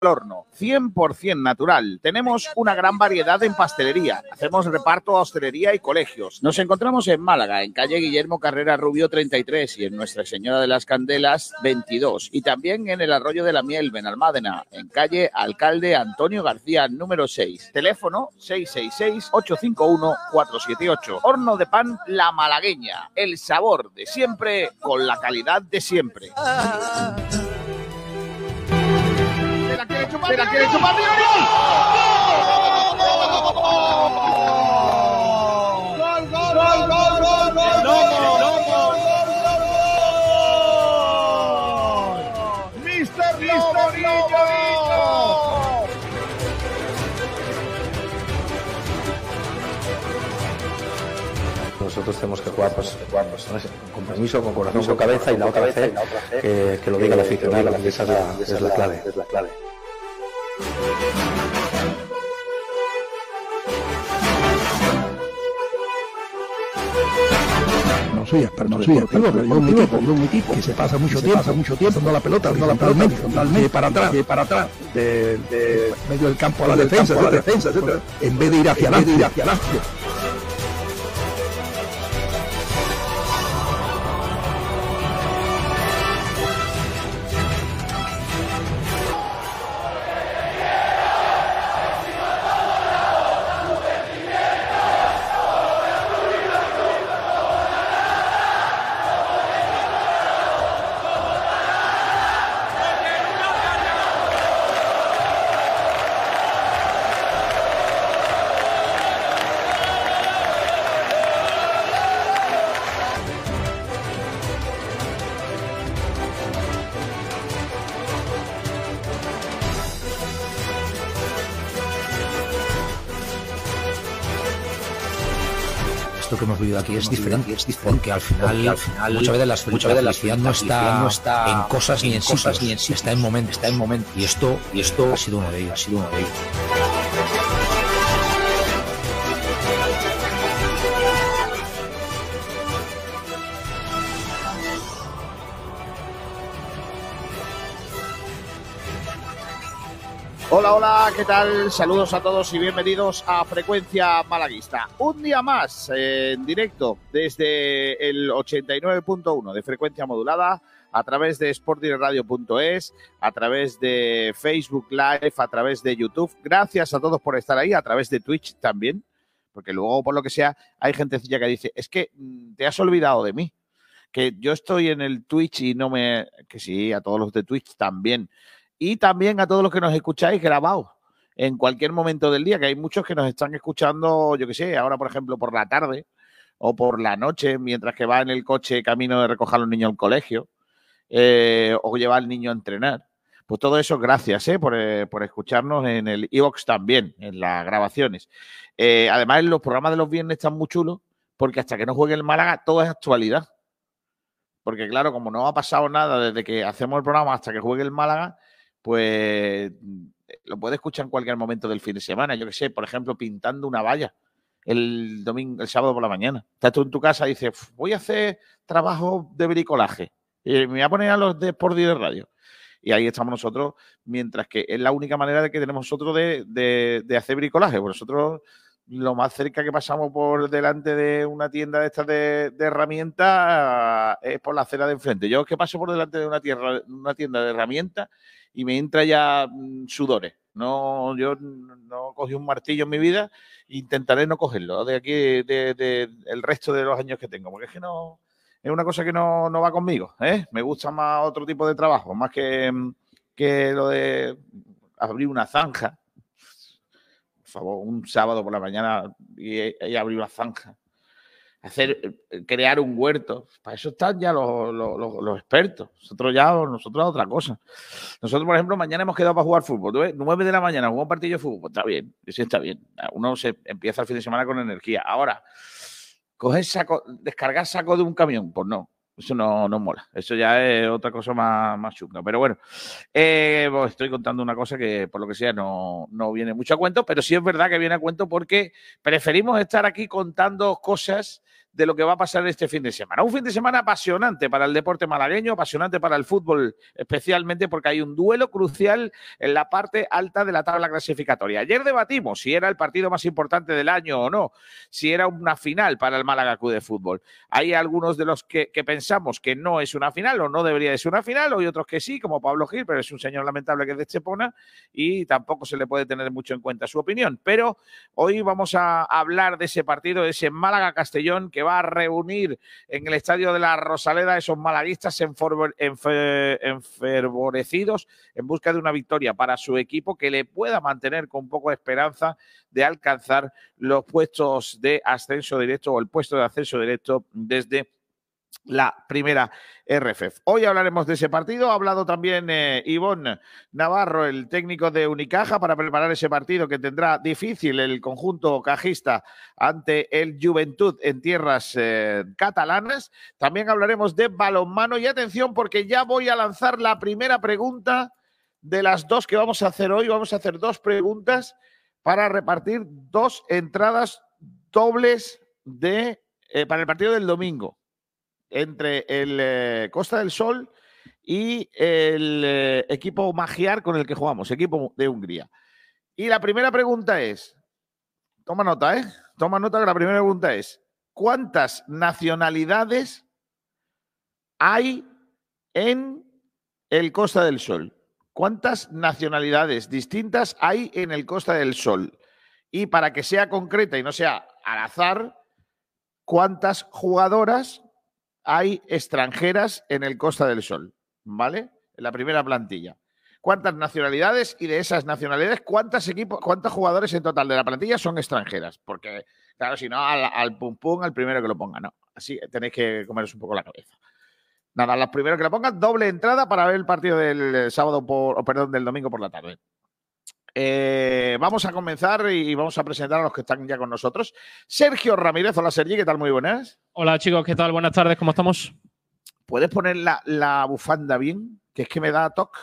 al horno, 100% natural. Tenemos una gran variedad en pastelería. Hacemos reparto a hostelería y colegios. Nos encontramos en Málaga, en calle Guillermo Carrera Rubio 33 y en Nuestra Señora de las Candelas 22. Y también en el Arroyo de la Miel, Benalmádena, en calle Alcalde Antonio García número 6. Teléfono 666-851-478. Horno de pan La Malagueña. El sabor de siempre con la calidad de siempre. ¿Se la quiere chupar? ¡Mister Lomorillo! Nosotros tenemos que jugar con compromiso, con corazón, con cabeza y la otra fe que lo diga el aficionado, y esa es la clave. No soy experto, pero yo un equipo que se pasa mucho tiempo dando la pelota totalmente para atrás, de medio del campo a la defensa, etcétera, en vez de ir hacia adelante. Lo que hemos vivido aquí es diferente, porque al final muchas veces la felicidad no está en cosas ni en sitios, está en momentos, y esto ha sido uno de ellos, Hola, hola, ¿qué tal? Saludos a todos y bienvenidos a Frecuencia Malaguista. Un día más en directo desde el 89.1 de frecuencia modulada, a través de sportingradio.es, a través de Facebook Live, a través de YouTube. Gracias a todos por estar ahí, a través de Twitch también, porque luego, por lo que sea, hay gentecilla que dice, es que te has olvidado de mí, que yo estoy en el Twitch y no me... Que sí, a todos los de Twitch también. Y también a todos los que nos escucháis grabados en cualquier momento del día, que hay muchos que nos están escuchando, yo qué sé, ahora por ejemplo por la tarde o por la noche, mientras que va en el coche camino de recoger a los niños al colegio o llevar al niño a entrenar. Pues todo eso, gracias por escucharnos en el iVoox también, en las grabaciones. Además, los programas de los viernes están muy chulos porque hasta que no juegue el Málaga todo es actualidad. Porque claro, como no ha pasado nada desde que hacemos el programa hasta que juegue el Málaga, pues lo puedes escuchar en cualquier momento del fin de semana. Yo que sé, por ejemplo, pintando una valla el sábado por la mañana. Estás tú en tu casa y dices, voy a hacer trabajo de bricolaje. Y me voy a poner a los de Sport y de Radio. Y ahí estamos nosotros, mientras que es la única manera de que tenemos nosotros de hacer bricolaje. Pues nosotros lo más cerca que pasamos por delante de una tienda de estas de herramientas es por la acera de enfrente. Yo es que paso por delante de una tienda de herramientas y me entra ya sudores. No, yo no cogí un martillo en mi vida, intentaré no cogerlo de aquí el resto de los años que tengo, porque es que no es una cosa que no va conmigo, ¿eh? Me gusta más otro tipo de trabajo, más que lo de abrir una zanja. Por favor, un sábado por la mañana y abrir una zanja. Crear un huerto. Para eso están ya los expertos. Nosotros otra cosa. Nosotros, por ejemplo, mañana hemos quedado para jugar fútbol. 9 de la mañana, jugar un partido de fútbol. Pues está bien, sí está bien. Uno se empieza el fin de semana con energía. Ahora, descargar saco de un camión, pues no. Eso no mola. Eso ya es otra cosa más chunga. Pero bueno, pues estoy contando una cosa que por lo que sea no viene mucho a cuento, pero sí es verdad que viene a cuento porque preferimos estar aquí contando cosas de lo que va a pasar este fin de semana. Un fin de semana apasionante para el deporte malagueño, apasionante para el fútbol, especialmente porque hay un duelo crucial en la parte alta de la tabla clasificatoria. Ayer debatimos si era el partido más importante del año o no, si era una final para el Málaga Club de Fútbol. Hay algunos de los que pensamos que no es una final o no debería de ser una final, hay otros que sí, como Pablo Gil, pero es un señor lamentable que es de Estepona y tampoco se le puede tener mucho en cuenta su opinión. Pero hoy vamos a hablar de ese partido, de ese Málaga-Castellón, que va a reunir en el estadio de la Rosaleda a esos malaguistas enfervorecidos en busca de una victoria para su equipo que le pueda mantener con un poco de esperanza de alcanzar los puestos de ascenso directo o el puesto de ascenso directo desde la primera RFF. Hoy hablaremos de ese partido. Ha hablado también Ivonne Navarro, el técnico de Unicaja, para preparar ese partido que tendrá difícil el conjunto cajista ante el Juventud en tierras catalanas. También hablaremos de balonmano y atención porque ya voy a lanzar la primera pregunta de las dos que vamos a hacer hoy. Vamos a hacer dos preguntas para repartir dos entradas dobles para el partido del domingo entre el Costa del Sol y el equipo Magyar con el que jugamos, equipo de Hungría. Y la primera pregunta es, toma nota, toma nota que la primera pregunta es, ¿cuántas nacionalidades hay en el Costa del Sol? ¿Cuántas nacionalidades distintas hay en el Costa del Sol? Y para que sea concreta y no sea al azar, ¿cuántas jugadoras hay extranjeras en el Costa del Sol? ¿Vale? En la primera plantilla. ¿Cuántas nacionalidades? Y de esas nacionalidades, ¿cuántos jugadores en total de la plantilla son extranjeras? Porque, claro, si no, al pum pum, al primero que lo ponga, no. Así tenéis que comeros un poco la cabeza. Nada, los primeros que lo pongan, doble entrada para ver el partido del del domingo por la tarde. Vamos a comenzar y vamos a presentar a los que están ya con nosotros. Sergio Ramírez, hola Sergi, ¿qué tal? Muy buenas. Hola chicos, ¿qué tal? Buenas tardes, ¿cómo estamos? ¿Puedes poner la bufanda bien? Que es que me da toque.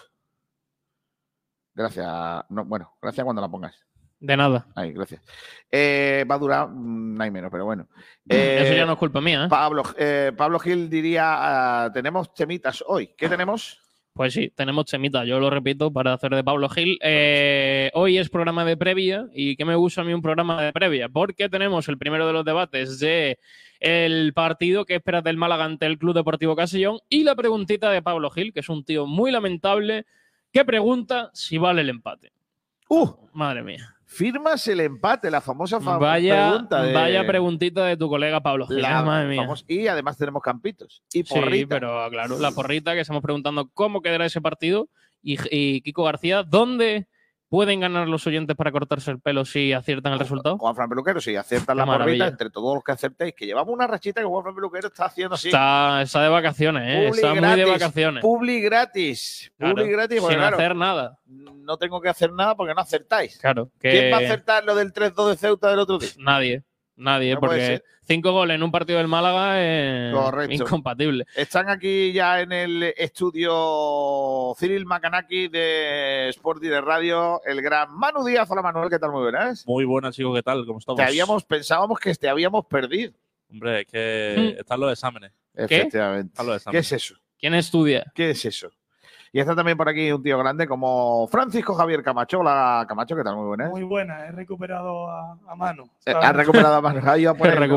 Gracias. No, bueno, gracias cuando la pongas. De nada. Ahí, gracias. Va a durar no hay menos, pero bueno. Eso ya no es culpa mía. Pablo Gil diría, tenemos temitas hoy. ¿Qué tenemos? Pues sí, tenemos temita, yo lo repito para hacer de Pablo Gil. Hoy es programa de previa y ¿qué me gusta a mí un programa de previa? Porque tenemos el primero de los debates de el partido que esperas del Málaga ante el Club Deportivo Castellón y la preguntita de Pablo Gil, que es un tío muy lamentable, que pregunta si vale el empate. Madre mía. Firmas el empate, la famosa pregunta. Vaya preguntita de tu colega Pablo Gil. Madre mía. Y además tenemos campitos. Y porrita. Sí, pero claro, la porrita que estamos preguntando cómo quedará ese partido. Y Kiko García, ¿dónde pueden ganar los oyentes para cortarse el pelo si aciertan el resultado? Juanfran Peluquero, si aciertan la porrita, entre todos los que acertéis, que llevamos una rachita que Juanfran Peluquero está haciendo así. Está de vacaciones, está muy de vacaciones. Publi gratis. Claro, publi gratis. Sin hacer nada. No tengo que hacer nada porque no acertáis. Claro. ¿Quién va a acertar lo del 3-2 de Ceuta del otro día? Nadie, no porque 5 goles en un partido del Málaga es incompatible. Están aquí ya en el estudio Cyril Macanaki de Sport Direct Radio, el gran Manu Díaz. Hola Manuel, ¿qué tal? Muy buenas. Muy buenas, chicos, ¿qué tal? ¿Cómo estamos? Pensábamos que te habíamos perdido. Hombre, es que están los exámenes. Efectivamente. Están los exámenes. ¿Qué es eso? ¿Quién estudia? ¿Qué es eso? Y está también por aquí un tío grande como Francisco Javier Camacho. Hola Camacho, ¿qué tal? Muy buenas. Muy buena, he recuperado a Manu. Ha recuperado a Manu. Ha ido por él.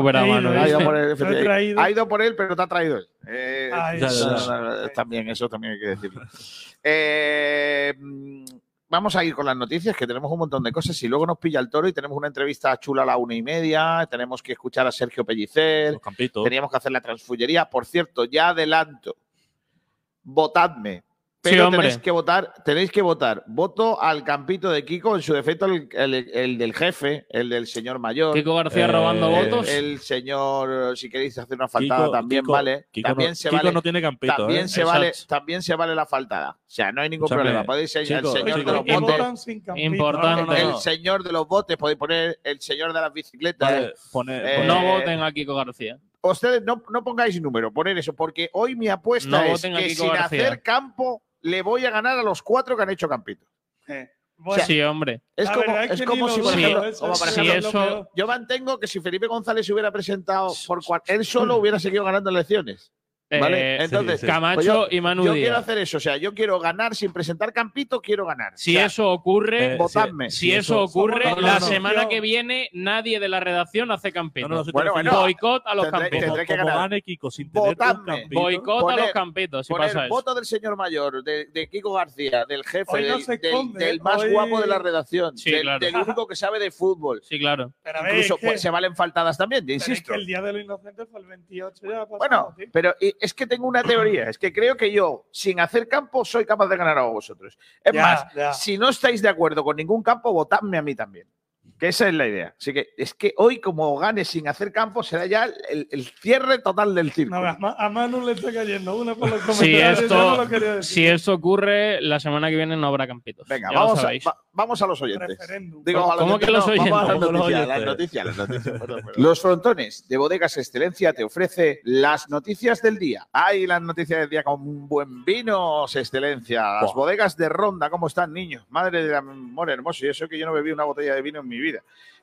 Ha ido por él, pero te ha traído él. También, eso también hay que decirlo. Vamos a ir con las noticias, que tenemos un montón de cosas y luego nos pilla el toro y tenemos una entrevista chula a la 1:30, tenemos que escuchar a Sergio Pellicer, teníamos que hacer la transfullería. Por cierto, ya adelanto, votadme. Pero sí, tenéis que votar. Voto al campito de Kiko, en su defecto el del jefe, el del señor mayor. Kiko García robando votos. El señor, si queréis hacer una faltada, también vale. Kiko no tiene campito. También se vale la faltada. O sea, no hay ningún problema. Podéis ser el señor de los botes. Importante. El señor de los botes, podéis poner el señor de las bicicletas. No voten a Kiko García. Ustedes no pongáis número, poner eso, porque hoy mi apuesta es que sin hacer campo le voy a ganar a los 4 que han hecho campito. Bueno, sí, hombre. Es como si, por ejemplo, yo mantengo que si Felipe González se hubiera presentado él solo hubiera seguido ganando elecciones. ¿Vale? Entonces, Camacho y Manu yo Díaz. quiero hacer eso, o sea, yo quiero ganar sin presentar Campito, quiero ganar. Si eso ocurre, votadme. Si eso ocurre, la semana que viene nadie de la redacción hace Campito. Boicot a los Campitos. Como gane Kiko sin tener un Campito. Boicot a los Campitos, si pasa el eso. voto del señor mayor, de Kiko García, del jefe, del más guapo de la redacción, del único que sabe de fútbol. Sí, claro. Incluso se valen faltadas también, yo insisto. Es que el Día de los Inocentes fue el 28 ya. Bueno, pero es que tengo una teoría, es que creo que yo, sin hacer campo, soy capaz de ganar a vosotros. Es más, si no estáis de acuerdo con ningún campo, votadme a mí también. Que esa es la idea. Así que es que hoy, como gane sin hacer campo, será ya el cierre total del círculo. No, a Manu le está cayendo una por los comentarios. Si esto ocurre, la semana que viene no habrá Campitos. Venga, vamos a los oyentes. ¿Cómo que los oyentes? Vamos a las noticias. Los Frontones de Bodegas Excelencia te ofrece las noticias del día. Hay las noticias del día con un buen vino, Excelencia. Las bodegas de Ronda, ¿cómo están, niños? Madre del amor hermoso. Y eso que yo no bebí una botella de vino en mi vida.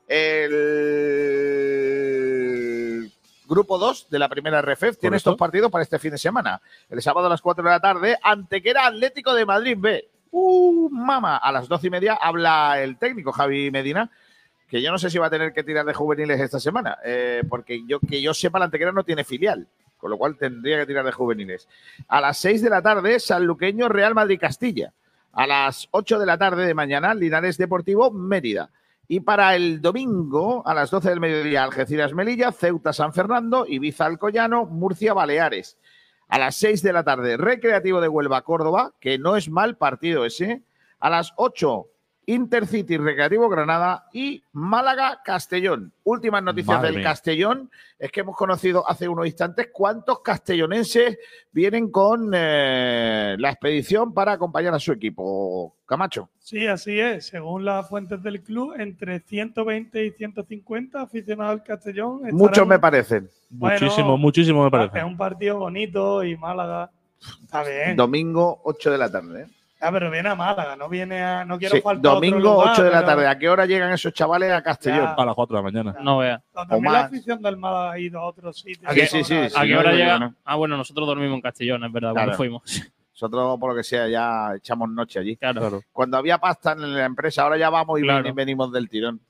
El grupo 2 de la primera RFEF tiene estos partidos para este fin de semana. El sábado a las 4 de la tarde, Antequera Atlético de Madrid B. Mama. A las 12:30 habla el técnico Javi Medina, que yo no sé si va a tener que tirar de juveniles esta semana, porque que yo sepa, la Antequera no tiene filial, con lo cual tendría que tirar de juveniles. A las 6 de la tarde, Sanluqueño Real Madrid Castilla. A las 8 de la tarde de mañana, Linares Deportivo Mérida. Y para el domingo, a las 12 del mediodía, Algeciras Melilla, Ceuta San Fernando, Ibiza Alcoyano, Murcia Baleares. A las 6 de la tarde, Recreativo de Huelva Córdoba, que no es mal partido ese. A las 8, Intercity Recreativo Granada y Málaga Castellón. Últimas noticias del Castellón es que hemos conocido hace unos instantes cuántos castellonenses vienen con la expedición para acompañar a su equipo. Camacho. Sí, así es. Según las fuentes del club, entre 120 y 150 aficionados al Castellón. Muchos me parecen. Muchísimo me parece. Es un partido bonito y Málaga está bien. Domingo 8 de la tarde. Pero viene a Málaga, no quiero faltar. Domingo otro lugar, 8 de la tarde. ¿A qué hora llegan esos chavales a Castellón? A las 4 de la mañana. No vea. También la afición del Málaga ha ido a otros sitios. Sí. ¿A qué hora llega? Bueno, nosotros dormimos en Castellón, es verdad, cuando fuimos. Nosotros, por lo que sea, ya echamos noche allí. Claro. Cuando había pasta en la empresa, ahora ya vamos y venimos del tirón.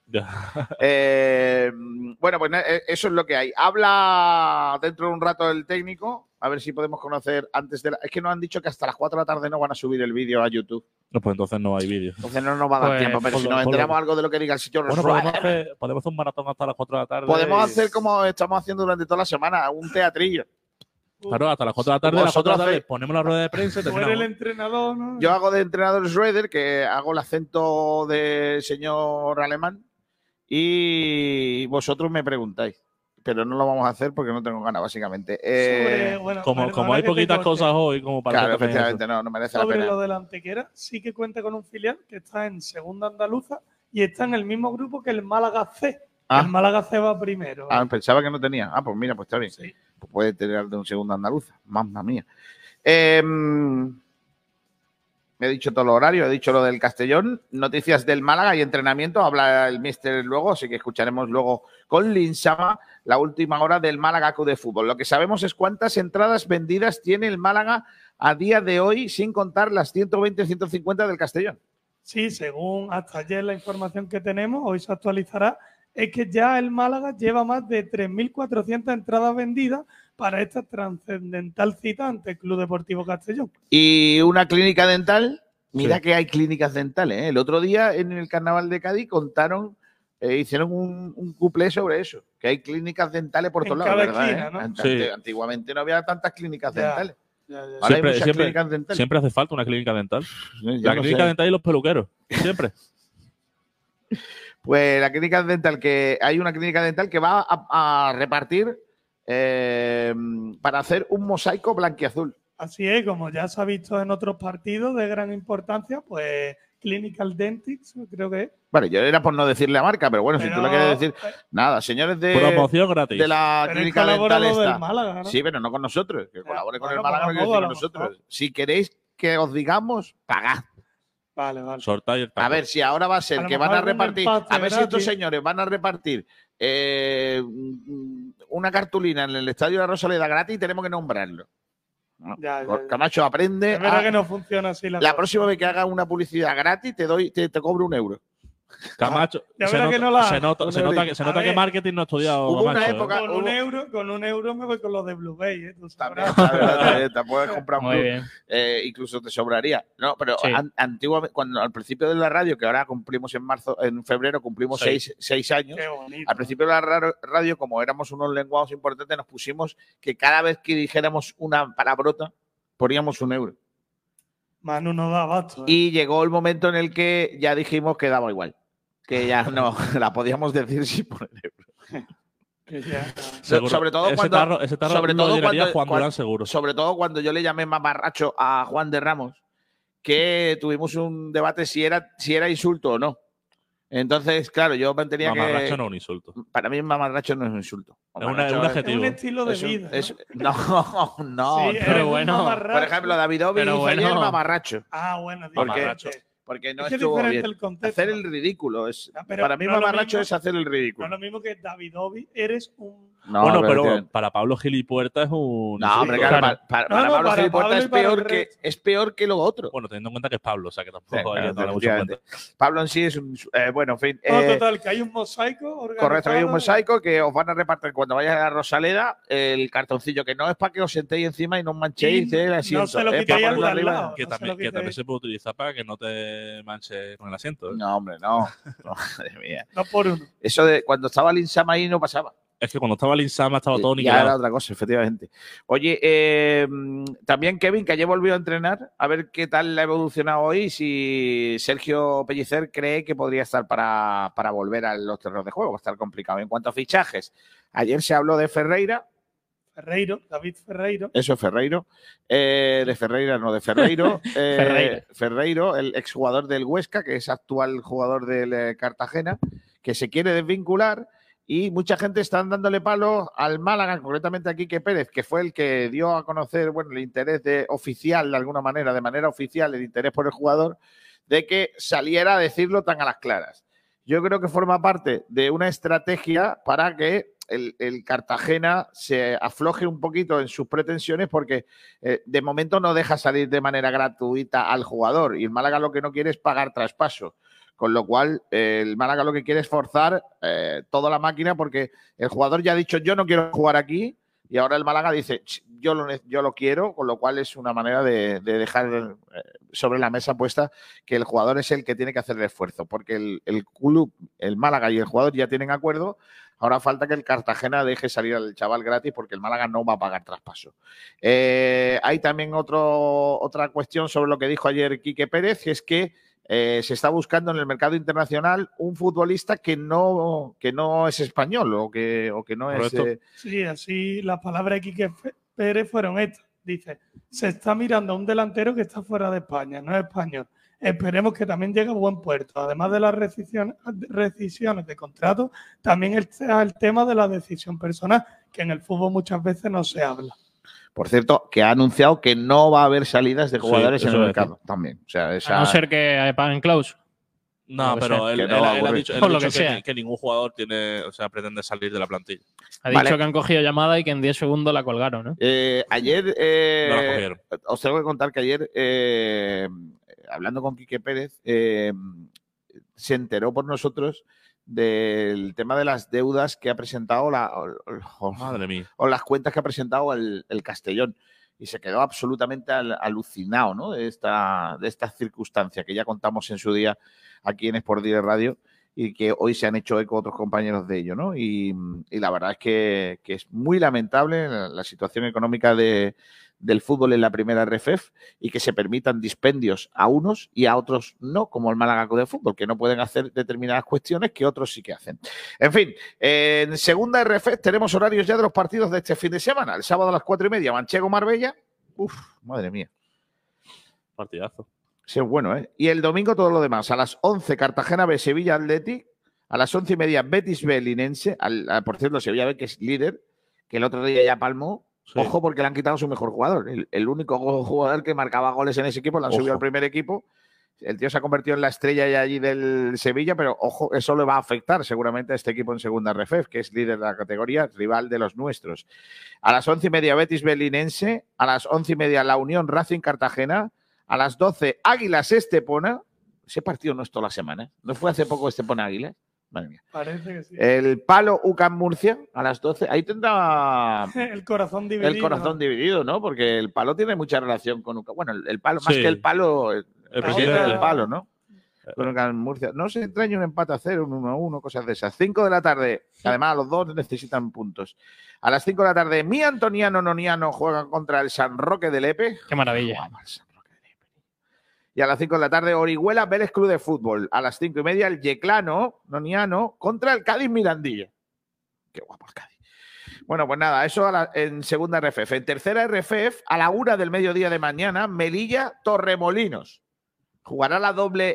Bueno, pues eso es lo que hay. Habla dentro de un rato el técnico, a ver si podemos conocer antes de Es que nos han dicho que hasta las 4 de la tarde no van a subir el vídeo a YouTube. No, pues entonces no hay vídeo. Entonces no nos va a dar tiempo, pero si nos enteramos algo de lo que diga el sitio... Bueno, podemos hacer un maratón hasta las 4 de la tarde. Podemos hacer como estamos haciendo durante toda la semana, un teatrillo. Claro, hasta las 4 de la tarde, ponemos la rueda de prensa. Tú eres el entrenador, ¿no? Yo hago de entrenador Schroeder, que hago el acento de señor alemán, y vosotros me preguntáis. Pero no lo vamos a hacer porque no tengo ganas, básicamente. Como hay poquitas cosas hoy, como para... Claro, efectivamente, no merece la pena. Sobre lo de la Antequera, sí que cuenta con un filial que está en Segunda Andaluza y está en el mismo grupo que el Málaga C. El Málaga C va primero. Pensaba que no tenía. Pues mira, pues está bien. Sí. Pues puede tener de un Segunda Andaluza. Mamma mía. Me he dicho todo los horarios, he dicho lo del Castellón, noticias del Málaga y entrenamiento, habla el míster luego, así que escucharemos luego con Linsama la última hora del Málaga Club de Fútbol. Lo que sabemos es cuántas entradas vendidas tiene el Málaga a día de hoy, sin contar las 120 150 del Castellón. Sí, según hasta ayer la información que tenemos, hoy se actualizará, es que ya el Málaga lleva más de 3.400 entradas vendidas para esta trascendental cita ante el Club Deportivo Castellón. Y una clínica dental, mira que hay clínicas dentales. El otro día en el Carnaval de Cádiz contaron, hicieron un cuplé sobre eso, que hay clínicas dentales por todos lados, ¿verdad? Esquina, ¿no? Antiguamente no había tantas clínicas dentales. Ahora hay muchas clínicas dentales. Siempre hace falta una clínica dental. La clínica dental y los peluqueros, siempre. Pues la clínica dental, que hay una clínica dental que va a repartir para hacer un mosaico blanquiazul. Así es, como ya se ha visto en otros partidos de gran importancia, pues Clinical Dentics, creo que es. Vale, yo era por no decirle la marca, pero bueno, si tú le quieres decir. Nada, señores de. Promoción gratis. De la clínica dental esta. Del Málaga, ¿no? Sí, pero no con nosotros. Que colabore con el Málaga, no quiere decir con nosotros. Si queréis que os digamos, pagad. Vale. Sorta y el taco. A ver, si ahora va a ser A lo que mejor van a algún repartir. empate A ver si estos gratis. señores van a repartir una cartulina en el Estadio de la Rosaleda gratis y tenemos que nombrarlo. Ya. Camacho, aprende. Es verdad que no funciona así la La cosa. próxima vez que haga una publicidad gratis, te cobro €1. Camacho, Ya se verás nota, que no la se hago. nota, se nota que, se A nota que ver, marketing no ha estudiado. hubo una Camacho, época- Con un euro me voy con los de Blue Bay, ¿eh? Tú sabrás. También, te puedes comprar un Muy club. bien. Incluso te sobraría. No, pero Sí. antiguamente, cuando al principio de la radio, que ahora cumplimos en febrero, cumplimos seis años. Qué bonito. Al principio de la radio, como éramos unos lenguados importantes, nos pusimos que cada vez que dijéramos una palabrota, poníamos €1. Manu no da abasto. ¿eh? Y llegó el momento en el que ya dijimos que daba igual. Que ya no la podíamos decir sin poner €. Que ya- seguro. Sobre todo ese cuando. ese tarro sobre lo todo llenaría cuando- Juan cuando- Durán seguro. Sobre todo cuando yo le llamé mamarracho a Juan de Ramos, que tuvimos un debate si era insulto o no. Entonces, claro, yo mantenía Mamarracho que. no es un insulto. Para mí, mamarracho no es un insulto. Es Mamarracho un Es adjetivo. un estilo de es un- vida. ¿no? es- no, Sí, no. eres un bueno. mamarracho. Por ejemplo, Davidovi Pero dice ayer bueno. mamarracho. Bueno, ¿Por qué? diferente. Porque no Es que es estuvo diferente bien. el contexto. Hacer el ridículo. Pero Para mí, no es lo mamarracho mismo- es hacer el No ridículo. es lo mismo que Davidovi, eres un... No, Bueno, pero tío, para Pablo Gil y Puerta es un. No, hombre, insulto. claro, para Pablo para Gilipuerta Pablo y para el es peor que lo otro. Bueno, teniendo en cuenta que es Pablo, o sea que tampoco Sí, hay que claro, tener mucho en cuenta. efectivamente. Pablo en sí es un. Bueno, en fin. No, total, que hay un mosaico organizado. Correcto, hay un mosaico que os van a repartir cuando vayáis a la Rosaleda el cartoncillo, que no es para que os sentéis encima y no os manchéis Y el asiento. no se lo es quitéis para al ponerlo de al arriba. lado. Que No se también, lo que quitéis. también se puede utilizar para que no te manches con el asiento. ¿eh? No, hombre, no. No, madre mía. No por uno. Eso de cuando estaba el Insama ahí no pasaba. Es que cuando estaba el Insama estaba todo Ya era niquelado. otra cosa, efectivamente. Oye, también Kevin, que ayer volvió a entrenar, a ver qué tal le ha evolucionado hoy, si Sergio Pellicer cree que podría estar para volver a los terrenos de juego, va a estar complicado. En cuanto a fichajes, ayer se habló de Ferreira, David Ferreiro. eso es Ferreiro, de Ferreira, no de Ferreiro, Ferreira. Ferreiro, el exjugador del Huesca, que es actual jugador del Cartagena, que se quiere desvincular. Y mucha gente está dándole palo al Málaga, concretamente a Quique Pérez, que fue el que dio a conocer el interés oficial, de alguna manera, de manera oficial, el interés por el jugador, de que saliera a decirlo tan a las claras. Yo creo que forma parte de una estrategia para que el Cartagena se afloje un poquito en sus pretensiones, porque de momento no deja salir de manera gratuita al jugador, y el Málaga lo que no quiere es pagar traspaso. Con lo cual, el Málaga lo que quiere es forzar toda la máquina, porque el jugador ya ha dicho yo no quiero jugar aquí, y ahora el Málaga dice yo lo quiero, con lo cual es una manera de dejar sobre la mesa puesta que el jugador es el que tiene que hacer el esfuerzo, porque el club, el Málaga y el jugador ya tienen acuerdo. Ahora falta que el Cartagena deje salir al chaval gratis, porque el Málaga no va a pagar traspaso. Hay también otra cuestión sobre lo que dijo ayer Quique Pérez, que es que se está buscando en el mercado internacional un futbolista que no es español o que no es... Sí, así las palabras de Quique Pérez fueron estas. Dice, se está mirando a un delantero que está fuera de España, no es español. Esperemos que también llegue a buen puerto. Además de las rescisiones de contrato, también está el tema de la decisión personal, que en el fútbol muchas veces no se habla. Por cierto, que ha anunciado que no va a haber salidas de jugadores en el eso mercado también. O sea, A no ser que paguen cláusula. No, No pero sé, él que no va a ha ocurrir. dicho, Por lo que sea. que ningún jugador pretende salir de la plantilla. Ha dicho Vale. que han cogido llamada y que en 10 segundos la colgaron, ¿no? Ayer, No la cogieron. os tengo que contar que ayer, hablando con Quique Pérez, se enteró por nosotros del tema de las deudas que ha presentado Madre mía. o las cuentas que ha presentado el Castellón, y se quedó absolutamente alucinado, ¿no? de esta circunstancia que ya contamos en su día aquí en Sport Direct Radio, y que hoy se han hecho eco otros compañeros de ello, ¿no? Y la verdad es que es muy lamentable la situación económica del fútbol en la primera RFEF, y que se permitan dispendios a unos y a otros no, como el Málaga Club de Fútbol, que no pueden hacer determinadas cuestiones que otros sí que hacen. En fin, en segunda RFEF tenemos horarios ya de los partidos de este fin de semana. El sábado a las 4:30, Manchego-Marbella. Uf, madre mía. Partidazo. Sí, es bueno, ¿eh? Y el domingo todo lo demás. A las 11, Cartagena B, Sevilla Athletic. A las 11:30, Betis B, Linense. Por cierto, Sevilla B, que es líder, que el otro día ya palmó. Sí. Ojo, porque le han quitado a su mejor jugador. El único jugador que marcaba goles en ese equipo, lo han subido al primer equipo. El tío se ha convertido en la estrella ya allí del Sevilla, pero ojo, eso le va a afectar seguramente a este equipo en segunda RFEF, que es líder de la categoría, rival de los nuestros. A las 11:30 Betis Belinense, a las 11:30 la Unión Racing Cartagena, a las 12 Águilas Estepona. Ese partido no es toda la semana, ¿no fue hace poco Estepona Águilas? Madre mía. Parece que sí. El Palo UCAM Murcia a las 12. Ahí tendrá el corazón dividido. El corazón dividido, ¿no? Porque el Palo tiene mucha relación con UCAM. Bueno, el Palo, más que el Palo, el presidente del Palo, ¿no? Con UCAM Murcia. No se extraña un empate a 0, un 1-1, cosas de esas. 5 de la tarde. Además, los dos necesitan puntos. A las 5 de la tarde, mi Antoniano Noniano juega contra el San Roque de Lepe. Qué maravilla. Y a las 5 de la tarde, Orihuela Vélez Club de Fútbol. A las 5:30, el Yeclano Noniano contra el Cádiz Mirandilla. Qué guapo el Cádiz. Bueno, pues nada, eso en segunda RFF. En tercera RFF, a la 1 del mediodía de mañana, Melilla Torremolinos. Jugará la doble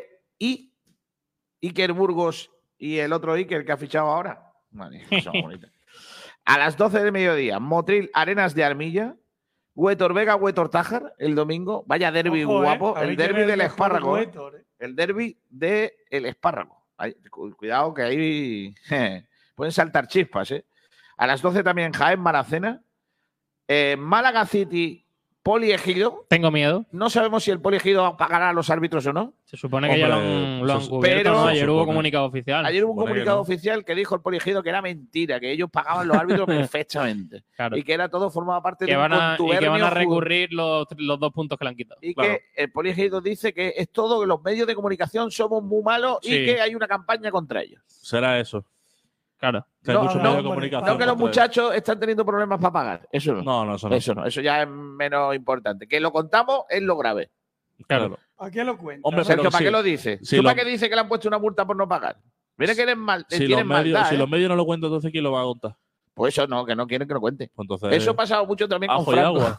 Iker Burgos y el otro Iker que ha fichado ahora. Vale, son bonitas. A las 12 del mediodía, Motril Arenas de Armilla. Huetor Vega, Huetor Tájar, el domingo. Vaya derbi guapo. El derbi del espárrago. Huetor, El derbi del espárrago. Cuidado que ahí pueden saltar chispas. A las 12 también Jaén Maracena. Málaga City, Poli Ejido. Tengo miedo. No sabemos si el Poli Ejido pagará a los árbitros o no. Se supone que ya lo han cubierto, ¿no? Ayer hubo comunicado oficial. Ayer hubo un comunicado oficial que dijo el Poli Ejido que era mentira, que ellos pagaban los árbitros perfectamente. Claro. Y que era todo, formaba parte de un contubernio. Y que van a recurrir los 2 puntos que le han quitado. Y que el Poli Ejido dice que es todo, que los medios de comunicación somos muy malos y que hay una campaña contra ellos. Será eso. Claro. No que los muchachos están teniendo problemas para pagar. Eso no. Eso ya es menos importante. Que lo contamos es lo grave. Claro. ¿A qué lo cuenta? Hombre, Sergio, ¿para qué lo dice? ¿Tú para qué dices que le han puesto una multa por no pagar? Mira que eres mal. Si los medios no lo cuentan, entonces ¿quién lo va a contar? Pues eso no, que no quieren que lo cuente. Pues entonces, eso ha pasado mucho también con Franco.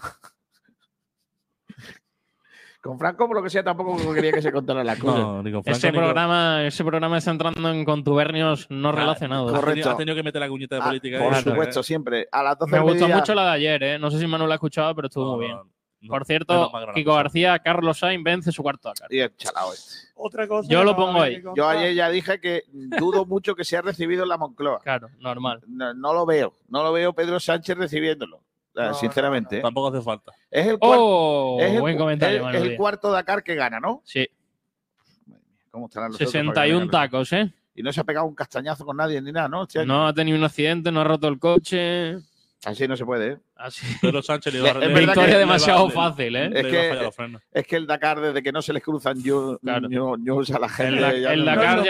Con Franco, por lo que sea, tampoco quería que se contara la cosa. No, ni con Franco, ese programa está entrando en contubernios no relacionados. Correcto. Ha tenido que meter la cuñita de política. Por supuesto, siempre. A las 12 me gustó mucho la de ayer, No sé si Manuel la ha escuchado, pero estuvo muy bien. Por cierto, Kiko García, Carlos Sainz vence su cuarto Dakar. Y el chalao Otra cosa. Yo lo pongo ahí. Yo ayer ya dije que dudo mucho que sea recibido en la Moncloa. Claro, normal. No lo veo. No lo veo Pedro Sánchez recibiéndolo. Sinceramente. Tampoco hace falta. Es el buen comentario, es el cuarto Dakar que gana, ¿no? Sí. ¿Cómo estarán los 61 tacos, Y no se ha pegado un castañazo con nadie ni nada, ¿no? No ha tenido un accidente, no ha roto el coche. Así no se puede, Así. Pedro Sánchez le es victoria demasiado fácil, Es que el Dakar, desde que no se les cruzan yo a la gente. El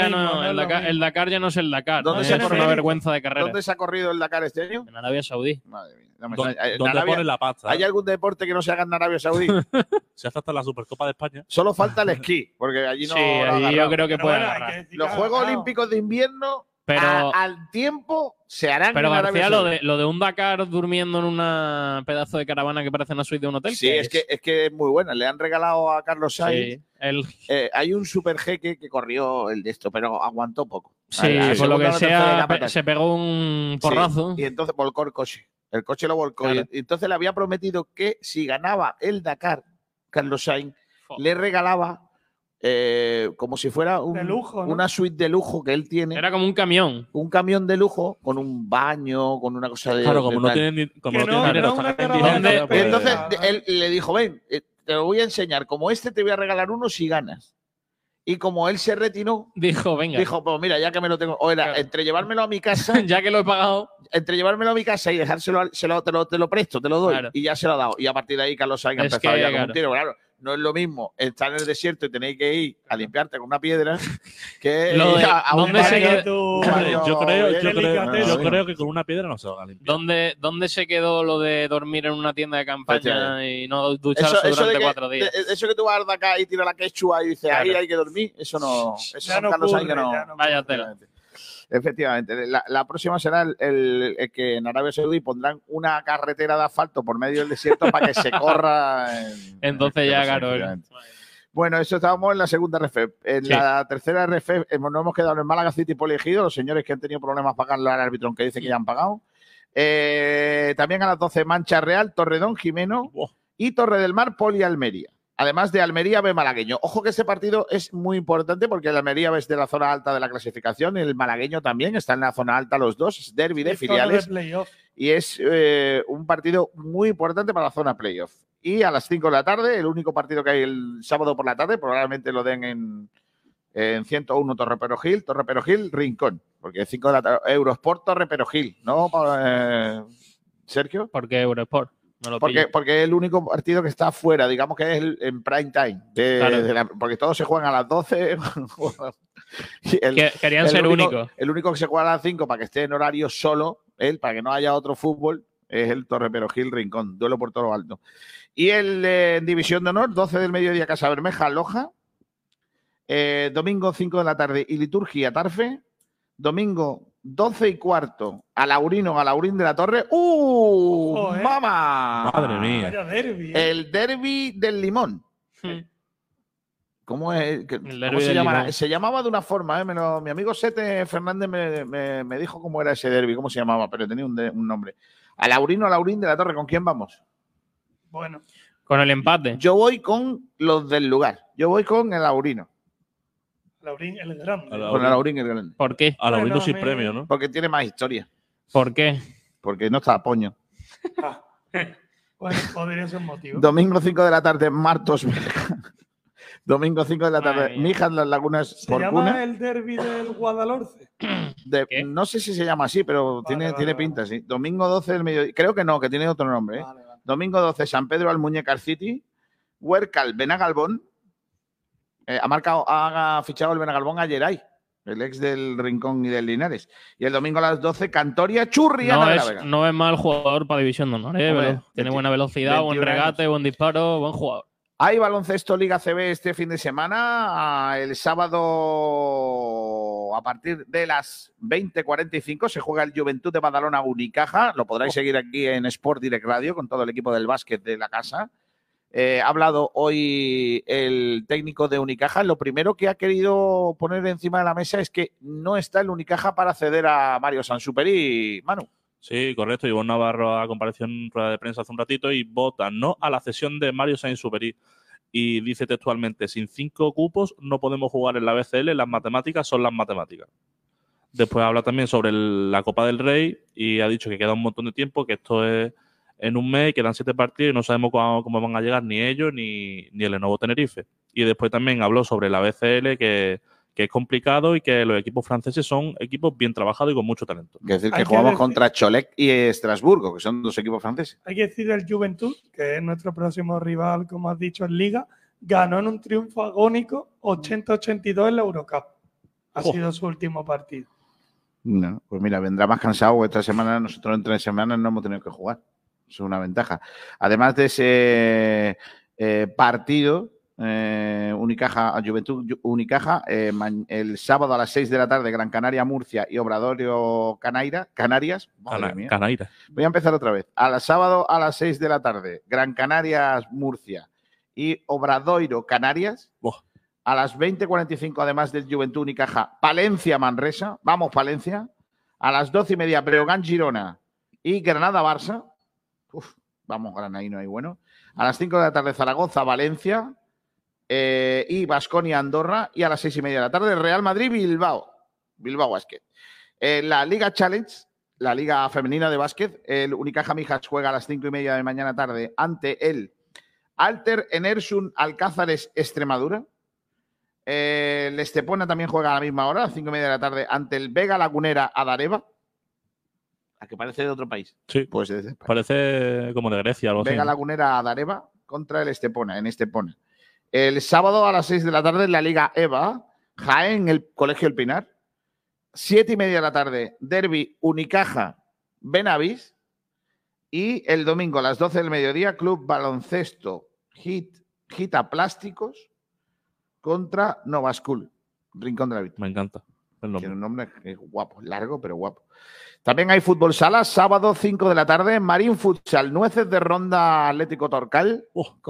Dakar ya no es el Dakar. ¿Dónde se ha corrido? Una vergüenza de carrera. ¿Dónde se ha corrido el Dakar este año? En Arabia Saudí. Madre mía. ¿Dónde ponen la pasta? ¿Hay algún deporte que no se haga en Arabia Saudí? Se hace hasta la Supercopa de España. Solo falta el esquí, porque allí no. Sí, allí yo creo que puede agarrar. Los Juegos Olímpicos de invierno. Pero al tiempo se harán. Pero García, lo de un Dakar durmiendo en una pedazo de caravana que parece una suite de un hotel. Sí, es que es muy buena. Le han regalado a Carlos Sainz. Sí, hay un super jeque que corrió el de esto, pero aguantó poco. Sí, por lo que sea, se pegó un porrazo. Sí, y entonces volcó el coche. El coche lo volcó. Claro. Y entonces le había prometido que si ganaba el Dakar, Carlos Sainz le regalaba. Como si fuera una suite de lujo que él tiene. Era como un camión. Un camión de lujo con un baño, con una cosa de. Claro, como no tiene dinero. Entonces él le dijo: ven, te lo voy a enseñar. Como te voy a regalar uno si ganas. Y como él se retiró, dijo, venga. Dijo, pues mira, ya que me lo tengo. O era, entre llevármelo a mi casa. Ya que lo he pagado. Entre llevármelo a mi casa y dejárselo, te lo presto, te lo doy. Claro. Y ya se lo ha dado. Y a partir de ahí Carlos Sainz empezó ya como un tiro. Claro. No es lo mismo estar en el desierto y tenéis que ir a limpiarte con una piedra que ¿dónde se quedó? Yo creo que con una piedra no se va a limpiar. ¿Dónde se quedó lo de dormir en una tienda de campaña y no ducharse durante 4 días? Eso que tú vas de acá y tiras la quechua y dices, ahí hay que dormir, eso no. Eso ya no Carlos ocurre, no. Vaya tela. Efectivamente, la próxima será el que en Arabia Saudí pondrán una carretera de asfalto por medio del desierto para que se corra. Entonces ya, claro. Bueno, eso estábamos en la segunda RFEF. En la tercera RFEF nos hemos quedado en Málaga City Poli Ejido, los señores que han tenido problemas pagando al árbitro, aunque dice que ya han pagado. También a las 12, Mancha Real, Torredón, Jimeno y Torre del Mar, Poli Almería. además de Almería B malagueño. Ojo que este partido es muy importante porque el Almería B es de la zona alta de la clasificación, el malagueño también está en la zona alta los dos, es derbi de filiales y es un partido muy importante para la zona playoff. Y a las 5 de la tarde, el único partido que hay el sábado por la tarde, probablemente lo den en 101 Torre Perogil, Rincón, porque 5 de la tarde, Eurosport Torre Perogil, ¿no, Sergio? ¿Por qué Eurosport? No porque es el único partido que está fuera, digamos que es en prime time. Porque todos se juegan a las 12. Querían ser únicos. El único que se juega a las 5 para que esté en horario solo, para que no haya otro fútbol, es el Torre Perogil Rincón, duelo por todo lo alto. Y el en División de Honor, 12 del mediodía, Casa Bermeja, Loja. Domingo 5 de la tarde, y Liturgia Tarfe. Domingo 12:15 a Laurín de la Torre. ¡Mamá! Madre mía. Derbi, El derbi del Limón. ¿Cómo es? ¿Cómo se llama? Se llamaba de una forma, mi amigo Sete Fernández me dijo cómo era ese derbi, cómo se llamaba, pero tenía un nombre. A Laurín de la Torre, ¿con quién vamos? Bueno. Con el empate. Yo voy con los del lugar. Yo voy con el Laurino. Laurín el Grande. Con el Laurín el Grande. ¿Por qué? A Laurino sin premio, ¿no? Porque tiene más historia. ¿Por qué? Porque no está a Poño. Bueno, podría ser un motivo. Domingo 5 de la tarde, Martos. Domingo 5 de la tarde, Mijas, Las Lagunas. ¿Se llama el derbi del Guadalhorce? No sé si se llama así, pero tiene pinta, sí. Domingo 12 del mediodía. Creo que no, que tiene otro nombre. Vale. Domingo 12, San Pedro Almuñécar City. Huércal, Benagalbón. Ha fichado el Benagalbón a Geray, el ex del Rincón y del Linares. Y el domingo a las 12, Cantoria, Churriana de la Vega. No es mal jugador para División de Honor, tiene buena velocidad, buen regate, buen disparo, buen jugador. Hay baloncesto Liga CB este fin de semana. El sábado a partir de las 20:45 se juega el Juventud de Badalona Unicaja. Lo podráis seguir aquí en Sport Direct Radio con todo el equipo del básquet de la casa. Ha hablado hoy el técnico de Unicaja. Lo primero que ha querido poner encima de la mesa es que no está el Unicaja para ceder a Mario Sansuperi, Manu. Sí, correcto. Ivonne Navarro ha comparecido en rueda de prensa hace un ratito y vota no a la cesión de Mario Sansuperi. Y dice textualmente, sin 5 cupos no podemos jugar en la BCL, las matemáticas son las matemáticas. Después habla también sobre la Copa del Rey y ha dicho que queda un montón de tiempo, que esto es en un mes, quedan 7 partidos y no sabemos cómo van a llegar ni ellos ni el Lenovo Tenerife. Y después también habló sobre la BCL, que es complicado y que los equipos franceses son equipos bien trabajados y con mucho talento. Es decir, que jugamos contra Cholet y Estrasburgo, que son 2 equipos franceses. Hay que decir el Juventud, que es nuestro próximo rival, como has dicho, en Liga, ganó en un triunfo agónico 80-82 en la Eurocup. Ha sido su último partido. No, pues mira, vendrá más cansado esta semana. Nosotros en 3 semanas no hemos tenido que jugar. Eso es una ventaja. Además de ese partido, Unicaja, Juventud Unicaja, el sábado a las 6 de la tarde, Gran Canaria, Murcia y Obradoiro Canarias. Canaira. Voy a empezar otra vez. Sábado a las 6 de la tarde, Gran Canarias, Murcia y Obradoiro Canarias. A las 20:45, además del Juventud Unicaja, Palencia Manresa. Vamos, Palencia. A las 12:30, Breogán Girona y Granada Barça. Vamos, Granaíno ahí, bueno. A las 5 de la tarde, Zaragoza, Valencia y Baskonia, Andorra. Y a las 6:30 de la tarde, Real Madrid, Bilbao Basket. La Liga Challenge, la Liga Femenina de Básquet, el Unicaja Mijas juega a las 5:30 de mañana tarde ante el Alter Enersun Alcázares Extremadura. El Estepona también juega a la misma hora, a las 5:30 de la tarde, ante el Vega Lagunera Adareva. ¿A que parece de otro país? Sí, pues parece como de Grecia. Algo Vega así. Lagunera Adareva contra el Estepona, en Estepona. El sábado a las 6 de la tarde en la Liga EVA, Jaén, el Colegio El Pinar. 7:30 de la tarde, Derbi Unicaja Benavís. Y el domingo a las 12 del mediodía, Club Baloncesto Gita Plásticos contra Nova School, Rincón de la Victoria. Me encanta el nombre. Tiene un nombre que es guapo, largo pero guapo. También hay fútbol sala, sábado 5 de la tarde, Marín Futsal, Nueces de Ronda Atlético Torcal.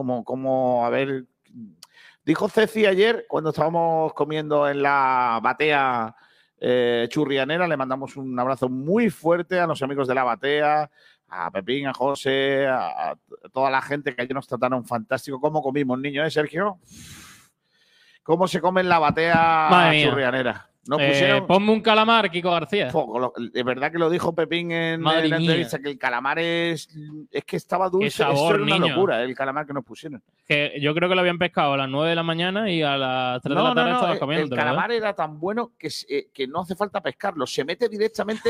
A ver, dijo Ceci ayer cuando estábamos comiendo en la batea churrianera, le mandamos un abrazo muy fuerte a los amigos de la batea, A Pepín, a José, a toda la gente que ayer nos trataron fantástico. ¿Cómo comimos, niños, Sergio? ¿Cómo se come en la batea churrianera? Nos pusieron... Ponme un calamar, Kiko García. Es verdad que lo dijo Pepín en la entrevista, que el calamar es que estaba dulce. Sabor, eso era una locura, el calamar que nos pusieron. Que yo creo que lo habían pescado a las 9 de la mañana y a las 3 de la tarde estabas comiendo. El calamar era tan bueno que no hace falta pescarlo. Se mete directamente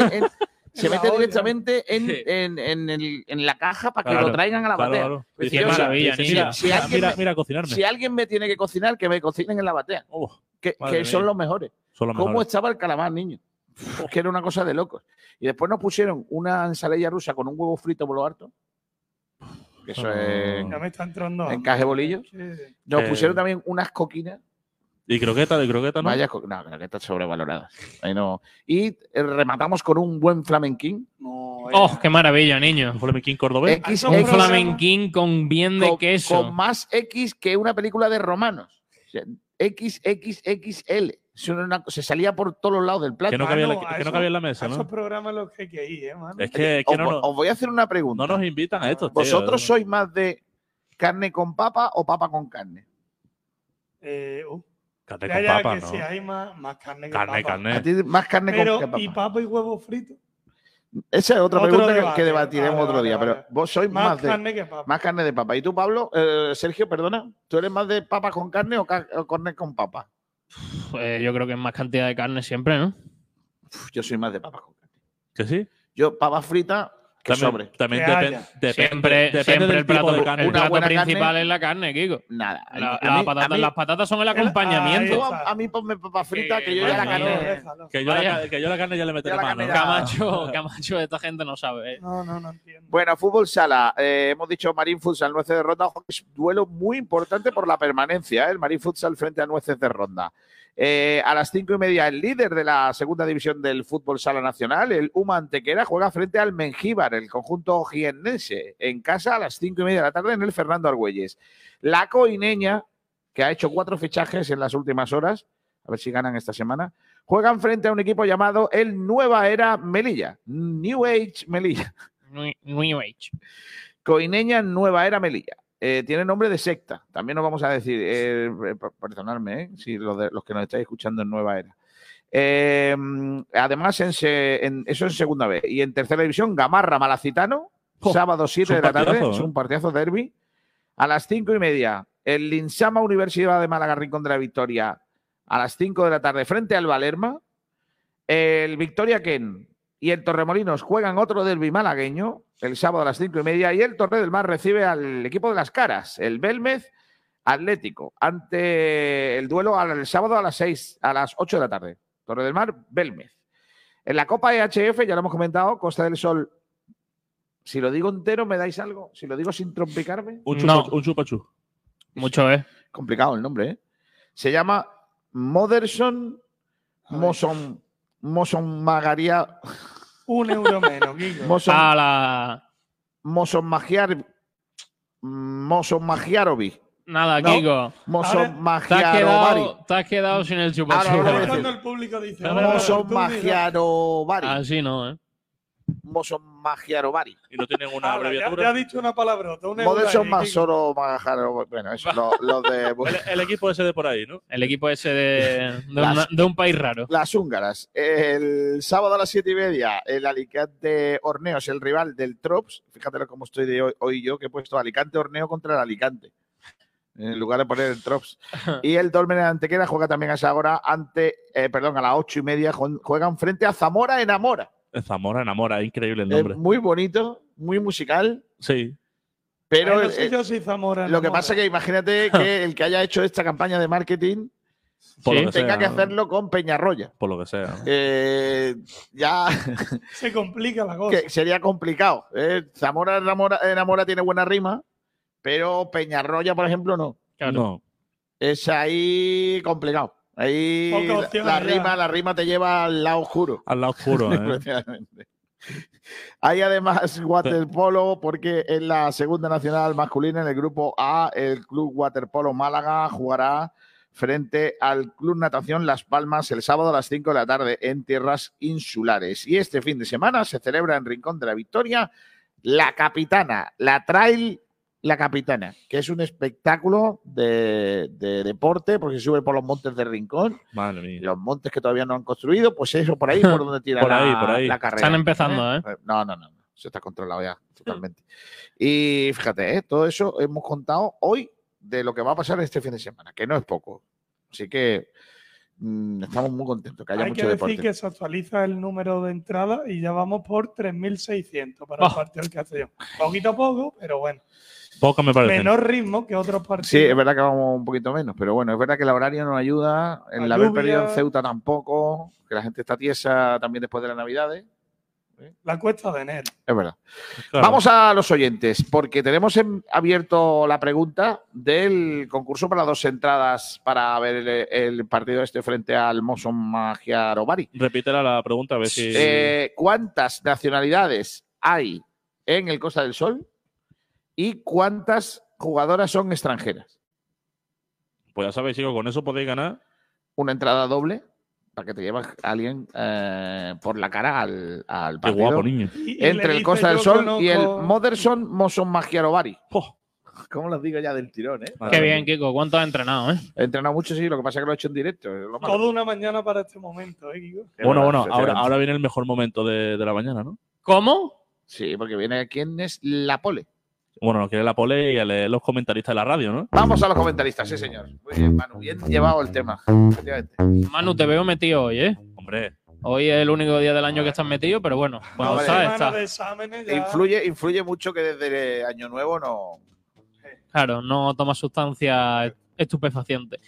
en la caja para que lo traigan a la batea. Claro. Qué maravilla, niña. Mira, cocinarme. Si alguien me tiene que cocinar, que me cocinen en la batea. Que son los mejores. ¿Cómo estaba el calamar, niño? Que era una cosa de locos. Y después nos pusieron una ensalada rusa con un huevo frito por lo harto. Eso es. Ya me está entrando. Encaje bolillo. Nos pusieron también unas coquinas. ¿Y croqueta? ¿De croqueta no? No, croquetas sobrevaloradas. Ahí no. Y rematamos con un buen flamenquín. ¡Oh, qué maravilla, niño! Un flamenquín cordobés. Un flamenquín con bien de queso. Con más X que una película de romanos. O sea, XXXL. Se salía por todos los lados del plato. Que no cabía en la mesa, ¿no? Esos programas los que hay que ir, mano. Es que os voy a hacer una pregunta. No nos invitan a esto. ¿Vosotros sois más de carne con papa o papa con carne? Carne con papa, que ¿no? si hay más carne que papa. Carne. ¿A ti más carne con papa? ¿Y papa y huevo frito? Esa es otra pregunta debate, que debatiremos otro día. Vale. Pero vos sois más carne que papa. Más carne de papa. ¿Y tú, Pablo? Sergio, perdona. ¿Tú eres más de papa con carne o carne con papa? Yo creo que es más cantidad de carne siempre, ¿no? Yo soy más de papa con carne. ¿Que sí? Yo, papa frita, que sobre. También Siempre depende del tipo de carne. El plato buena principal carne, es la carne, Kiko. Nada. Las patatas son el acompañamiento. A mí ponme papa frita, que yo ya la carne... Que yo la carne ya le meteré mano. Camacho, esta gente no sabe. No entiendo. Bueno, fútbol sala. Hemos dicho Marín Futsal, Nueces de Ronda. Es un duelo muy importante por la permanencia. El Marín Futsal frente a Nueces de Ronda. A las 5:30, el líder de la segunda división del fútbol sala nacional, el UMA Antequera, juega frente al Mengíbar, el conjunto jiennense, en casa a las 5:30 de la tarde en el Fernando Argüelles. La Coineña, que ha hecho 4 fichajes en las últimas horas, a ver si ganan esta semana, juegan frente a un equipo llamado el Nueva Era Melilla. New Age Melilla. New Age. Coineña Nueva Era Melilla. Tiene nombre de secta. También nos vamos a decir, perdonadme, si los que nos estáis escuchando en Nueva Era. Además, eso en segunda vez. Y en tercera división, Gamarra Malacitano, sábado 7 de la tarde. Es un partidazo derbi. A las 5:30, el Linsama Universidad de Málaga, Rincón de la Victoria, a las 5 de la tarde, frente al Valerma. El Victoria Ken y el Torremolinos juegan otro derbi malagueño el sábado a las 5:30 y el Torre del Mar recibe al equipo de las Caras, el Belmez Atlético, ante el duelo el sábado a las 8 de la tarde. Torre del Mar, Belmez. En la Copa EHF, ya lo hemos comentado, Costa del Sol. Si lo digo entero, ¿me dais algo? Si lo digo sin trompicarme. Un chupachú. Mucho, Complicado el nombre, ¿eh? Se llama Moderson Moson Magaria. €1 menos, Guillo. Moson Magiarovi. Nada, Kiko. Moson Magiarovari. Te has quedado sin el chupachú. Ahora cuando el público dice Moson Magiarovari. Así no, ¿eh? Moson Magiarovari. Y no tienen una abreviatura. Ya ha dicho una palabrota. Moderson Masoro Magiarovari. Bueno, eso, los de... El equipo ese de por ahí, ¿no? El equipo ese de un país raro. Las húngaras. El sábado a las 7:30, el Alicante Horneo es el rival del Trops. Fíjate cómo estoy de hoy yo, que he puesto Alicante Horneo contra el Alicante, en lugar de poner el Trops. Y el Dolmen Antequera juega también a esa hora a las 8:30, juegan frente a Zamora Enamora. Zamora Enamora, increíble el nombre. Muy bonito, muy musical. Sí. Pero no sé yo si Zamora Enamora. Lo que pasa es que imagínate que el que haya hecho esta campaña de marketing tenga que hacerlo con Peñarroya. Por lo que sea. Ya se complica la cosa. Que sería complicado. Zamora Enamora tiene buena rima, pero Peñarroya, por ejemplo, no. Claro. No. Es ahí complicado. Ahí la rima te lleva al lado oscuro. Al lado oscuro, Hay además waterpolo, porque en la segunda nacional masculina, en el grupo A, el Club Waterpolo Málaga jugará frente al Club Natación Las Palmas el sábado a las 5 de la tarde en tierras insulares. Y este fin de semana se celebra en Rincón de la Victoria La Capitana, la Trail La Capitana, que es un espectáculo de deporte, porque se sube por los montes de Rincón. Madre mía. Los montes que todavía no han construido, pues eso, por ahí por donde tira Por ahí. la carrera. Están empezando, ¿eh? No. Se está controlado ya, totalmente. Y fíjate, todo eso hemos contado hoy de lo que va a pasar este fin de semana, que no es poco. Así que estamos muy contentos que haya Hay mucho que deporte. decir que se actualiza el número de entradas y ya vamos por 3.600 para el partido que hace yo. Poquito a poco, pero bueno. Poco me parece. Menor ritmo que otros partidos. Sí, es verdad que vamos un poquito menos, pero bueno, es verdad que el horario nos ayuda. El haber perdido en Ceuta tampoco, que la gente está tiesa también después de las Navidades. La cuesta de enero. Es verdad. Claro. Vamos a los oyentes, porque tenemos abierto la pregunta del concurso para 2 entradas para ver el partido este frente al Moson Magyar Ovari. Repítela la pregunta a ver si. ¿Cuántas nacionalidades hay en el Costa del Sol y cuántas jugadoras son extranjeras? Pues ya sabéis, chicos, con eso podéis ganar. Una entrada doble para que te lleves a alguien por la cara al Qué partido. guapo, niño. Entre el Costa del Sol y el Moderson Moson Magyar Ovari. Oh. ¿Cómo los digo ya del tirón, eh? Qué bien, Kiko. ¿Cuánto has entrenado, eh? He entrenado mucho, sí, lo que pasa es que lo he hecho en directo. Es lo malo. Toda una mañana para este momento, Kiko. Bueno, efectivamente. ahora viene el mejor momento de la mañana, ¿no? ¿Cómo? Sí, porque viene quién es la pole. Bueno, nos quiere la pole y a leer los comentaristas de la radio, ¿no? Vamos a los comentaristas, sí, señor. Muy bien, Manu, bien llevado el tema. Efectivamente. Manu, te veo metido hoy, ¿eh? Hombre. Hoy es el único día del año que estás metido, pero bueno, cuando vale. sabes, Semana está. de exámenes ya. Influye mucho que desde Año Nuevo no. Claro, no toma sustancia estupefaciente.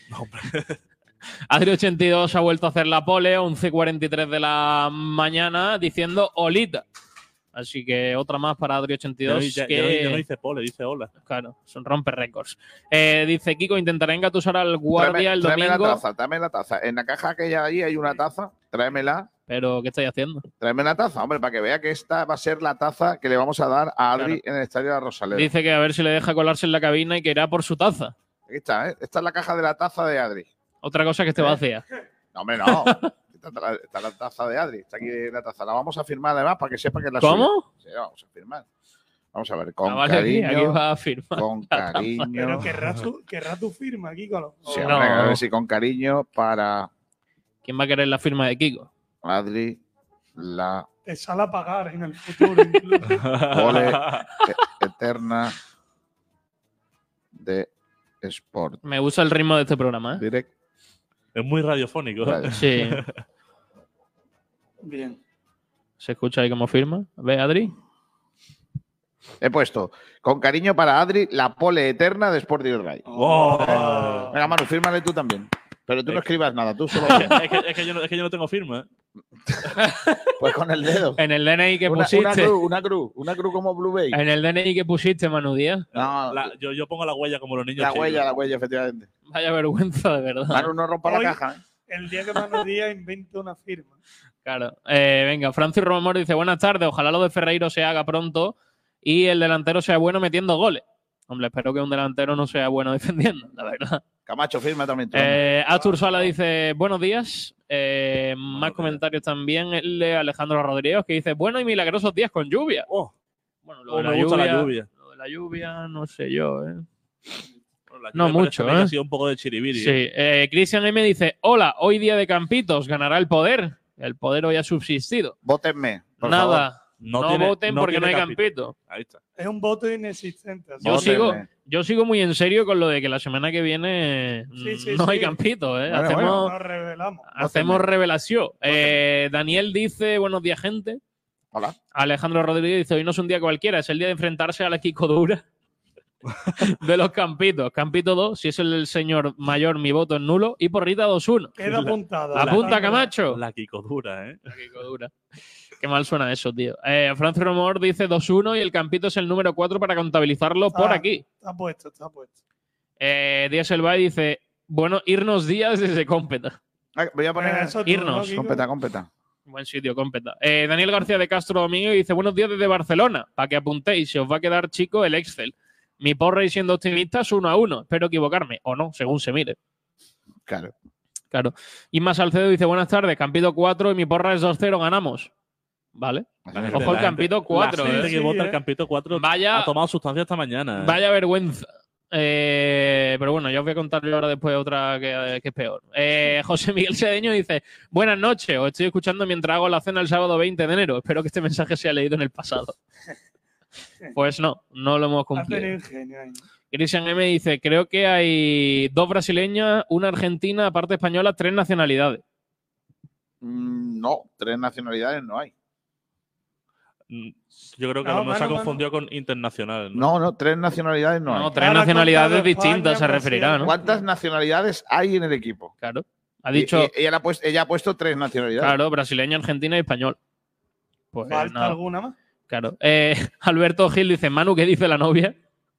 Adri82 ha vuelto a hacer la pole, 11:43 de la mañana, diciendo olita. Así que otra más para Adri82. Ya no dice pole, dice hola. Claro, son rompe récords. Dice Kiko, intentaré engatusar al guardia el tráeme domingo. tráeme la taza. En la caja que hay ahí una taza. Tráemela. Pero, ¿qué estáis haciendo? Tráeme la taza, hombre, para que vea que esta va a ser la taza que le vamos a dar a Adri en el Estadio de la Rosaleda. Dice que a ver si le deja colarse en la cabina y que irá por su taza. Aquí está, ¿eh? Esta es la caja de la taza de Adri. Otra cosa que esté vacía. No, hombre, no. Está la taza de Adri. Está aquí la taza. La vamos a firmar además para que sepa que es la ¿Cómo? suya. Sí, la vamos a firmar. Vamos a ver, con Vale, cariño. aquí va a firmar. Con cariño. Pero querrá tu firma, Kiko. Sí, No. hombre, a ver si con cariño para ¿Quién va a querer la firma de Kiko? Adri la Te sale a pagar en el futuro incluso. pole eterna de Sport Me gusta el ritmo de este programa, ¿eh? Direct. Es muy radiofónico. Radio. Sí. Bien. ¿Se escucha ahí como firma? ¿Ves, Adri? He puesto con cariño para Adri la pole eterna de Sport Direct Radio. Oh. Venga, Manu, fírmale tú también. Pero tú no escribas nada, tú solo. es que yo no tengo firma. Pues con el dedo. En el DNI que Una pusiste. cruz como Blue Bay. En el DNI que pusiste, Manu Díaz. No, Yo pongo la huella como los niños. la chicos. huella, efectivamente. Vaya vergüenza, de verdad. Manu, no rompa Hoy- la caja. ¿eh? El día que Manu Díaz inventa una firma. Claro. Venga, Francis Romor dice, buenas tardes, ojalá lo de Ferreiro se haga pronto y el delantero sea bueno metiendo goles. Hombre, espero que un delantero no sea bueno defendiendo, la verdad. Camacho, firma también. tú. Astur Sala dice, buenos días. Más comentarios también. El de Alejandro Rodríguez que dice, bueno y milagrosos días con lluvia. Bueno, lo de me gusta la lluvia. Lo de la lluvia, no sé yo, ¿eh? Bueno, la No lluvia mucho, parece que ¿eh? Ha sido un poco de chiribiri. Sí. Cristian M dice, hola, hoy día de campitos, ¿ganará el poder? El poder hoy ha subsistido. Vótenme, por favor. Nada. No voten porque no hay campito. Ahí está. Es un voto inexistente. así Yo que- Vótenme. sigo muy en serio con lo de que la semana que viene Sí, no hay sí. campito, ¿eh? Bueno, Nos revelamos. Hacemos revelación. Daniel dice, buenos días, gente. Hola. Alejandro Rodríguez dice, hoy no es un día cualquiera, es el día de enfrentarse a la Kiko Dura de los campitos. Campito 2, si es el señor mayor, mi voto es nulo. Y porrita 2-1. Queda apuntado. Apunta, Camacho. La Kiko-dura, ¿eh? La Kiko Dura. Qué mal suena eso, tío. Francis Romor dice 2-1 y el Campito es el número 4 para contabilizarlo por aquí. Está puesto. Dieselby dice, bueno, irnos días desde Cómpeta. Voy a poner. Eso tú, irnos. ¿no, Kiko? Cómpeta. Buen sitio, Cómpeta. Daniel García de Castro Domingo dice, buenos días desde Barcelona. Para que apuntéis, se os va a quedar chico el Excel. Mi porra y siendo optimista es 1-1. Espero equivocarme. O no, según se mire. Claro. Claro. Isma Salcedo dice, buenas tardes, Campito 4 y mi porra es 2-0, ganamos. Vale. Ojo el Campito 4. La gente que vota el Campito 4 Vaya- ha tomado sustancia esta mañana. Vaya vergüenza. Pero bueno, yo os voy a contar yo ahora después otra que es peor. José Miguel Sedeño dice: buenas noches, os estoy escuchando mientras hago la cena el sábado 20 de enero. Espero que este mensaje sea leído en el pasado. Pues no lo hemos Ha cumplido. tenido ingenio ahí. Christian M dice: creo que hay 2 brasileñas, una argentina, aparte española, 3 nacionalidades. No, 3 nacionalidades no hay. Yo creo que No, a lo mejor se ha mano, confundido con internacionales. ¿no? No, 3 nacionalidades no hay. No, 3 Ahora ha nacionalidades contado distintas se España, referirá, Brasil. ¿no? ¿Cuántas nacionalidades hay en el equipo? Claro. Ha dicho, Ella ha puesto 3 nacionalidades. claro, brasileña, argentina y español. Pues ¿Falta nada. alguna más? Claro. Alberto Gil dice: Manu, ¿qué dice la novia?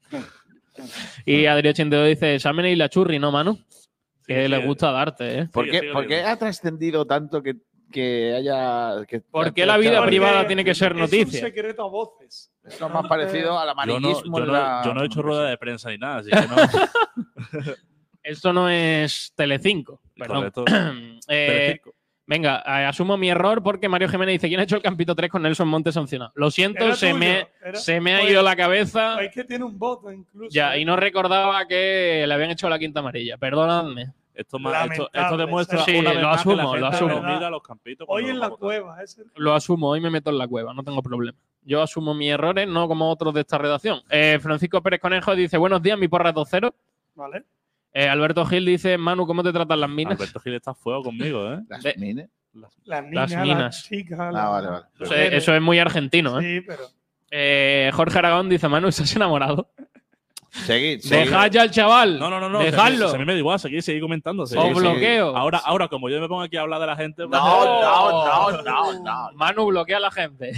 Y Adri82 dice: exámenes y la churri, ¿no, Manu? Que le gusta darte, ¿eh? ¿Por Sigue, qué, sigue, por qué sigue. ha trascendido tanto que haya... ¿Por qué la vida Porque privada tiene que ser Es noticia? un secreto a voces. Esto es más parecido al Yo amarillismo. no he hecho rueda de prensa ni nada, así que no. Esto no es Telecinco. Perdón. Correcto. Eh, venga, asumo mi error porque Mario Jiménez dice: ¿quién ha hecho el Campito 3 con Nelson Montes sancionado? Lo siento, Era se tuyo, me ha Pues- ido la cabeza. Es que tiene un voto incluso. Ya, y no recordaba que le habían hecho la quinta amarilla. Perdonadme. Esto Lamentable. demuestra Sí, una lo vez más que asumo, la lo gente asumo. no mira los campitos Hoy cuando en lo la vota. cueva. Lo asumo, hoy me meto en la cueva, no tengo problema. Yo asumo mis errores, no como otros de esta redacción. Francisco Pérez Conejo dice: buenos días, mi porra es 2-0. ¿Vale? Alberto Gil dice: Manu, ¿cómo te tratan las minas? Alberto Gil está a fuego conmigo, ¿eh? Las de- mines. Las niñas, minas. las chicas. Vale, vale. Eso es muy argentino, ¿eh? Sí, pero. Jorge Aragón dice: Manu, ¿estás enamorado? Seguid. Dejad ya al chaval. No. Dejadlo. Si a mí me da igual, seguir comentando. Os seguir. bloqueo. Ahora, como yo me pongo aquí a hablar de la gente. pues- No. Manu, bloquea a la gente.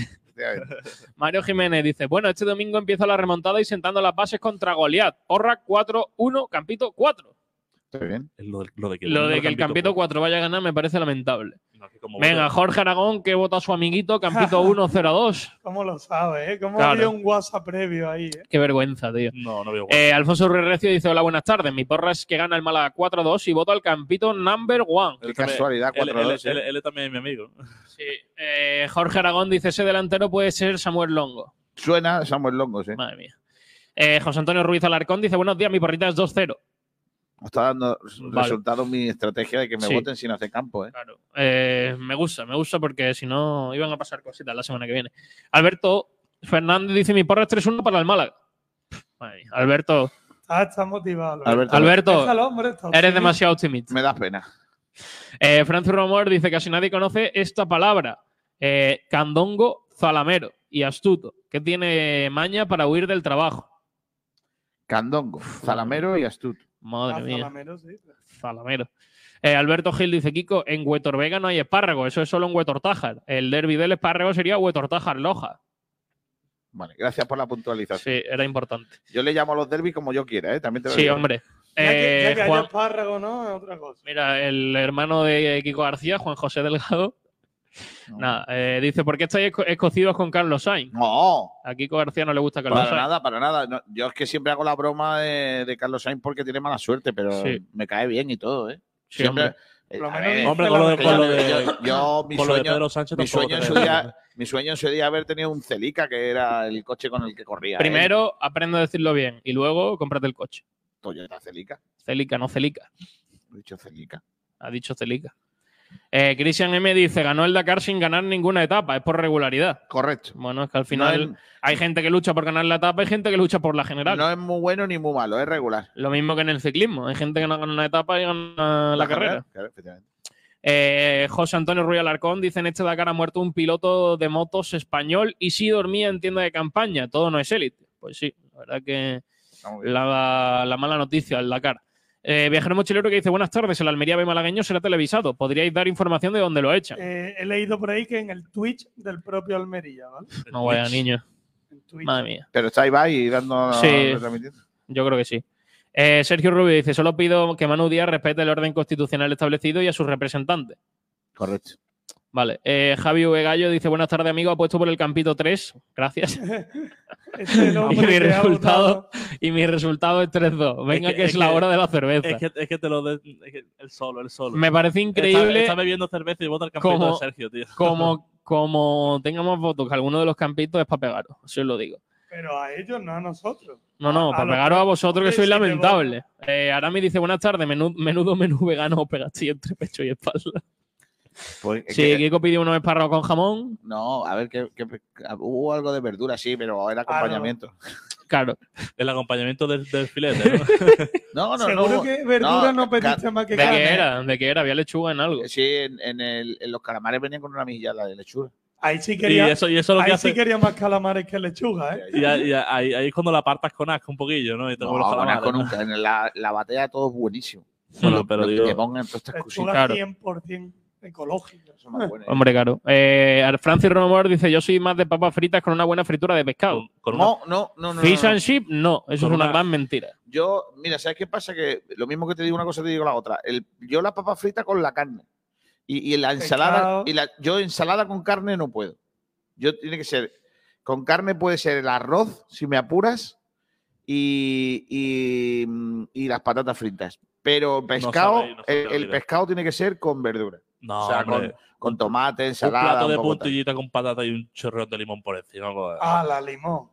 Mario Jiménez dice: bueno, este domingo empieza la remontada y sentando las bases contra Goliat. Porra 4-1, Campito 4. Está bien. Lo de que, Lo de que el Campito 4 vaya a ganar me parece lamentable. No, que como Venga, voto- Jorge Aragón, que vota a su amiguito, Campito 1-0-2. ¿Cómo lo sabe, eh? ¿Cómo Claro. había un WhatsApp previo ahí, eh? Qué vergüenza, tío. No veo. Alfonso Ruiz Recio dice: hola, buenas tardes. Mi porra es que gana el Málaga 4-2 y voto al Campito number 1. Qué casualidad, 4-2. Él también es mi amigo. Sí. Jorge Aragón dice: ese delantero puede ser Samuel Longo. Suena Samuel Longo, sí. Madre mía. José Antonio Ruiz Alarcón dice: buenos días, mi porrita es 2-0. Está dando Vale. resultado mi estrategia de que me Sí. voten sin hacer campo, ¿eh? Claro. Me gusta porque si no iban a pasar cositas la semana que viene. Alberto Fernández dice: mi porra es 3-1 para el Málaga. Madre mía. Alberto, Está motivado. Alberto, Déjalo, hombre, está eres optimista. demasiado optimista. me da pena. Francis Romor dice: casi nadie conoce esta palabra. Candongo, zalamero y astuto, que tiene maña para huir del trabajo. Candongo, Zalamero y astuto. Madre Ah, mía. Zalamero, sí. Zalamero. Alberto Gil dice: Kiko, en Huetor Vega no hay espárrago, eso es solo en Huetor Tájar. El derbi del espárrago sería Huetor Tájar Loja. Vale, gracias por la puntualización. Sí, era importante. Yo le llamo a los derbis como yo quiera, ¿eh? También te lo Sí, digo. hombre. Ya que haya Juan- espárrago, ¿no? Es otra cosa. mira, el hermano de Kiko García, Juan José Delgado, No. nada, dice: ¿por qué estáis escocidos con Carlos Sainz? No, A Kiko García no le gusta Carlos para Sainz. nada, para nada. No, yo es que siempre hago la broma de Carlos Sainz porque tiene mala suerte, pero Sí. me cae bien y todo, ¿eh? Sí, Siempre. hombre. Por lo A menos ver, Hombre, con lo de- que con yo- lo de- yo, mi Con lo de sueño, Pedro Sánchez mi tampoco sueño en te su veo. día, mi sueño en su día haber tenido un Celica, que era el coche con el que corría. Primero, aprende a decirlo bien y luego cómprate el coche. Toyota Celica. Celica, no Celica. He dicho Celica. Ha dicho Celica. Christian M dice: ganó el Dakar sin ganar ninguna etapa, es por regularidad. Correcto. Bueno, es que al final No hay gente que lucha por ganar la etapa y gente que lucha por la general. No es muy bueno ni muy malo, es regular. Lo mismo que en el ciclismo. Hay gente que no gana una etapa y gana la carrera. Claro, efectivamente. José Antonio Ruiz Alarcón dice: en este Dakar ha muerto un piloto de motos español y sí dormía en tienda de campaña. Todo no es élite. Pues sí, la verdad que Estamos bien. la mala noticia del Dakar. Viajero mochilero que dice: buenas tardes, el Almería B malagueño será televisado. ¿Podríais dar información de dónde lo echan? He leído por ahí que en el Twitch del propio Almería, ¿vale? No vaya, niño. En Twitch. Madre mía. Pero está Ibai dando. Sí. retransmitiendo. Yo creo que sí. Sergio Rubio dice: solo pido que Manu Díaz respete el orden constitucional establecido y a sus representantes. Correcto. Vale. Javi V. Gallo dice: buenas tardes, amigo. Apuesto por el Campito 3. Gracias. Este es el Y hombre mi que ha resultado, votado. y mi resultado es 3-2. Venga, Es que que- es la hora de la cerveza. Es que te lo de, es que el solo. Me parece increíble Está bebiendo cerveza y vota el campeón Como- de Sergio, tío. como como tengamos votos que alguno de los campitos es para pegaros, así os lo digo. Pero a ellos, no a nosotros. No, para pegaros a vosotros que sois lamentables. Arami dice, buenas tardes, menudo menú vegano pegaste entre pecho y espalda. Pues, Sí, Kiko pidió unos espárragos con jamón. No, a ver, hubo algo de verdura, sí, pero era acompañamiento. Claro. El acompañamiento del filete, ¿no? No. Seguro que verdura no pediste más que carne. ¿De qué era? Había lechuga en algo. Sí, en los calamares venían con una mejilla de lechuga. Ahí sí quería, Y eso lo que ahí hace. sí quería más calamares que lechuga, ¿eh? Y ahí es cuando la apartas con asco un poquillo, ¿no? Y te comes los No, calamares, con ¿no? nunca. En la batea todo es buenísimo. Bueno, pero lo que digo- te pongan todas estas cositas. Lechuga Claro. 100% ecológica. Son más buenas. Hombre, claro. Francis Romor dice, yo soy más de papas fritas con una buena fritura de pescado. Con una- No. Fish and chip, no. Eso Con es una una- gran mentira. Yo, mira, ¿sabes qué pasa? Que lo mismo que te digo una cosa, te digo la otra. Yo la papa frita con la carne. Y la ensalada. Pescado. Yo ensalada con carne no puedo. Yo tiene que ser. Con carne puede ser el arroz, si me apuras, y las patatas fritas. Pero pescado, sabéis, no sabéis, el mira. pescado tiene que ser con verdura. No, o sea, hombre. con tomate, Un ensalada. plato de un poco tal. puntillita con patata y un chorreo de limón por encima. Joder. Ah, la limón.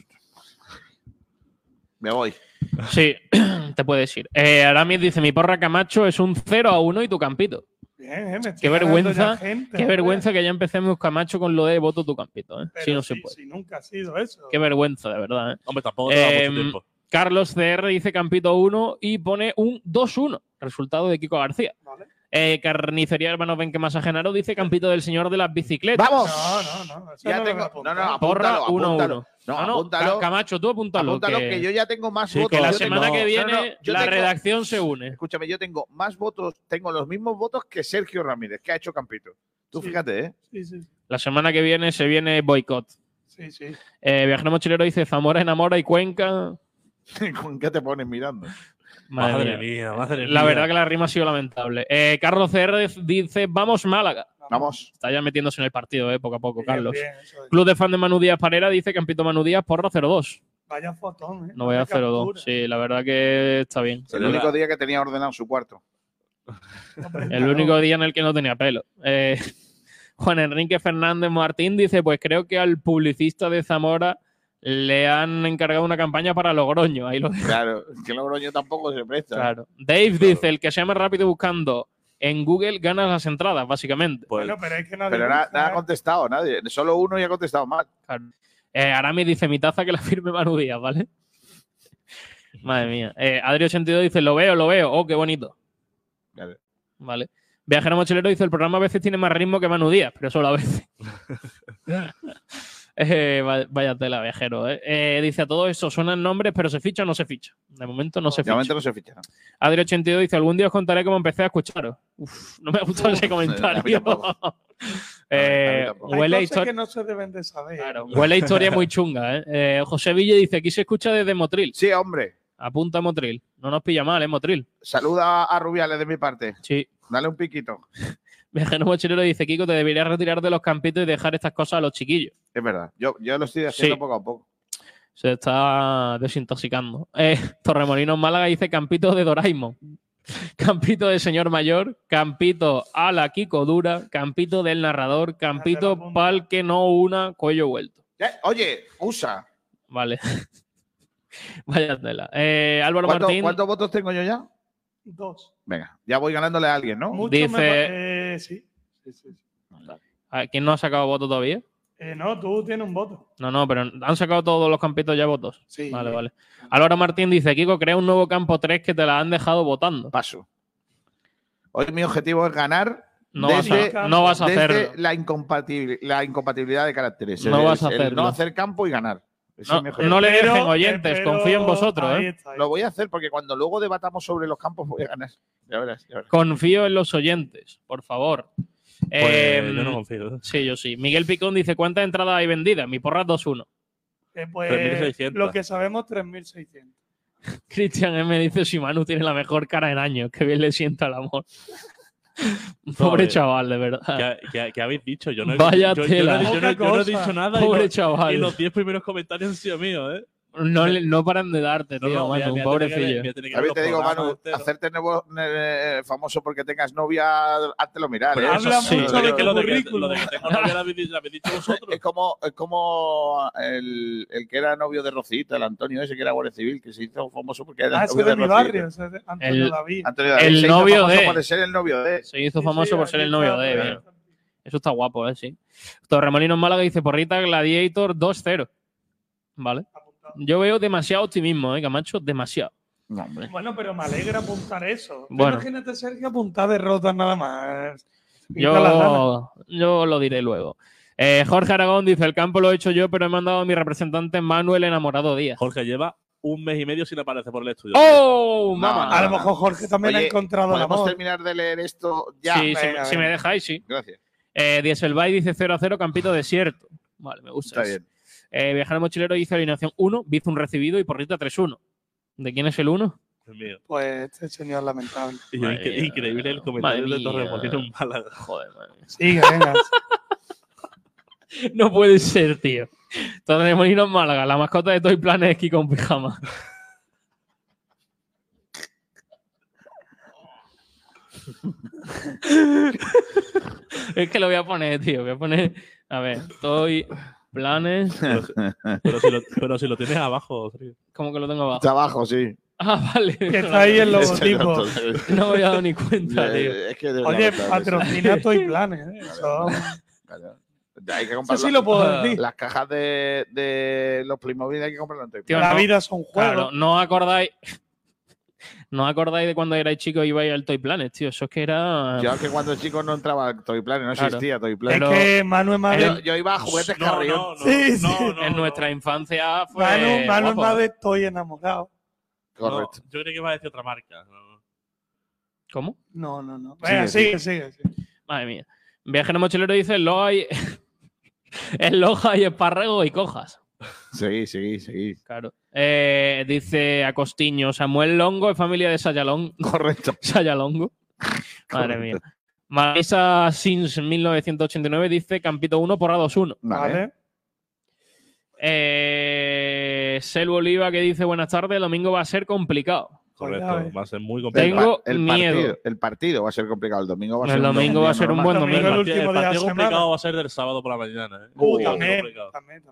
Me voy. Sí, te puedes ir. Aramis dice, mi porra Camacho es un 0-1 y tu campito. Bien, me estoy Qué ganando vergüenza, ya gente, qué joder. vergüenza que ya empecemos Camacho con lo de voto tu campito. Pero Sí, no se sí, puede. sí, nunca ha sido eso. Qué vergüenza, de verdad. Hombre, tampoco te da Em, mucho tiempo. Carlos CR dice Campito 1 y pone un 2-1. Resultado de Kiko García. Vale. Carnicería Hermanos Benquemasa Genaro dice Campito del Señor de las Bicicletas. ¡Vamos! No. Eso Ya no lo tengo. he apuntado. No, Porra apúntalo. 1-1. No, No, apúntalo. Camacho, tú apúntalo. Apúntalo que yo ya tengo más Sí, votos. que la Yo semana tengo- que viene yo la tengo- redacción se une. Escúchame, yo tengo más votos, tengo los mismos votos que Sergio Ramírez, que ha hecho Campito. Tú Sí. fíjate, ¿eh? Sí. La semana que viene se viene boicot. Sí. Viajero Mochilero dice Zamora enamora y Cuenca. ¿Con qué te pones mirando? Madre mía. madre La mía. verdad que la rima ha sido lamentable. Carlos CR dice vamos Málaga. Vamos. Está ya metiéndose en el partido, poco a poco, Bien, Carlos. bien, eso es. Club de fan de Manu Díaz Parera dice Campito Manu Díaz porra 0-2. Vaya fotón, ¿eh? No voy a Vaya 0-2. captura. Sí, la verdad que está bien. El único día que tenía ordenado su cuarto. Hombre, El claro. único día en el que no tenía pelo. Juan Enrique Fernández Martín dice, pues creo que al publicista de Zamora le han encargado una campaña para Logroño. Ahí lo dejo. Claro, que Logroño tampoco se presta. Claro. Dave dice, el que sea más rápido buscando en Google gana las entradas, básicamente. Pues, Bueno, pero es que nadie Pero busca, nada ha ¿eh? contestado, nadie. Solo uno y ha contestado mal. Claro. Arami dice, mi taza que la firme Manu Díaz, ¿vale? Madre mía. Adri82 dice, lo veo. Oh, qué bonito. Vale. Vale. Viajero Mochilero dice, el programa a veces tiene más ritmo que Manu Díaz, pero solo a veces. Vaya tela, viajero. Dice, a todo eso suenan nombres, pero ¿se ficha o no se ficha? De momento no se De ficha. momento no se ficha. ¿no? Adri82 dice, algún día os contaré cómo empecé a escucharos. Uf, no me ha gustado ese a mí comentario. tampoco. A mí tampoco. Hay Huele a cosas historia. que no se deben de saber. Claro, huele a historia muy chunga, ¿eh? José Ville dice, aquí se escucha desde Motril. Sí, hombre. Apunta a Motril. No nos pilla mal, Motril. Saluda a Rubiales de mi parte. Sí. Dale un piquito. Viajero Mochilero dice, Kiko, te deberías retirar de los campitos y dejar estas cosas a los chiquillos. Es verdad. Yo lo estoy haciendo Sí. poco a poco. Se está desintoxicando. Torremolinos Málaga dice Campito de Doraemon. Campito de Señor Mayor. Campito a la Kiko Dura. Campito del narrador. Campito pal que no una cuello vuelto. Oye, usa. Vale. Vaya tela. Álvaro ¿Cuántos Martín. votos tengo yo ya? 2. Venga, ya voy ganándole a alguien, ¿no? Mucho Dice- sí. ¿A ¿Quién no ha sacado voto todavía? No, tú tienes un voto. No, pero han sacado todos los campitos ya votos. Sí. Vale. Álvaro Martín dice, Kiko, crea un nuevo campo 3 que te la han dejado votando. Paso. Hoy mi objetivo es ganar. No desde- vas a desde hacerlo. la incompatibilidad de caracteres. No vas a el hacerlo. no hacer campo y ganar. Ese No, es mi objetivo. no le Pero- dejen oyentes, pero- confío en vosotros. ahí ¿eh? está, ahí Lo voy a hacer porque cuando luego debatamos sobre los campos voy a ganar. Ya verás, ya verás. Confío en los oyentes, por favor. pues yo no confío. Sí, yo sí. Miguel Picón dice, ¿cuántas entradas hay vendidas? Mi porra 2-1. Pues 3.600. lo que sabemos, 3.600. Cristian M dice, si Manu tiene la mejor cara en años, que bien le sienta el amor. Pobre Pobre. chaval, de verdad. ¿Qué habéis dicho? Yo no he, Vaya yo no he tela. dicho- yo no he Poca dicho cosa. nada Pobre y chaval. los 10 primeros comentarios han sido míos, ¿eh? No paran de darte, tío, Manu, un pobrecillo. También te digo, Manu, hacerte nuevo famoso porque tengas novia, háztelo mirar. Pero habla mucho de lo de que currículum. tengo novia lo habéis dicho vosotros. Es como el que era novio de Rocita, el Antonio ese que era guardia civil, que se hizo famoso porque era Ese novio de mi Rocita. barrio, ese de Antonio David. Antonio David El se hizo novio famoso de- por ser el novio de. Se hizo famoso por ser el novio de. Bien. Eso está guapo, sí. Torremolinos Málaga dice Porrita Gladiator 2-0. Vale. Yo veo demasiado optimismo, Camacho, demasiado. No, hombre. Bueno, pero me alegra apuntar eso. Bueno. Imagínate, Sergio, apuntar derrotas nada más. Pinta las ganas. Yo lo diré luego. Jorge Aragón dice: el campo lo he hecho yo, pero he mandado a mi representante Manuel Enamorado Díaz. Jorge lleva un mes y medio sin aparecer por el estudio. ¡Oh, No, mamá! A lo mejor Jorge también Oye, ha encontrado el ¿podemos amor. terminar de leer esto ya? Sí, venga, si me venga. dejáis, sí. Gracias. Dieselbike dice 0-0, Campito Desierto. Vale, me gusta Está eso. bien. Viajero Mochilero dice alineación 1, Bizum recibido y Porrita 3-1. ¿De quién es el 1? Dios mío. Pues este señor lamentable. Y Madre mía. increíble el comentario Madre de mía. Torremolinos Málaga. Joder, madre mía. Sigue, venga. No puede ser, tío. Torremolinos Málaga, la mascota de Toy Planet es Kiko en pijama. Es que lo voy a poner, tío. Voy a poner. A ver, Toy Planet. Pero si lo tienes abajo, tío. ¿Cómo que lo tengo abajo? Está abajo, sí. Ah, vale. Que está ahí el logotipo. No me había dado ni cuenta, tío. Es que de Oye, verdad, patrocina Toy Planes. Eso. Claro. Hay que Eso comprar sí lo puedo decir. las cajas de los Playmobil, hay que comprarlas en Toy Tío, Planet. La no. vida son juegos. Claro, no acordáis. No acordáis de cuando erais chicos y ibais al Toy Planet, tío. Eso es que era. Yo que cuando chico no entraba a Toy Planet, no Claro. existía Toy Es Planet. Pero- que Manu es más de, Yo iba a juguetes Carrión. Sí, sí. En nuestra infancia fue. Manu es guapo. más de estoy enamorado. Correcto. Yo creí que iba a decir otra marca. No. ¿Cómo? No. Venga, sigue. Madre mía. Viajero Mochilero dice: en Loja hay. En Loja hay espárragos y cojas. Seguí. Claro. Dice Acostiño: Samuel Longo es familia de Sayalongo. Correcto. Sayalongo. Madre mía. Marisa Sins 1989 dice Campito 1 Porra 2-1. Vale. Selvo Oliva que dice buenas tardes, el domingo va a ser complicado. Correcto, Cuidado, va a ser muy complicado. Tengo el miedo. Partido, el partido va a ser complicado. El domingo va a El ser domingo va a ser un buen Domingo domingo. el El último día de la partido semana. complicado va a ser del sábado por la mañana. También. complicado.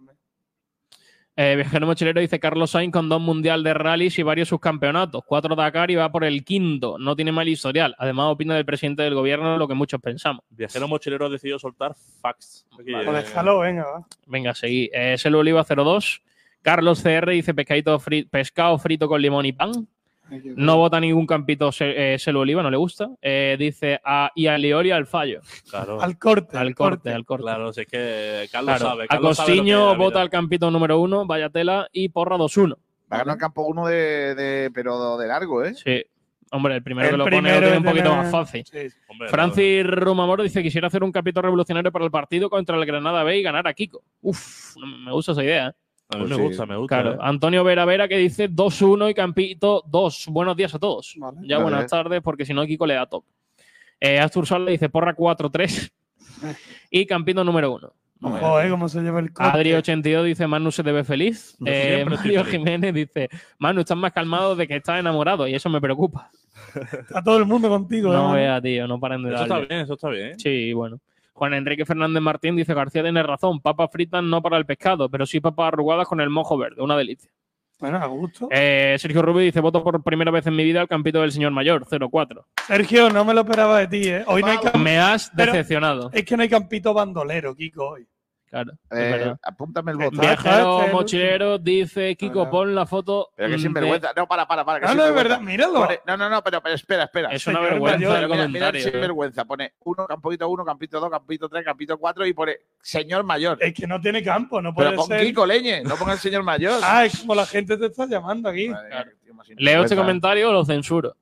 Viajero Mochilero dice Carlos Sainz con 2 mundial de rallies y varios subcampeonatos, 4 Dakar y va por el 5º. No tiene mal historial. Además, opina del presidente del gobierno lo que muchos pensamos. Viajero Mochilero ha decidido soltar fax. Aquí, Pues déjalo, venga, va. Venga, seguí. Selvo Oliva 02. Carlos CR dice pescado frito con limón y pan. No vota ningún campito Selvo Oliva, no le gusta. Dice y a Liori al fallo. Claro, Al corte. Al corte. claro, si es que Carlos Claro. sabe. Carlos sabe lo que Acostiño es la vida. vota al campito número 1, vaya tela, y Porra 2-1. Va a ganar campo 1 pero de largo, ¿eh? Sí. Hombre, el primero El que lo pone primero lo tiene un es poquito tener- más fácil. Sí. Hombre, Francis Rumamoro dice quisiera hacer un capítulo revolucionario para el partido contra el Granada B y ganar a Kiko. Uf, me gusta esa idea. A mí Pues me sí. gusta, me gusta. Claro. Antonio Vera que dice 2-1 y Campito 2. Buenos días a todos. Vale. Ya Vale. buenas tardes, porque si no Kiko le da top. Astur Sol le dice Porra 4-3 y Campito número 1. Joder, cómo se lleva el corte. Adri82 dice Manu se te ve feliz. Yo siempre estoy Mario feliz. Jiménez dice Manu, estás más calmado de que estás enamorado y eso me preocupa. Está todo el mundo contigo. No ¿eh? vea, tío, no paren de Eso está darle. bien, eso está bien. Sí, bueno. Juan Enrique Fernández Martín dice García tiene razón, papas fritas no para el pescado, pero sí papas arrugadas con el mojo verde, una delicia. Bueno, a gusto. Sergio Rubio dice voto por primera vez en mi vida al campito del señor mayor, 0-4. Sergio, no me lo esperaba de ti, ¿eh? Hoy no hay Me has Pero- decepcionado. Es que no hay campito bandolero, Kiko, hoy. Claro, es verdad. Apúntame el voto. Viajero Este, el mochilero dice Kiko, Bueno. pon la foto. Pero que de- sinvergüenza. No, para. Que No, no, es sinvergüenza. verdad, míralo. Pone- no, pero espera. Es una Señor vergüenza mayor, el Mira el comentario. sinvergüenza. Pone 1, campito 1, campito 2, campito 3, campito 4 y pone señor mayor. Es que no tiene campo, no puede Pero pon ser. Kiko Leñe, no ponga el señor mayor. Ah, es como la gente te está llamando aquí. Madre mía, qué tío más Leo este sinvergüenza. comentario o lo censuro.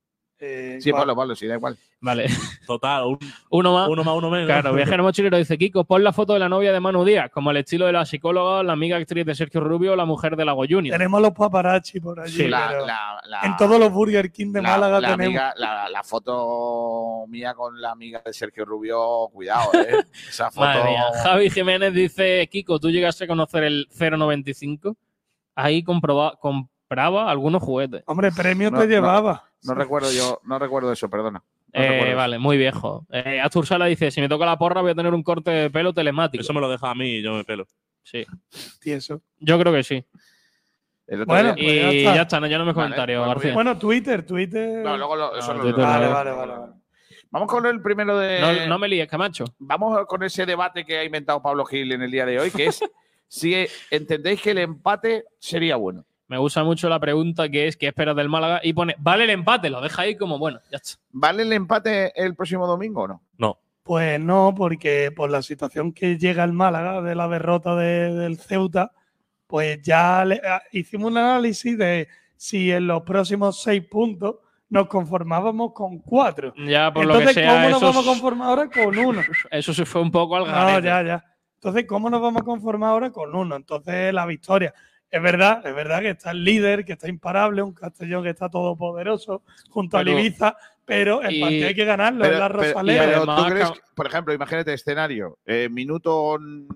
Sí, ¿cuál? ponlo, sí, da igual. Vale, Total, uno más. uno más, uno menos. Claro, Viajero Mochilero dice Kiko, pon la foto de la novia de Manu Díaz, como el estilo de la psicóloga, la amiga actriz de Sergio Rubio o la mujer de Lago Junior. Tenemos los paparazzi por allí. Sí, pero en todos los Burger King de Málaga la tenemos. amiga- la foto mía con la amiga de Sergio Rubio, cuidado, ¿eh? Esa foto. Madre mía. Javi Jiménez dice Kiko, ¿tú llegaste a conocer el 095? ahí compraba algunos juguetes. Hombre, premio No, te llevaba. No recuerdo eso, perdona. No recuerdo Vale, muy viejo. Astur Sala dice, si me toca la porra voy a tener un corte de pelo telemático. Eso me lo deja a mí y yo me pelo. Sí. Y eso. Yo creo que sí. El otro Bueno, día- Y pues ya está, no, ya no me comentario, bueno, García. Bueno, Twitter. No, luego eso No, lo- Twitter no. Vale. Vamos con el primero de. No me líes, Camacho. Vamos con ese debate que ha inventado Pablo Gil en el día de hoy, que es si entendéis que el empate sería bueno. Me gusta mucho la pregunta que es ¿qué esperas del Málaga? Y pone, vale el empate, lo deja ahí como bueno, ya está. ¿Vale el empate el próximo domingo o no? No. Pues no, porque por la situación que llega el Málaga de la derrota del Ceuta, pues ya hicimos un análisis de si en los próximos 6 puntos nos conformábamos con 4. Ya por Entonces, lo que sea, ¿cómo nos eso, vamos a conformar ahora con 1? eso se fue un poco al No, garete. ya. Entonces, ¿cómo nos vamos a conformar ahora con 1? Entonces, la victoria. Es verdad que está el líder, que está imparable, un Castellón que está todopoderoso, junto a Pero- Ibiza, pero el y- partido hay que ganarlo, es la Rosaleda. Pero además, tú crees, por ejemplo, imagínate escenario, minuto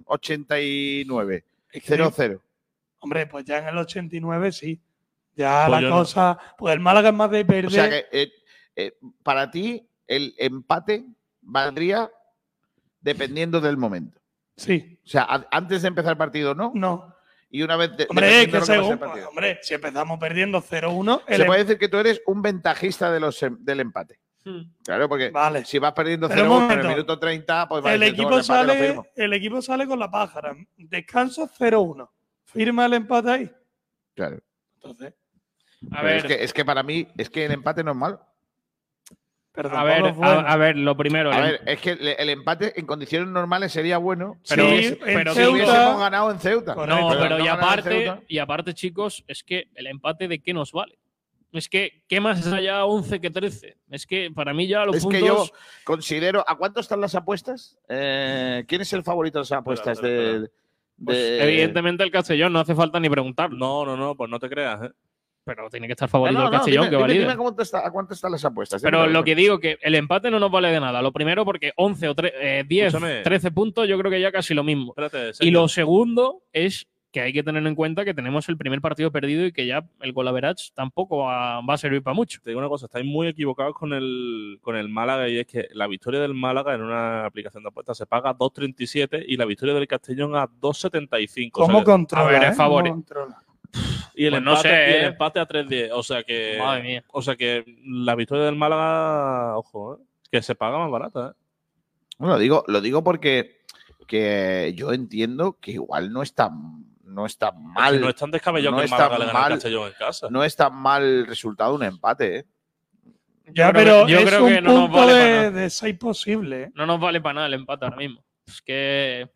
89, Es que, 0-0. hombre, pues ya en el 89 sí. Ya Pues la yo no. cosa. Pues el Málaga es más de perder. O sea que para ti el empate valdría dependiendo del momento. Sí. O sea, antes de empezar el partido no. No. Y una vez Hombre, es dependiendo que de lo pase según. el partido. Hombre, si empezamos perdiendo 0-1, Se puede decir que tú eres un ventajista del empate. Hmm. Claro, porque Vale. si vas perdiendo Pero un 0-1 en el momento. minuto 30, pues va a El decir, equipo, "No, el empate lo firmo". el equipo sale con la pájara. Descanso 0-1. Firma el empate ahí. Claro. Entonces, A Pero ver, es que para mí es que el empate no es malo. pero a ver, tampoco es bueno. a ver, lo primero. A ver, es que el empate en condiciones normales sería bueno. pero- Sí, pero en si Ceuta- hubiésemos ganado en Ceuta. Correcto. No, pero no ganar en Ceuta. y aparte, chicos, es que el empate de qué nos vale. Es que, ¿qué más allá 11 que 13? Es que para mí ya los Es puntos. que yo considero. ¿A cuánto están las apuestas? ¿Quién es el favorito de las apuestas? Espera. Pues, de- evidentemente el Castellón, no hace falta ni preguntarlo. No, pues no te creas, ¿eh? Pero tiene que estar No, favorito no, el no, Castellón, que valide. dime a cuánto están las apuestas. Pero Dímelo, lo que dímelo. digo que el empate no nos vale de nada. Lo primero porque 11 o 10, Escúchame. 13 puntos, yo creo que ya casi lo mismo. Espérate, Y Sergio. lo segundo es que hay que tener en cuenta que tenemos el primer partido perdido y que ya el goal average tampoco va a servir para mucho. Te digo una cosa, estáis muy equivocados con el Málaga y es que la victoria del Málaga en una aplicación de apuestas se paga a 2.37 y la victoria del Castellón a 2.75. ¿Cómo o sea, controla? a ver, es ¿Cómo favor. controla? y el Pues no empate, sé, y el ¿eh? empate a 3.10. Madre mía. O sea que la victoria del Málaga, ojo, que se paga más barata, ¿eh? Bueno, lo digo porque que yo entiendo que igual no está mal. Que no es tan descabellado no que el está Málaga le gane mal. al Castellón en casa. No es tan mal el resultado un empate, ¿eh? Ya, creo pero que- yo es creo un que no nos punto vale para nada. de 6 posibles. No nos vale para nada el empate ahora mismo. Es que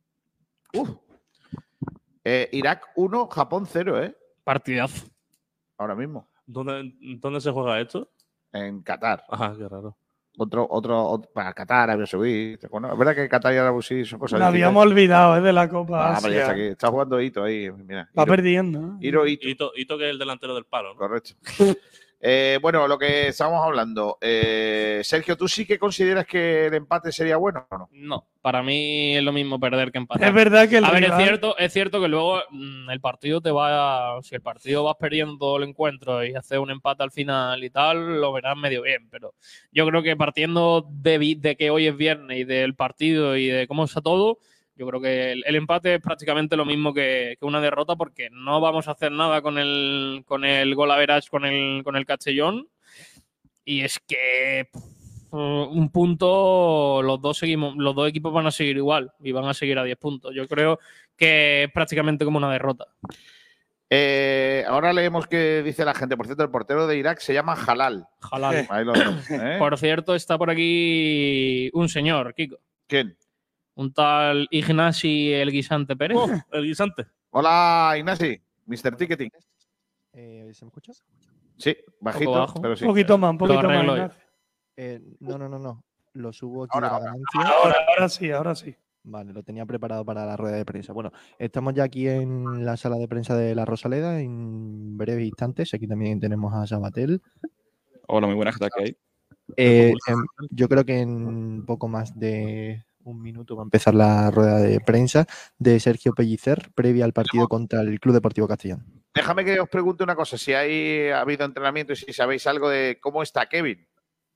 Irak 1, Japón 0, ¿eh? partidazo. Ahora mismo. ¿Dónde se juega esto? En Qatar. Ajá, qué raro. Otro para Qatar, Arabia Saudí. Bueno, es verdad que Qatar y Arabia Saudí son cosas Lo distintas. habíamos olvidado, de la Copa Ah, pero ya Asia. está aquí. Está jugando Ito ahí. Mira. Va Iro, perdiendo. ¿no? Ito. Ito que es el delantero del palo, ¿no? Correcto. Bueno, lo que estábamos hablando. Sergio, ¿tú sí que consideras que el empate sería bueno o no? No, para mí es lo mismo perder que empatar. Es verdad que el A ver, rival- es cierto que luego el partido si el partido vas perdiendo todo el encuentro y haces un empate al final y tal, lo verás medio bien, pero yo creo que partiendo de que hoy es viernes y del partido y de cómo está todo, yo creo que el empate es prácticamente lo mismo que una derrota porque no vamos a hacer nada con el goal average con el Castellón y es que un punto los dos equipos van a seguir igual y van a seguir a 10 puntos. Yo creo que es prácticamente como una derrota. Ahora leemos qué dice la gente. Por cierto, el portero de Irak se llama Halal. Ojalá. Ahí lo dejo, ¿eh? Por cierto, está por aquí un señor, Kiko. ¿Quién? Un tal Ignasi el Guisante Pérez. Oh, el guisante. Hola, Ignasi. Mr. Ticketing. ¿Se me escucha? Sí, bajito, bajo. pero sí. Un poquito más, un poquito más. arreglo yo. Ignacio. No. Lo subo aquí Ahora, de la ahora. ganancia. Ahora sí. Vale, lo tenía preparado para la rueda de prensa. Bueno, estamos ya aquí en la sala de prensa de la Rosaleda en breves instantes. Aquí también tenemos a Sabatel. Hola, muy buenas, ¿qué hay? Yo creo que en poco más de un minuto va a empezar la rueda de prensa de Sergio Pellicer previa al partido contra el Club Deportivo Castellón. Déjame que os pregunte una cosa, si ha habido entrenamiento y si sabéis algo de cómo está Kevin.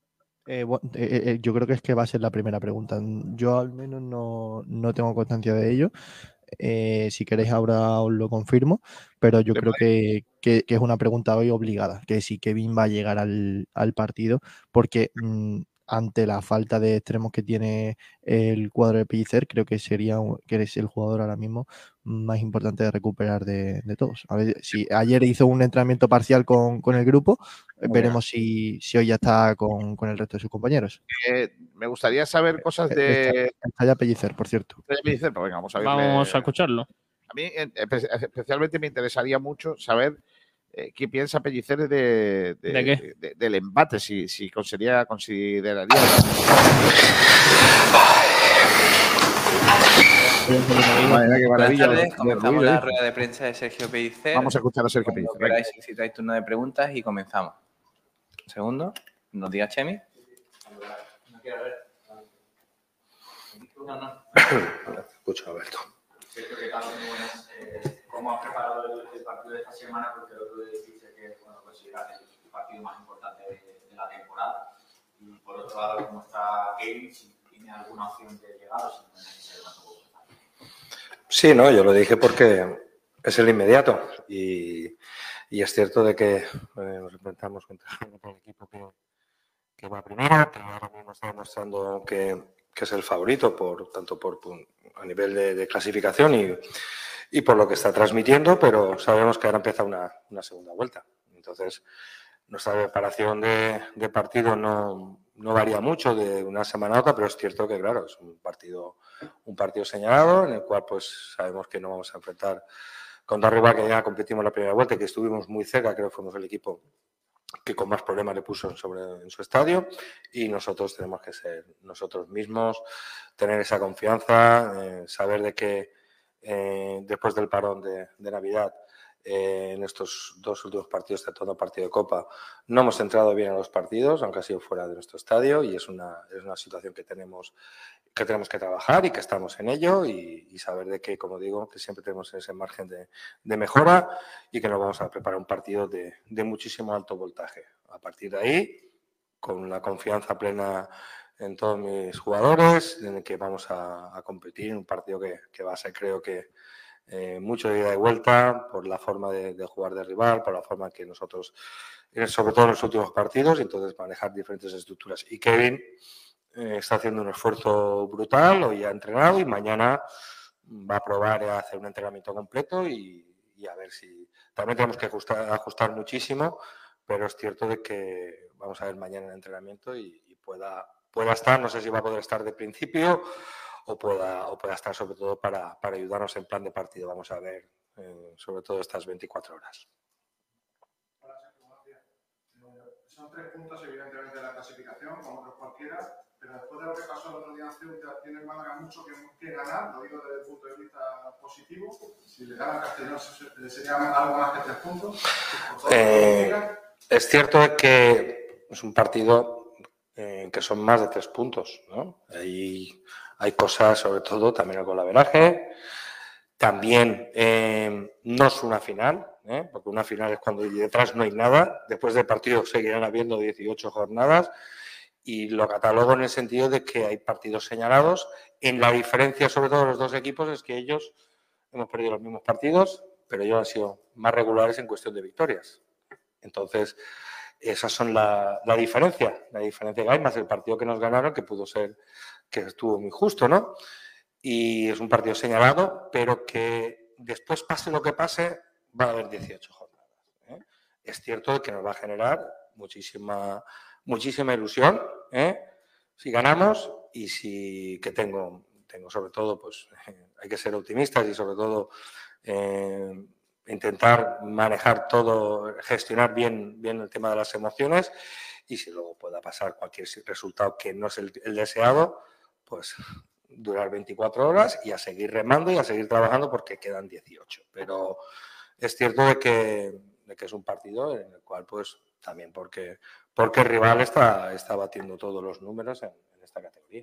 Yo creo que es que va a ser la primera pregunta. Yo al menos no tengo constancia de ello. Si queréis ahora os lo confirmo, pero yo creo que es una pregunta hoy obligada, que si Kevin va a llegar al partido, porque ante la falta de extremos que tiene el cuadro de Pellicer, creo que que es el jugador ahora mismo más importante de recuperar de todos. A ver, si ayer hizo un entrenamiento parcial con el grupo, veremos si hoy ya está con el resto de sus compañeros. Me gustaría saber cosas de... Está ya Pellicer, por cierto. Pellicer, pues venga, vamos a verle. Vamos a escucharlo. A mí especialmente me interesaría mucho saber qué piensa Pellicer del embate, si consideraría... Buenas tardes, comenzamos la rueda de prensa de Sergio Pellicer. Vamos a escuchar a Sergio Pellicer. Cuando queráis solicitáis turno de preguntas y comenzamos. Un segundo, nos diga Chemi. No quiero ver. No. Escucho, Alberto. Sergio, ¿qué tal? Muy buenas. ¿Cómo has preparado el partido de esta semana? Porque el otro día dijiste que consideras el partido más importante de la temporada. Y por otro lado, ¿cómo está Kevin? Si tiene alguna opción de llegar o si no necesita tanto. Sí, no, yo lo dije porque es el inmediato y es cierto de que nos enfrentamos contra un equipo que va primero, que ahora mismo está demostrando que es el favorito tanto a nivel de clasificación y por lo que está transmitiendo, pero sabemos que ahora empieza una segunda vuelta. Entonces, nuestra preparación de partido no varía mucho de una semana a otra, pero es cierto que, claro, es un partido señalado en el cual pues sabemos que no vamos a enfrentar contra rival que ya competimos la primera vuelta y que estuvimos muy cerca, creo que fuimos el equipo que con más problemas le puso en su estadio, y nosotros tenemos que ser nosotros mismos, tener esa confianza, saber de que después del parón de Navidad, en estos dos últimos partidos, de todo partido de Copa, no hemos entrado bien a los partidos, aunque ha sido fuera de nuestro estadio, y es una situación que tenemos que trabajar y que estamos en ello, y saber de que, como digo, que siempre tenemos ese margen de mejora y que nos vamos a preparar un partido de muchísimo alto voltaje. A partir de ahí, con la confianza plena en todos mis jugadores, en el que vamos a competir en un partido que va a ser, creo que, mucho de ida y vuelta, por la forma de jugar de rival, por la forma que nosotros, sobre todo en los últimos partidos, y entonces manejar diferentes estructuras. Y Kevin está haciendo un esfuerzo brutal, hoy ha entrenado y mañana va a probar a hacer un entrenamiento completo y a ver si... También tenemos que ajustar muchísimo, pero es cierto de que vamos a ver mañana el entrenamiento y pueda estar, no sé si va a poder estar de principio o pueda estar sobre todo para ayudarnos en plan de partido. Vamos a ver sobre todo estas 24 horas. Son 3 puntos evidentemente de la clasificación, como otros cualquiera, pero después de lo que pasó el otro día en Ceuta, tiene el Málaga mucho que ganar, lo digo desde el punto de vista positivo. Si le gana a Castellón sería algo más que 3 puntos. Es cierto que es un partido que son más de 3 puntos, ¿no? Hay cosas, sobre todo, también el golaveraje. También no es una final, porque una final es cuando detrás no hay nada. Después del partido seguirán habiendo 18 jornadas y lo catalogo en el sentido de que hay partidos señalados. En la diferencia, sobre todo, de los dos equipos es que ellos hemos perdido los mismos partidos, pero ellos han sido más regulares en cuestión de victorias. Entonces, esas son la diferencia. La diferencia que hay, más el partido que nos ganaron, que pudo ser, que estuvo muy justo, ¿no? Y es un partido señalado, pero que después, pase lo que pase, va a haber 18 jornadas. Es cierto que nos va a generar muchísima ilusión, si ganamos, y si que tengo sobre todo, pues hay que ser optimistas y sobre todo intentar manejar todo, gestionar bien el tema de las emociones, y si luego pueda pasar cualquier resultado que no es el deseado, pues durar 24 horas y a seguir remando y a seguir trabajando porque quedan 18. Pero es cierto de que es un partido en el cual, pues, también porque el rival está batiendo todos los números en esta categoría.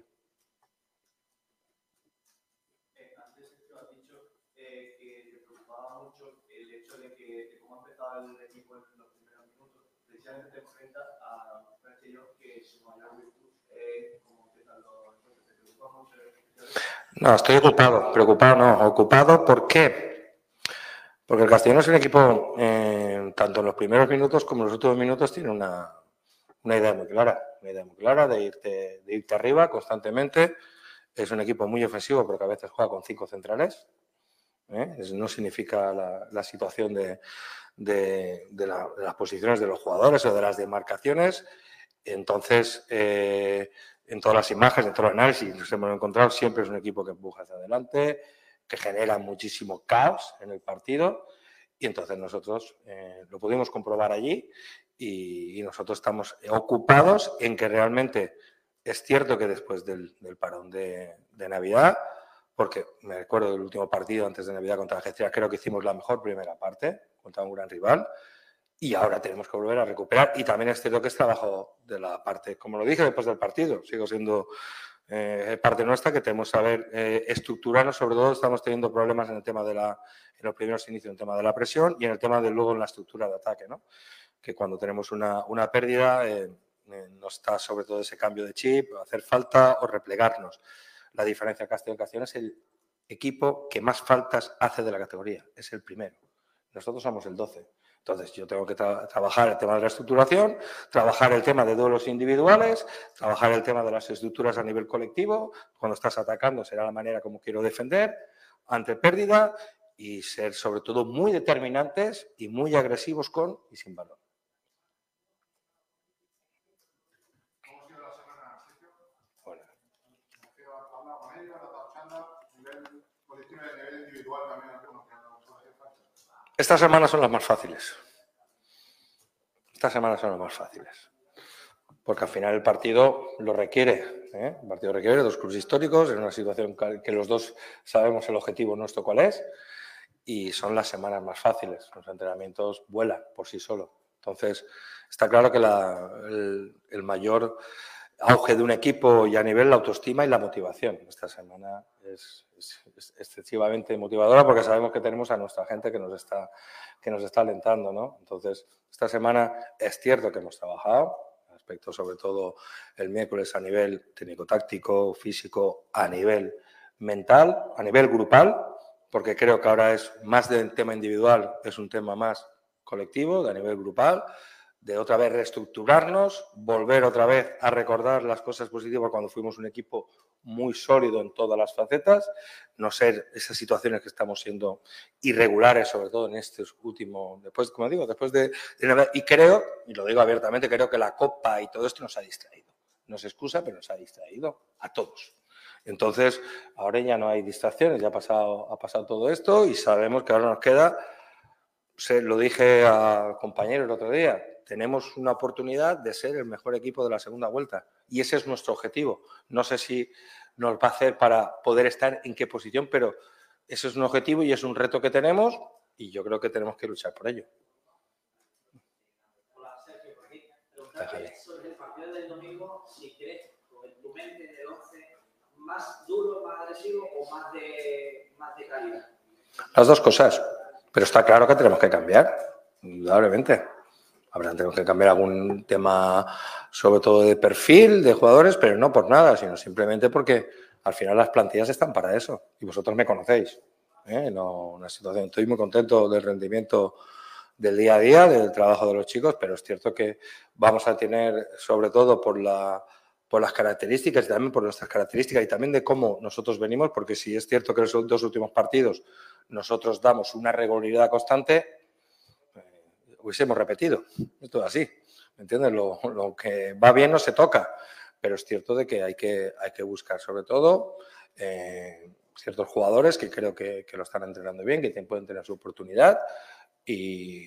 Antes has dicho que te preocupaba mucho el hecho hecho de que cómo ha empezado el equipo en los primeros minutos, precisamente te enfrentas a un Castellón que su mayor virtud es cómo empiezan los encuentros. ¿Te preocupa mucho? No, estoy ocupado. Preocupado no. Ocupado, ¿por qué? Porque el Castellón es un equipo, tanto en los primeros minutos como en los últimos minutos, tiene una idea muy clara. Una idea muy clara de irte arriba constantemente. Es un equipo muy ofensivo porque a veces juega con 5 centrales. No significa la situación de las posiciones de los jugadores o de las demarcaciones. Entonces, en todas las imágenes, en todo el análisis nos hemos encontrado, siempre es un equipo que empuja hacia adelante, que genera muchísimo caos en el partido, y entonces nosotros lo pudimos comprobar allí y nosotros estamos ocupados en que realmente es cierto que después del parón de Navidad, porque me recuerdo del último partido antes de Navidad contra Algeciras, creo que hicimos la mejor primera parte contra un gran rival, y ahora tenemos que volver a recuperar. Y también es cierto que es trabajo de la parte, como lo dije después del partido, sigo siendo parte nuestra, que tenemos que saber estructurarnos. Sobre todo estamos teniendo problemas en el tema en los primeros inicios, en el tema de la presión y en el tema de luego en la estructura de ataque, ¿no? Que cuando tenemos una pérdida no está sobre todo ese cambio de chip, hacer falta o replegarnos. La diferencia Castellón es el equipo que más faltas hace de la categoría, es el primero. Nosotros somos el 12. Entonces, yo tengo que trabajar el tema de la estructuración, trabajar el tema de duelos individuales, trabajar el tema de las estructuras a nivel colectivo. Cuando estás atacando será la manera como quiero defender ante pérdida y ser sobre todo muy determinantes y muy agresivos con y sin balón. ¿Cómo ha sido la semana, Sergio? Bueno. ¿Has hablado con ellos? ¿Has dado charla? ¿A nivel colectivo y a nivel individual también algunos que han dado falta? Estas semanas son las más fáciles. Estas semanas son las más fáciles. Porque al final el partido lo requiere. El partido requiere 2 clubes históricos en una situación que los dos sabemos el objetivo nuestro cuál es. Y son las semanas más fáciles. Los entrenamientos vuelan por sí solos. Entonces, está claro que el mayor auge de un equipo y a nivel la autoestima y la motivación. Esta semana es excesivamente motivadora porque sabemos que tenemos a nuestra gente que nos está alentando, ¿no? Entonces, esta semana es cierto que hemos trabajado, aspecto sobre todo el miércoles a nivel técnico-táctico, físico, a nivel mental, a nivel grupal, porque creo que ahora es más de tema individual, es un tema más colectivo, de a nivel grupal, de otra vez reestructurarnos, volver otra vez a recordar las cosas positivas cuando fuimos un equipo muy sólido en todas las facetas, no ser esas situaciones que estamos siendo irregulares, sobre todo en estos últimos, después, como digo, después de Navidad. Y creo, y lo digo abiertamente, creo que la Copa y todo esto nos ha distraído. No se excusa, pero nos ha distraído a todos. Entonces, ahora ya no hay distracciones, ya ha pasado todo esto y sabemos que ahora nos queda, lo dije al compañero el otro día, tenemos una oportunidad de ser el mejor equipo de la segunda vuelta y ese es nuestro objetivo. No sé si nos va a hacer para poder estar en qué posición, pero ese es un objetivo y es un reto que tenemos y yo creo que tenemos que luchar por ello. Hola, Sergio, por aquí. Preguntarte sobre el partido del domingo, si crees con tu mente del 11 más duro, más agresivo o más de calidad. Las dos cosas, pero está claro que tenemos que cambiar, indudablemente. Tenemos que cambiar algún tema, sobre todo de perfil de jugadores, pero no por nada, sino simplemente porque al final las plantillas están para eso. Y vosotros me conocéis. No, una situación. Estoy muy contento del rendimiento del día a día, del trabajo de los chicos, pero es cierto que vamos a tener, sobre todo por las características y también por nuestras características y también de cómo nosotros venimos, porque si es cierto que en los 2 últimos partidos nosotros damos una regularidad constante, hubiésemos repetido. Esto es así, ¿me entiendes? Lo que va bien no se toca, pero es cierto de que hay que buscar sobre todo ciertos jugadores que creo que lo están entrenando bien, que pueden tener su oportunidad y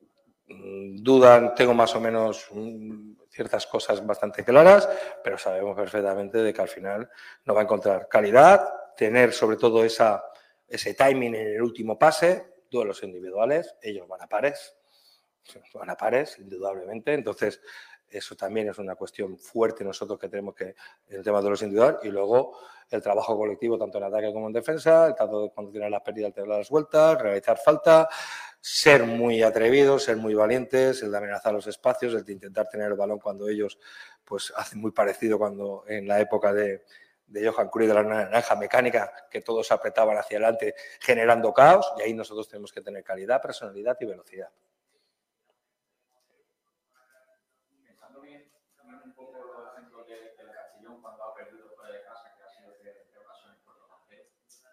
tengo más o menos ciertas cosas bastante claras, pero sabemos perfectamente de que al final no va a encontrar calidad, tener sobre todo ese timing en el último pase, duelos individuales, ellos van a pares, indudablemente. Entonces, eso también es una cuestión fuerte nosotros que tenemos que, en el tema de los individuales, y luego el trabajo colectivo tanto en ataque como en defensa, el trato de cuando tienes las pérdidas, tener las vueltas, realizar falta, ser muy atrevidos, ser muy valientes, el de amenazar los espacios, el de intentar tener el balón cuando ellos pues hacen muy parecido cuando en la época de Johan Cruyff de la naranja mecánica, que todos apretaban hacia adelante generando caos, y ahí nosotros tenemos que tener calidad, personalidad y velocidad. Pensando bien un poco los ejemplos del Castellón cuando ha perdido fuera de casa, que ha sido de ocasiones por los canceros.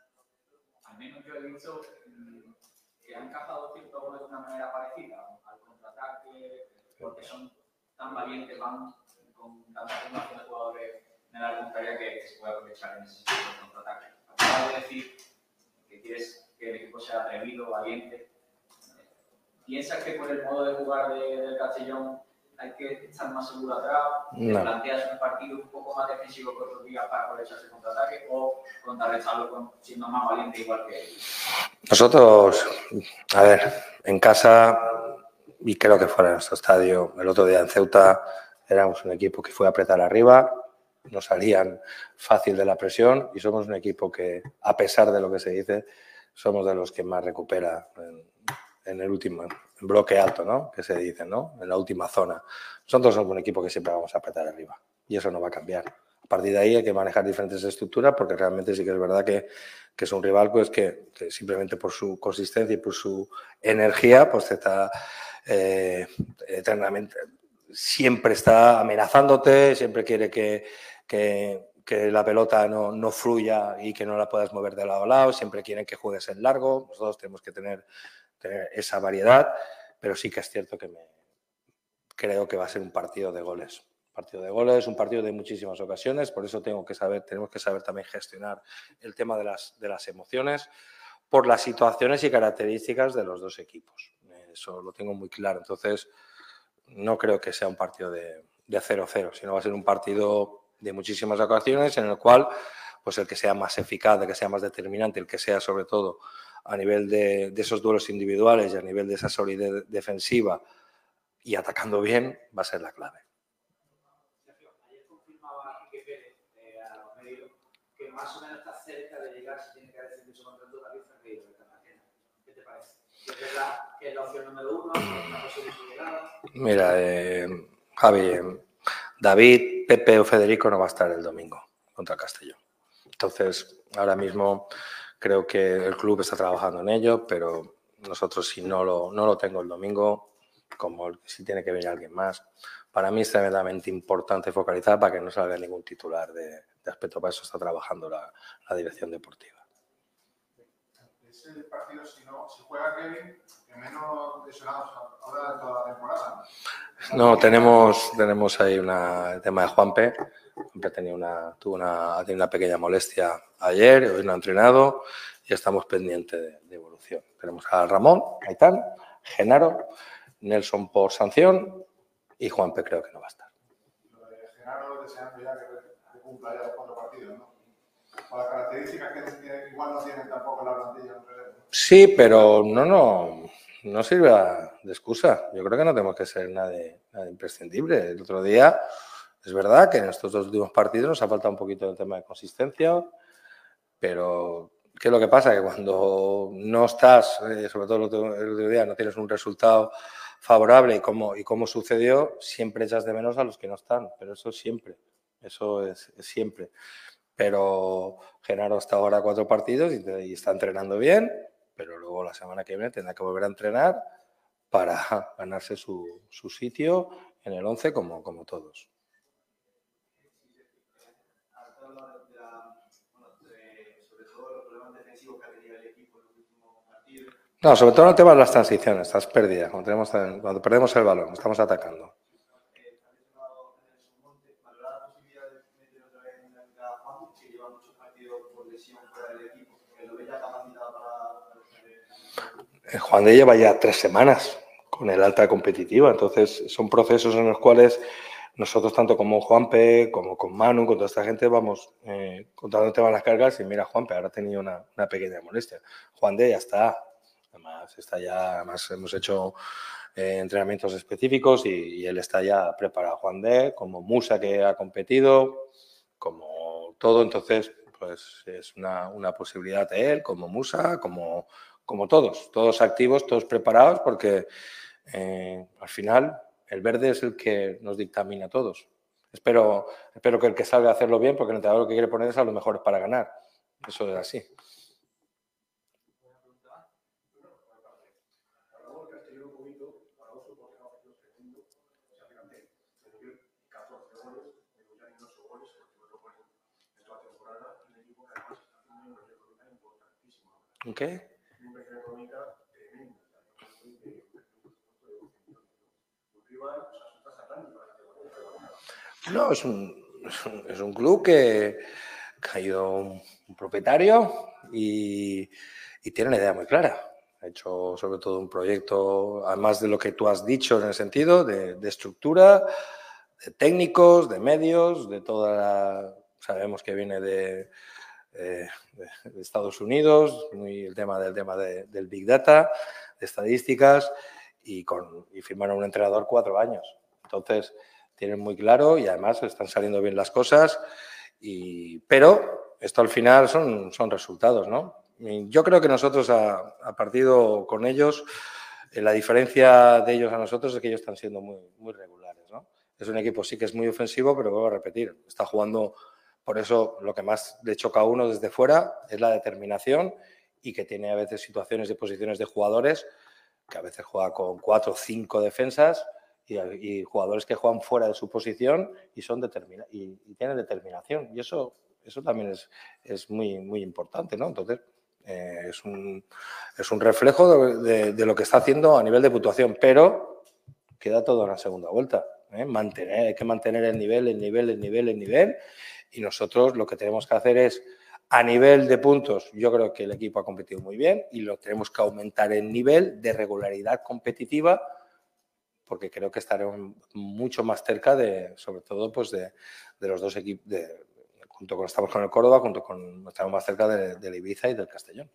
Al menos yo he visto que han encajado ciertos goles de una manera parecida al contraataque, porque son tan valientes, van con tanta formación de jugadores en la contraria que se puede aprovechar en ese sentido de contraataque. Acabas de decir que quieres que el equipo sea atrevido, valiente. ¿Piensas que por el modo de jugar del Castellón hay que estar más seguro atrás? No. ¿Planteas un partido un poco más defensivo que otros días para aprovechar ese contraataque o contrarrestarlo siendo más valiente igual que ellos? Nosotros, a ver, en casa, y creo que fuera en nuestro estadio, el otro día en Ceuta, éramos un equipo que fue a apretar arriba, nos salían fácil de la presión y somos un equipo que, a pesar de lo que se dice, somos de los que más recupera en el último en bloque alto, ¿no? Que se dice, ¿no? En la última zona. Nosotros somos un equipo que siempre vamos a apretar arriba y eso no va a cambiar. A partir de ahí hay que manejar diferentes estructuras porque realmente sí que es verdad que es un rival pues que simplemente por su consistencia y por su energía pues te está eternamente, siempre está amenazándote, siempre quiere que la pelota no fluya y que no la puedas mover de lado a lado, siempre quieren que juegues en largo. Nosotros tenemos que tener esa variedad, pero sí que es cierto que creo que va a ser un partido de goles. Un partido de muchísimas ocasiones, por eso tenemos que saber también gestionar el tema de las emociones por las situaciones y características de los dos equipos. Eso lo tengo muy claro. Entonces, no creo que sea un partido de 0-0, sino va a ser un partido de muchísimas ocasiones en el cual pues el que sea más eficaz, el que sea más determinante, el que sea sobre todo a nivel de esos duelos individuales y a nivel de esa solidez defensiva y atacando bien, va a ser la clave. Ayer confirmaba Quique Pérez a los medios que más o menos está cerca de llegar, si tiene que rescindir su contrato, David Ferreiro de Cartagena. ¿Qué te parece? ¿Es verdad que es la opción número uno? ¿Una posible llegada? Mira, Javi, David, Pepe o Federico no va a estar el domingo contra Castellón. Entonces, ahora mismo creo que el club está trabajando en ello, pero nosotros si no lo tengo el domingo, como si tiene que venir alguien más, para mí es tremendamente importante focalizar para que no salga ningún titular de aspecto. Para eso está trabajando la dirección deportiva. Es el partido, si juega Kevin, que menos lesionados ahora de toda la temporada. No, tenemos ahí el tema de Juanpe. Juanpe ha tenido una pequeña molestia ayer, hoy no ha entrenado y estamos pendientes de evolución. Tenemos a Ramón, Aitán, Genaro, Nelson por sanción y Juanpe creo que no va a estar. Lo de Genaro deseando ya que cumpla ya los 4 partidos, ¿no? Por las características que igual no tienen tampoco la plantilla en relevo. Sí, pero no sirve de excusa. Yo creo que no tenemos que ser nada imprescindible. El otro día, es verdad que en estos 2 últimos partidos nos ha faltado un poquito el tema de consistencia, pero ¿qué es lo que pasa? Que cuando no estás, sobre todo el otro día, no tienes un resultado favorable y como sucedió, siempre echas de menos a los que no están, pero eso es siempre. Pero Genaro está ahora 4 partidos y está entrenando bien, pero luego la semana que viene tendrá que volver a entrenar para ganarse su sitio en el 11 como todos. No, sobre todo en el tema de las transiciones, estás perdida, cuando perdemos el balón, estamos atacando. Juan de lleva ya 3 semanas con el alta competitiva, entonces son procesos en los cuales nosotros, tanto como Juanpe, como con Manu, con toda esta gente, vamos contando el tema de las cargas y mira, Juanpe ahora ha tenido una pequeña molestia. Juan de ya está, además hemos hecho entrenamientos específicos y él está ya preparado. Juan de, como Musa que ha competido, como todo, entonces pues es una posibilidad de él, como Musa, como todos activos, todos preparados, porque al final el verde es el que nos dictamina a todos. Espero que el que salga a hacerlo bien, porque el entrenador lo que quiere poner es a los mejores para ganar. Eso es así. ¿Ok? No, es un club que ha ido un propietario y tiene una idea muy clara. Ha hecho sobre todo un proyecto, además de lo que tú has dicho en el sentido de estructura, de técnicos, de medios, de toda la... Sabemos que viene de Estados Unidos, el tema del Big Data, de estadísticas, y firmaron un entrenador 4 años. Entonces, tienen muy claro y además están saliendo bien las cosas, pero esto al final son resultados, ¿no? Yo creo que nosotros a partido con ellos, la diferencia de ellos a nosotros es que ellos están siendo muy, muy regulares, ¿no? Es un equipo sí que es muy ofensivo, pero vuelvo a repetir, está jugando. Por eso lo que más le choca a uno desde fuera es la determinación y que tiene a veces situaciones de posiciones de jugadores que a veces juega con 4 o 5 defensas y jugadores que juegan fuera de su posición y tienen determinación. Y eso también es muy, muy importante, ¿no? Entonces, es un reflejo de lo que está haciendo a nivel de puntuación, pero queda todo en la segunda vuelta. Hay que mantener el nivel. Y nosotros lo que tenemos que hacer es, a nivel de puntos, yo creo que el equipo ha competido muy bien y lo tenemos que aumentar en nivel de regularidad competitiva, porque creo que estaremos mucho más cerca sobre todo, pues de los dos equipos, junto con estamos con el Córdoba, estamos más cerca del Ibiza y del Castellón.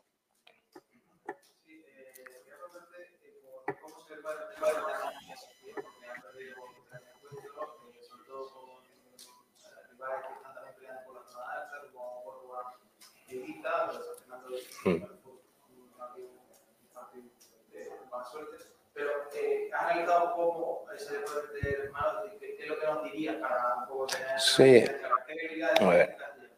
Pero ¿has analizado cómo se le puede meter hermanos? ¿Qué es lo que nos dirías para un poco tener Sí.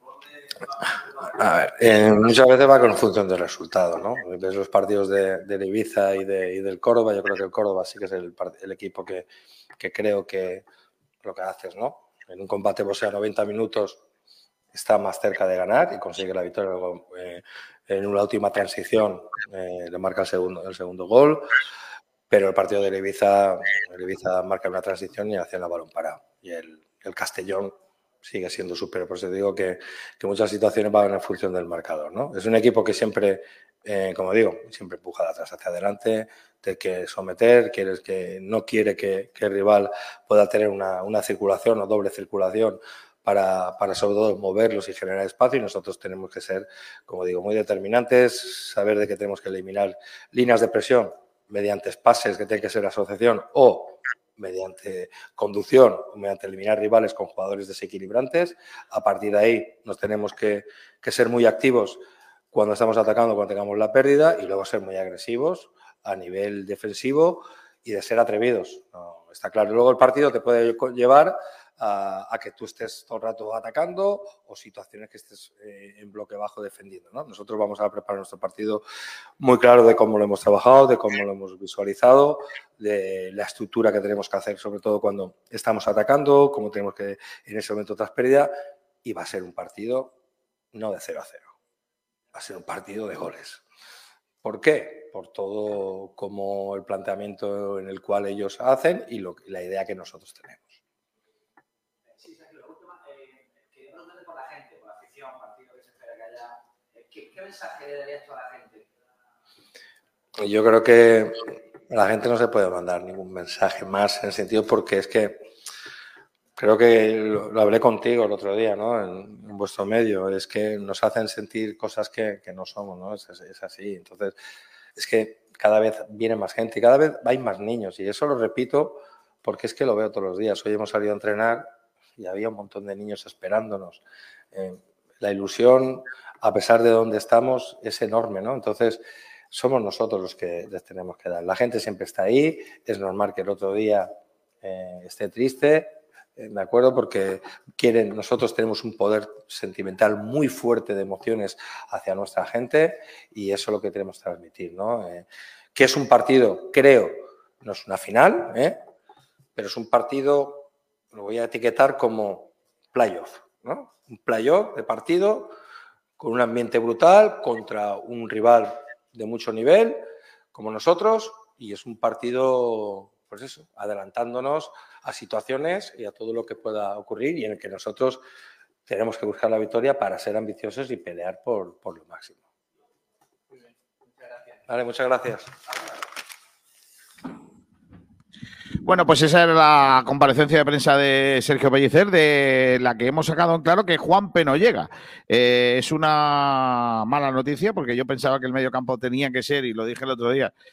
A ver, muchas veces va con función del resultado, ¿no? Ves los partidos de Ibiza y del Córdoba. Yo creo que el Córdoba sí que es el equipo que creo que lo que haces, ¿no? En un combate boxeo 90 minutos está más cerca de ganar y consigue la victoria. Luego, en una última transición le marca el segundo gol, pero el partido de Ibiza marca una transición y hace la balón parado. Y el Castellón sigue siendo superior. Por eso digo que muchas situaciones van en función del marcador, ¿no? Es un equipo que siempre, como digo, siempre empuja de atrás hacia adelante, de que someter, que no quiere que el rival pueda tener una circulación o doble circulación para sobre todo moverlos y generar espacio, y nosotros tenemos que ser, como digo, muy determinantes, saber de que tenemos que eliminar líneas de presión mediante pases que tienen que ser asociación o mediante conducción, mediante eliminar rivales con jugadores desequilibrantes. A partir de ahí nos tenemos que ser muy activos cuando estamos atacando, cuando tengamos la pérdida, y luego ser muy agresivos a nivel defensivo y de ser atrevidos. No, está claro. Luego el partido te puede llevar a que tú estés todo el rato atacando o situaciones que estés en bloque bajo defendiendo, ¿no? Nosotros vamos a preparar nuestro partido muy claro de cómo lo hemos trabajado, de cómo lo hemos visualizado, de la estructura que tenemos que hacer, sobre todo cuando estamos atacando, cómo tenemos que en ese momento tras pérdida, y va a ser un partido no de 0-0, va a ser un partido de goles. ¿Por qué? Por todo como el planteamiento en el cual ellos hacen y la idea que nosotros tenemos. Sí, la última, quería preguntarte por la gente, por la afición, partido que se espera que haya. ¿Qué mensaje le darías tú a la gente? Yo creo que a la gente no se puede mandar ningún mensaje más en el sentido, porque es que creo que lo hablé contigo el otro día, ¿no? En vuestro medio, es que nos hacen sentir cosas que no somos, ¿no? Es así. Entonces, es que cada vez viene más gente y cada vez hay más niños. Y eso lo repito porque es que lo veo todos los días. Hoy hemos salido a entrenar y había un montón de niños esperándonos. La ilusión, a pesar de donde estamos, es enorme, ¿no? Entonces, somos nosotros los que les tenemos que dar. La gente siempre está ahí, es normal que el otro día esté triste, ¿de acuerdo? Porque nosotros tenemos un poder sentimental muy fuerte de emociones hacia nuestra gente y eso es lo que tenemos que transmitir, ¿no? Que es un partido, creo, no es una final, pero es un partido, lo voy a etiquetar como playoff, ¿no? Un playoff de partido con un ambiente brutal contra un rival de mucho nivel como nosotros y es un partido, pues eso, adelantándonos a situaciones y a todo lo que pueda ocurrir y en el que nosotros tenemos que buscar la victoria para ser ambiciosos y pelear por lo máximo. Muy bien, muchas gracias. Vale, muchas gracias. Bueno, pues esa era la comparecencia de prensa de Sergio Pellicer, de la que hemos sacado en claro que Juanpe no llega. Es una mala noticia porque yo pensaba que el mediocampo tenía que ser, y lo dije el otro día,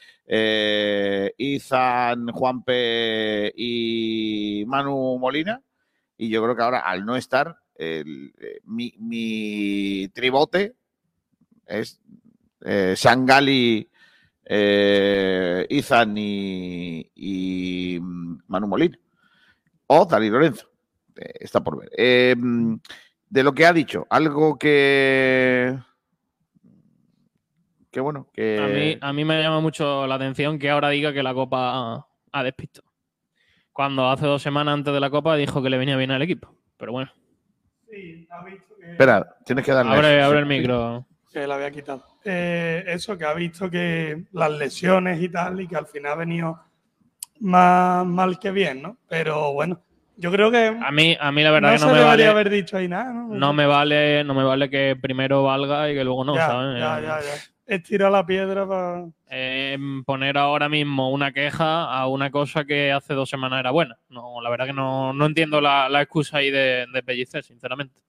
Izan, Juanpe y Manu Molina. Y yo creo que ahora, al no estar, mi tribote es Sangali, Izan y Manu Molina o Dani Lorenzo, está por ver. De lo que ha dicho, algo que bueno, que a mí me llama mucho la atención que ahora diga que la Copa ha despistado, cuando hace 2 semanas antes de la Copa dijo que le venía bien al equipo, pero bueno. Sí, ha visto que... Espera, tienes que darle abre el micro. Que la había quitado. Eso, que ha visto que las lesiones y tal, y que al final ha venido más mal que bien, ¿no? Pero bueno, yo creo que a mí la verdad no que no se me debería vale haber dicho ahí nada, ¿no? No me vale que primero valga y que luego no, ¿sabes? Ya. Estira la piedra para... poner ahora mismo una queja a una cosa que hace 2 semanas era buena. No, la verdad que no entiendo la excusa ahí de Pellicer, sinceramente.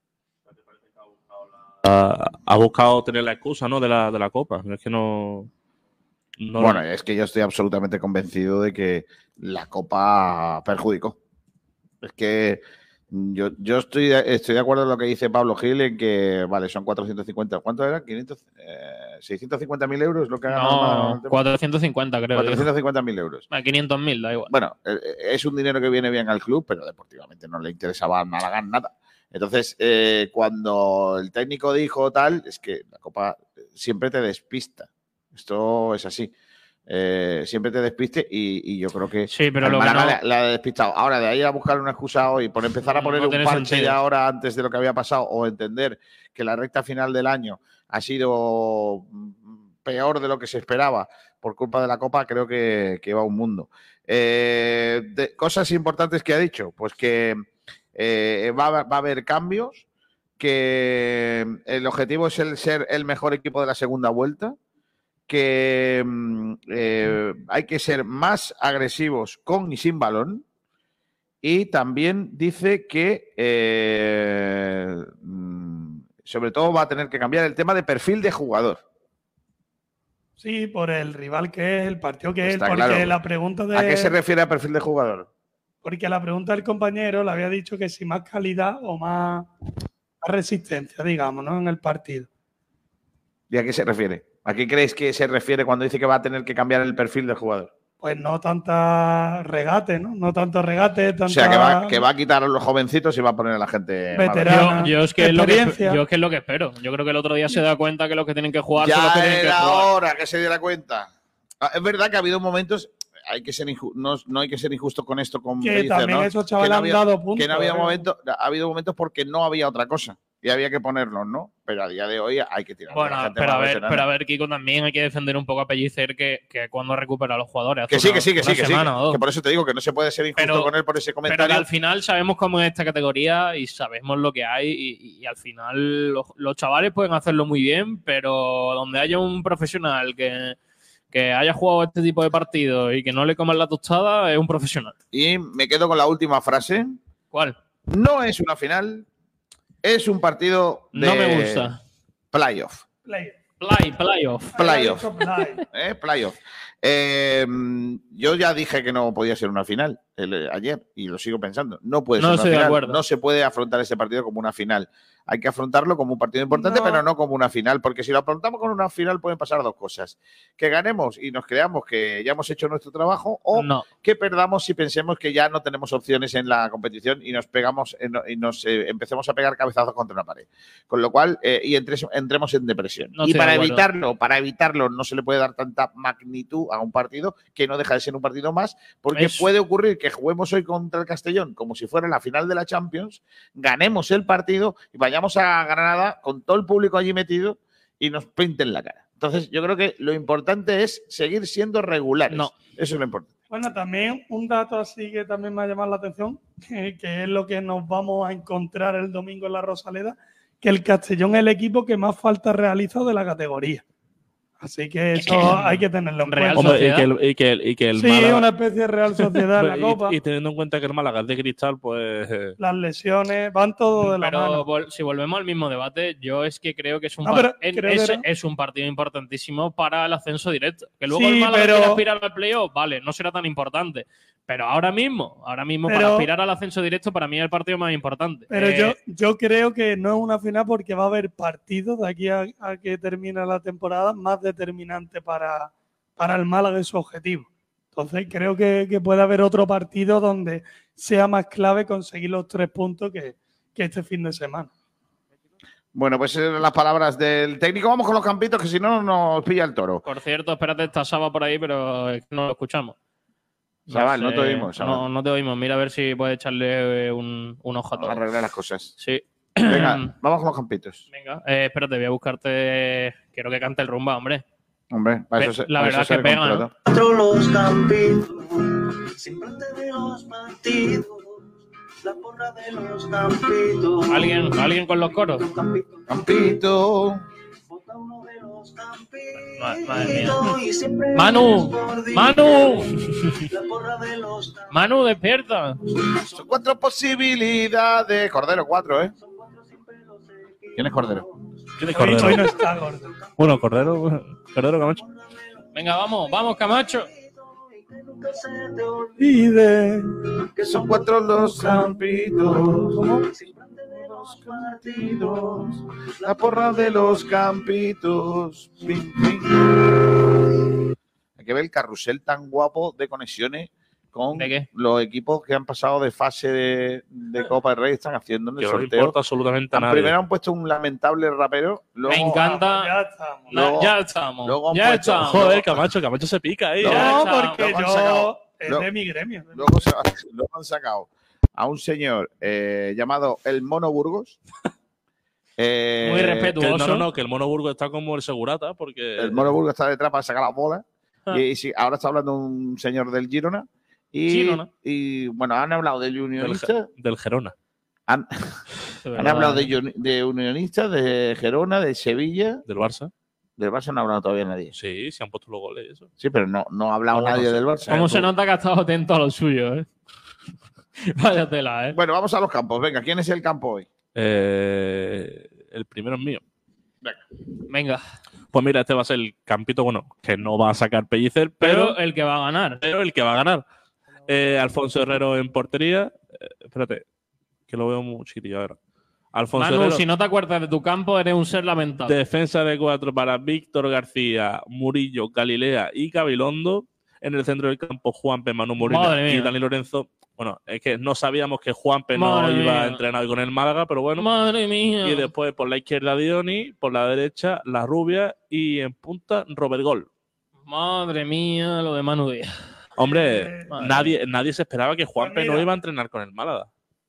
Ha buscado tener la excusa, ¿no? de la Copa. Es que no bueno, es que yo estoy absolutamente convencido de que la Copa perjudicó. Es que yo estoy de acuerdo en lo que dice Pablo Gil en que, vale, son 450. ¿Cuánto era? 650.000 euros lo que ha ganado. No, 450 creo. 450.000 euros. 500.000, da igual. Bueno, es un dinero que viene bien al club, pero deportivamente no le interesaba a Málaga nada. Entonces, cuando el técnico dijo tal, es que la Copa siempre te despista. Esto es así. Siempre te despiste y yo creo que sí, pero Málaga la ha despistado. Ahora, de ahí a buscar una excusa hoy, por empezar a poner un parche ya ahora antes de lo que había pasado, o entender que la recta final del año ha sido peor de lo que se esperaba por culpa de la Copa, creo que va un mundo. Cosas importantes que ha dicho, pues que va a haber cambios, que el objetivo es el ser el mejor equipo de la segunda vuelta, que hay que ser más agresivos con y sin balón, y también dice que sobre todo va a tener que cambiar el tema de perfil de jugador. Sí, por el rival que es, el partido que Está es, porque claro. la pregunta de... ¿A qué se refiere a perfil de jugador? Porque la pregunta del compañero le había dicho que si más calidad o más resistencia, digamos, ¿no? En el partido. ¿Y a qué se refiere? ¿A qué creéis que se refiere cuando dice que va a tener que cambiar el perfil del jugador? Pues no tanta regate, ¿no? No tanto regate, tanta... O sea, que va a quitar a los jovencitos y va a poner a la gente veterana. Yo es que es lo que espero. Yo creo que el otro día se da cuenta que los que tienen que jugar ya son los que tienen que jugar. era hora que se diera cuenta. Es verdad que ha habido momentos... Hay que ser no hay que ser injusto con esto, con que Pellicer, también ¿no? esos chavales han dado puntos. Que no había ha habido momentos porque no había otra cosa y había que ponerlos, ¿no? Pero a día de hoy hay que tirar. Bueno, pero a ver, Kiko, también hay que defender un poco a Pellicer que cuando recupera a los jugadores. Que sí. Que por eso te digo que no se puede ser injusto con él por ese comentario. Pero que al final sabemos cómo es esta categoría y sabemos lo que hay y al final los chavales pueden hacerlo muy bien, pero donde haya un profesional que haya jugado este tipo de partidos y que no le coman la tostada, es un profesional. Y me quedo con la última frase. ¿Cuál? No es una final, es un partido de... No me gusta. Playoff. Playoff. Playoff. Yo ya dije que no podía ser una final ayer y lo sigo pensando. No puede ser una final. No se puede afrontar ese partido como una final. Hay que afrontarlo como un partido importante, pero no como una final, porque si lo afrontamos como una final pueden pasar dos cosas. Que ganemos y nos creamos que ya hemos hecho nuestro trabajo o que perdamos y pensemos que ya no tenemos opciones en la competición y nos pegamos y nos empecemos a pegar cabezazos contra una pared. Con lo cual, entremos en depresión. Y para evitarlo no se le puede dar tanta magnitud a un partido que no deja de ser un partido más, porque puede ocurrir que juguemos hoy contra el Castellón como si fuera la final de la Champions, ganemos el partido y vayamos a Granada con todo el público allí metido y nos pinten la cara. Entonces, yo creo que lo importante es seguir siendo regulares. Eso es lo importante. Bueno, también un dato así que también me ha llamado la atención, que es lo que nos vamos a encontrar el domingo en la Rosaleda, que el Castellón es el equipo que más falta realiza de la categoría. Así que eso hay que tenerlo en cuenta. Y que el sí, Málaga, una especie de Real Sociedad en la Copa. Y teniendo en cuenta que el Málaga es de cristal, pues... Las lesiones van todo de la mano. Pero si volvemos al mismo debate, yo es que creo que es un, es un partido importantísimo para el ascenso directo. Que luego el Málaga quiere aspirar al playoff, vale, no será tan importante. Pero ahora mismo para aspirar al ascenso directo, para mí es el partido más importante. Pero yo creo que no es una final porque va a haber partidos de aquí a que termine la temporada más determinante para el Málaga y su objetivo. Entonces creo que puede haber otro partido donde sea más clave conseguir los 3 puntos que este fin de semana. Bueno, pues eran las palabras del técnico. Vamos con los campitos, que si no nos pilla el toro. Por cierto, espérate, está Saba por ahí, pero no lo escuchamos. Chaval, no te oímos. No te oímos. Mira a ver si puedes echarle un ojo a todo. Arreglar las cosas. Sí. Venga, vamos con los campitos. Venga, espérate, voy a buscarte. Quiero que cante el rumba, hombre. Hombre, para eso la verdad es que pega, ¿no? Los campitos, siempre de los partidos, la porra de los campitos. ¿Alguien con los coros? Campito. Madre mía. Manu, despierta. Son 4 posibilidades. Cordero, 4, ¿eh? ¿Quién es Cordero? Hoy no está gordo. Bueno, Cordero, Camacho. Venga, vamos, Camacho. Olvide que son 4 los campitos. La porra de los campitos. Hay que ver el carrusel tan guapo de conexiones con los equipos que han pasado de fase de Copa del Rey, están haciendo en el sorteo. No importa absolutamente a nadie. Primero han puesto un lamentable rapero. Luego, me encanta. Ya estamos. Joder, Camacho se pica ahí. No, porque es de mi gremio. Luego han sacado a un señor llamado el Mono Burgos. Muy respetuoso. Que el Mono Burgos está como el segurata, porque... El Mono Burgos está detrás para sacar las bolas. Y sí, ahora está hablando un señor del Girona. Y bueno, han hablado del Unionista. Del Gerona. Han hablado de Unionistas, de Gerona, de Sevilla. Del Barça. Del Barça no ha hablado todavía nadie. Sí, se han puesto los goles y eso. Sí, pero no ha hablado nadie del Barça. ¿Cómo se nota que ha estado atento a lo suyo, eh? Vaya tela, eh. Bueno, vamos a los campos. Venga, ¿quién es el campo hoy? El primero es mío. Venga. Pues mira, este va a ser el campito, bueno, que no va a sacar Pellicer, pero el que va a ganar. Alfonso Herrero en portería. Espérate, que lo veo muy chiquillo ahora. Alfonso Manu, Herrero, si no te acuerdas de tu campo, eres un ser lamentable. Defensa de 4 para Víctor García, Murillo, Galilea y Gabilondo. En el centro del campo, Juanpe, Manu Molina y Dani Lorenzo. Bueno, es que no sabíamos que Juanpe no iba a entrenar con el Málaga, pero bueno. Madre mía. Y después por la izquierda Dioni, por la derecha La Rubia y en punta Robert Gol. Madre mía, lo de Manu Díaz. Hombre, nadie se esperaba que Juanpe no iba a entrenar con el Málaga.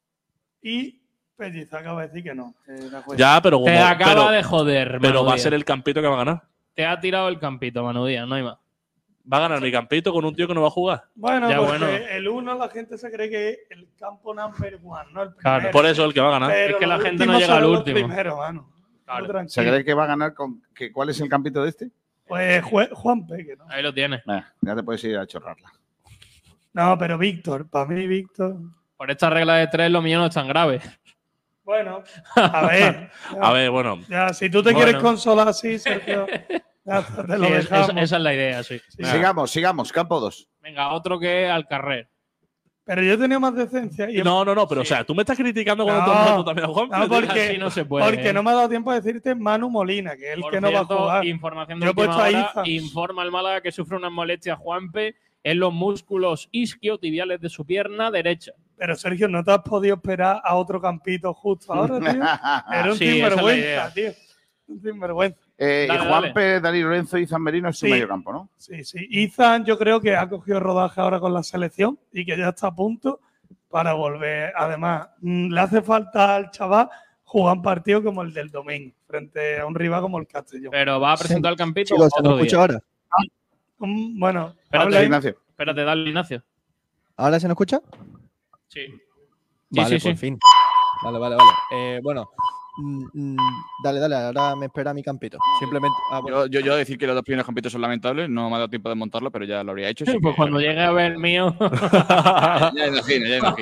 Y Pellicer acaba de decir que no. Ya, pero te acaba de joder, Manu pero va a Díaz. ser el campito que va a ganar. Te ha tirado el campito, Manu Díaz, no hay más. Va a ganar mi campito con un tío que no va a jugar. Bueno, porque el 1 la gente se cree que es el campo number 1, no el primero. Claro, por eso el que va a ganar. Es que la gente no llega al último. Claro. ¿Se cree que va a ganar con cuál es el campito de este? Pues Juanpe, que no. Ahí lo tienes. Ya te puedes ir a chorrarla. No, pero Víctor, para mí Víctor. Por esta regla de 3 lo mío no es tan grave. Bueno, a ver. A ver, bueno. Ya, si tú te quieres consolar así, Sergio, ya te lo dejamos. Esa es la idea, sí. Sigamos, campo 2. Venga, otro que Alcarrer. Pero yo he tenido más decencia. No, pero o sea, tú me estás criticando cuando te has puesto también a Juan. No, porque, así no se puede. Porque no me ha dado tiempo a decirte Manu Molina, que es el Por que no va a cierto, jugar. Información de Yo he puesto última a hora, Iza. informa el Málaga que sufre unas molestias Juanpe en los músculos isquiotibiales de su pierna derecha. Pero Sergio, ¿no te has podido esperar a otro campito justo ahora, tío? Era un Sí, esa es la sinvergüenza, idea. tío. Un sinvergüenza. Y Juanpe, Dani Lorenzo y Izan Merino es su Sí. medio campo, ¿no? Sí. Izan yo creo que ha cogido rodaje ahora con la selección y que ya está a punto para volver. Además, le hace falta al chaval jugar un partido como el del domingo, frente a un rival como el Castellón. Pero va a presentar el campito Chicos, ¿se otro me escucha día. ahora? Bueno, habla ahí. Espérate, dale, Ignacio. ¿Ahora se nos escucha? Sí. Vale, sí. por fin. Vale. Bueno, dale, ahora me espera mi campito. Simplemente. Yo decir que los dos primeros campitos son lamentables, no me ha dado tiempo de montarlo, pero ya lo habría hecho. Pues así que- cuando llegue a ver el mío. ya imagino.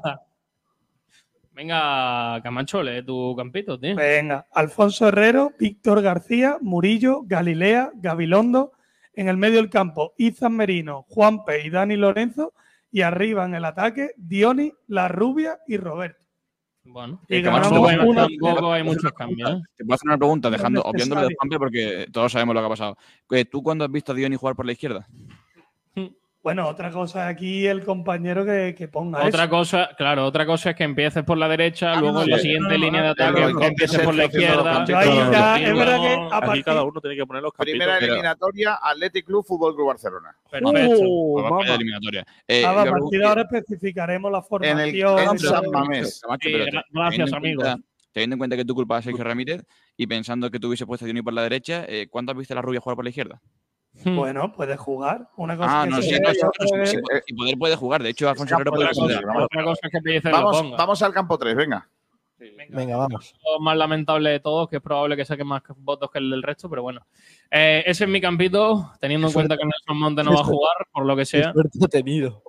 Venga, Camacho, lee tu campito, tío. Venga, Alfonso Herrero, Víctor García, Murillo, Galilea, Gabilondo. En el medio del campo, Izan Merino, Juanpe y Dani Lorenzo. Y arriba en el ataque, Dioni, La Rubia y Roberto. Bueno, y Camacho, ganamos una. tampoco hay muchos cambios, ¿eh? Te puedo hacer una pregunta, No obviando lo de Juanpe, porque todos sabemos lo que ha pasado. ¿Tú cuándo has visto a Dioni jugar por la izquierda? Bueno, otra cosa aquí el compañero que ponga Otra eso. cosa, claro, otra cosa es que empieces por la derecha, luego en la siguiente línea de ataque claro, empieces por la izquierda. Yo ahí ya, es verdad que a Aquí partir, cada uno tiene que poner los campitos. Primera eliminatoria, Athletic Club, Fútbol Club Barcelona. Perfecto. Vaya eliminatoria. a partir de ahora especificaremos la En el formación. San Mamés. Camacho, Sí, pero gracias, amigo. Teniendo en cuenta que tú culpas a Sergio Ramírez y pensando que tú hubiese puesto a Dioni por la derecha, ¿cuándo has visto a La Rubia jugar por la izquierda? Bueno, puedes jugar. Una cosa que No, se sí, ve y no, otra vez- si poder puede jugar. De hecho, Alfonso Herrero puede jugar. Otra cosa es que te dice lo ponga. Vamos al campo 3, venga. Venga, vamos. Lo más lamentable de todos, que es probable que saque más votos que el del resto, pero bueno. Ese es mi campito, teniendo en cuenta que Nelson Monte no va a jugar, por lo que sea. Suerte he tenido.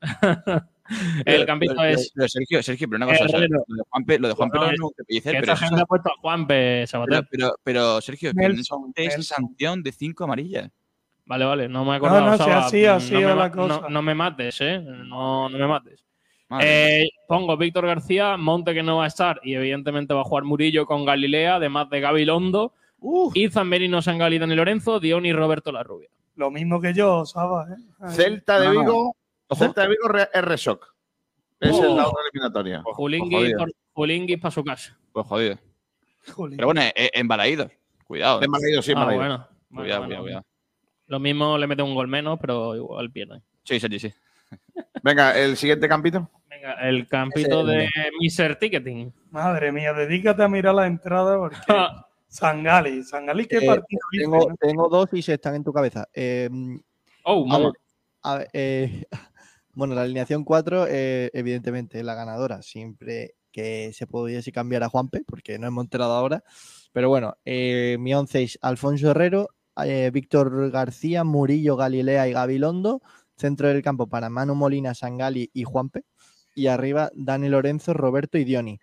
El campito es. Pero Sergio, pero una cosa, o sea, Herrero. lo de Juanpe No, lo tengo que dicer, Que pero, esta gente ha puesto a Juanpe Sabater. pero Sergio, es que Nelson, es Nelson. sanción de 5 amarillas. Vale, no me he acordado. No, si Saba. así ha sido no me, la ma- cosa. no me mates, no me mates. Madre. Pongo Víctor García, Monte que no va a estar y evidentemente va a jugar Murillo con Galilea, además de Gabilondo, Izan Merino, Sangal y Dani Lorenzo, Dion y Roberto La Rubia. Lo mismo que yo, Saba. Ahí. Celta de No. Vigo, Celta de Vigo, R-Shock. Es la otra eliminatoria. Julinguis para su casa. Pues jodido. Jolín. Pero bueno, en Balaídos. Cuidado. De Malaído, sí, Malaído. Bueno. Cuidado. Lo mismo le mete un gol menos, pero igual pierde. Sí. Venga, el siguiente campito. Venga, el campito de Mr. Ticketing. Madre mía, dedícate a mirar la entrada porque. Sangali, ¿qué partido hizo, no? Tengo dos y se están en tu cabeza. Mamá. Bueno, la alineación 4, evidentemente, es la ganadora. Siempre que se pudiese cambiar a Juanpe, porque no hemos enterado ahora. Pero bueno, mi 11 es Alfonso Herrero, Víctor García, Murillo, Galilea y Gabilondo. Centro del campo para Manu Molina, Sangali y Juanpe. Y arriba Dani Lorenzo, Roberto y Dioni.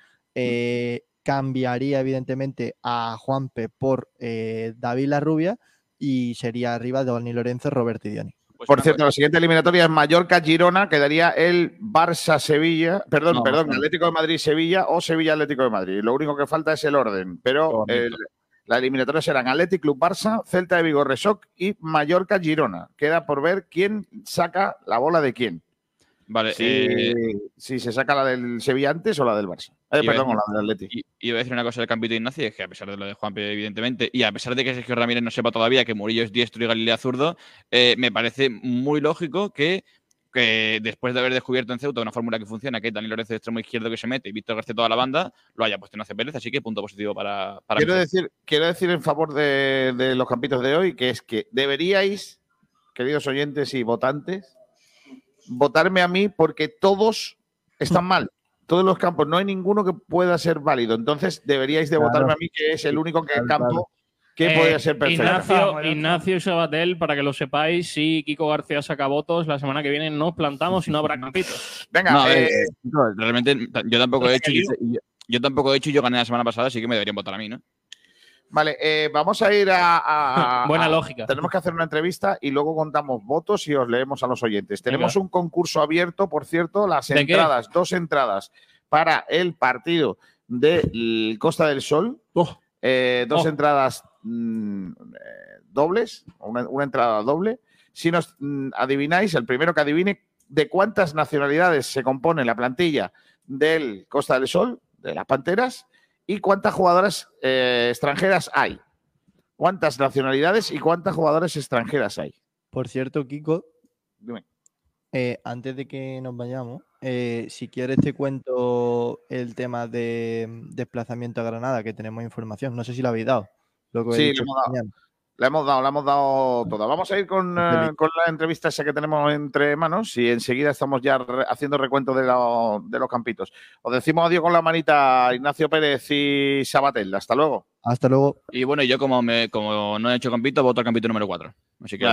Cambiaría evidentemente a Juanpe por David La Rubia y sería arriba de Dani Lorenzo, Roberto y Dioni. Por cierto, la siguiente eliminatoria es Mallorca-Girona, quedaría el Barça-Sevilla, perdón, Atlético de Madrid-Sevilla o Sevilla-Atlético de Madrid. Lo único que falta es el orden, pero la eliminatoria serán Athletic Club Barça, Celta de Vigo Resoc y Mallorca-Girona. Queda por ver quién saca la bola de quién. Vale. Si se saca la del Sevilla antes o la del Barça. Perdón, o la del Athletic. Y iba a decir una cosa del campito de Ignacio, es que a pesar de lo de Juanpe, evidentemente, y a pesar de que Sergio Ramírez no sepa todavía que Murillo es diestro y Galilea zurdo, me parece muy lógico que después de haber descubierto en Ceuta una fórmula que funciona, que es Dani Lorenzo de extremo izquierdo que se mete y Víctor García toda la banda, lo haya puesto en Pérez, así que punto positivo para quiero decir en favor de los campitos de hoy, que es que deberíais, queridos oyentes y votantes, votarme a mí porque todos están mal. Todos los campos, no hay ninguno que pueda ser válido. Entonces deberíais de votarme a mí, que es el único campo que podría ser perfecto. Ignacio Sabatel, para que lo sepáis, si Kiko García saca votos, la semana que viene nos plantamos y no habrá campitos. Venga, realmente yo tampoco he hecho Yo tampoco he hecho y yo gané la semana pasada, así que me deberían votar a mí, ¿no? Vale, vamos a ir Buena lógica. Tenemos que hacer una entrevista y luego contamos votos y os leemos a los oyentes. Tenemos un concurso abierto, por cierto, las entradas, qué? 2 entradas para el partido de Costa del Sol. 2 entradas dobles, una entrada doble. Si nos adivináis, el primero que adivine de cuántas nacionalidades se compone la plantilla del Costa del Sol, de las Panteras, y cuántas jugadoras extranjeras hay. ¿Cuántas nacionalidades y cuántas jugadoras extranjeras hay? Por cierto, Kiko, dime. Antes de que nos vayamos, si quieres te cuento el tema de desplazamiento a Granada, que tenemos información. No sé si lo habéis dado. Sí, le hemos dado toda. Vamos a ir con la entrevista esa que tenemos entre manos y enseguida estamos ya haciendo recuento de los campitos. Os decimos adiós con la manita, Ignacio Pérez y Sabatel. Hasta luego. Hasta luego. Y bueno, yo como no he hecho campito, voto al campito número 4. Así que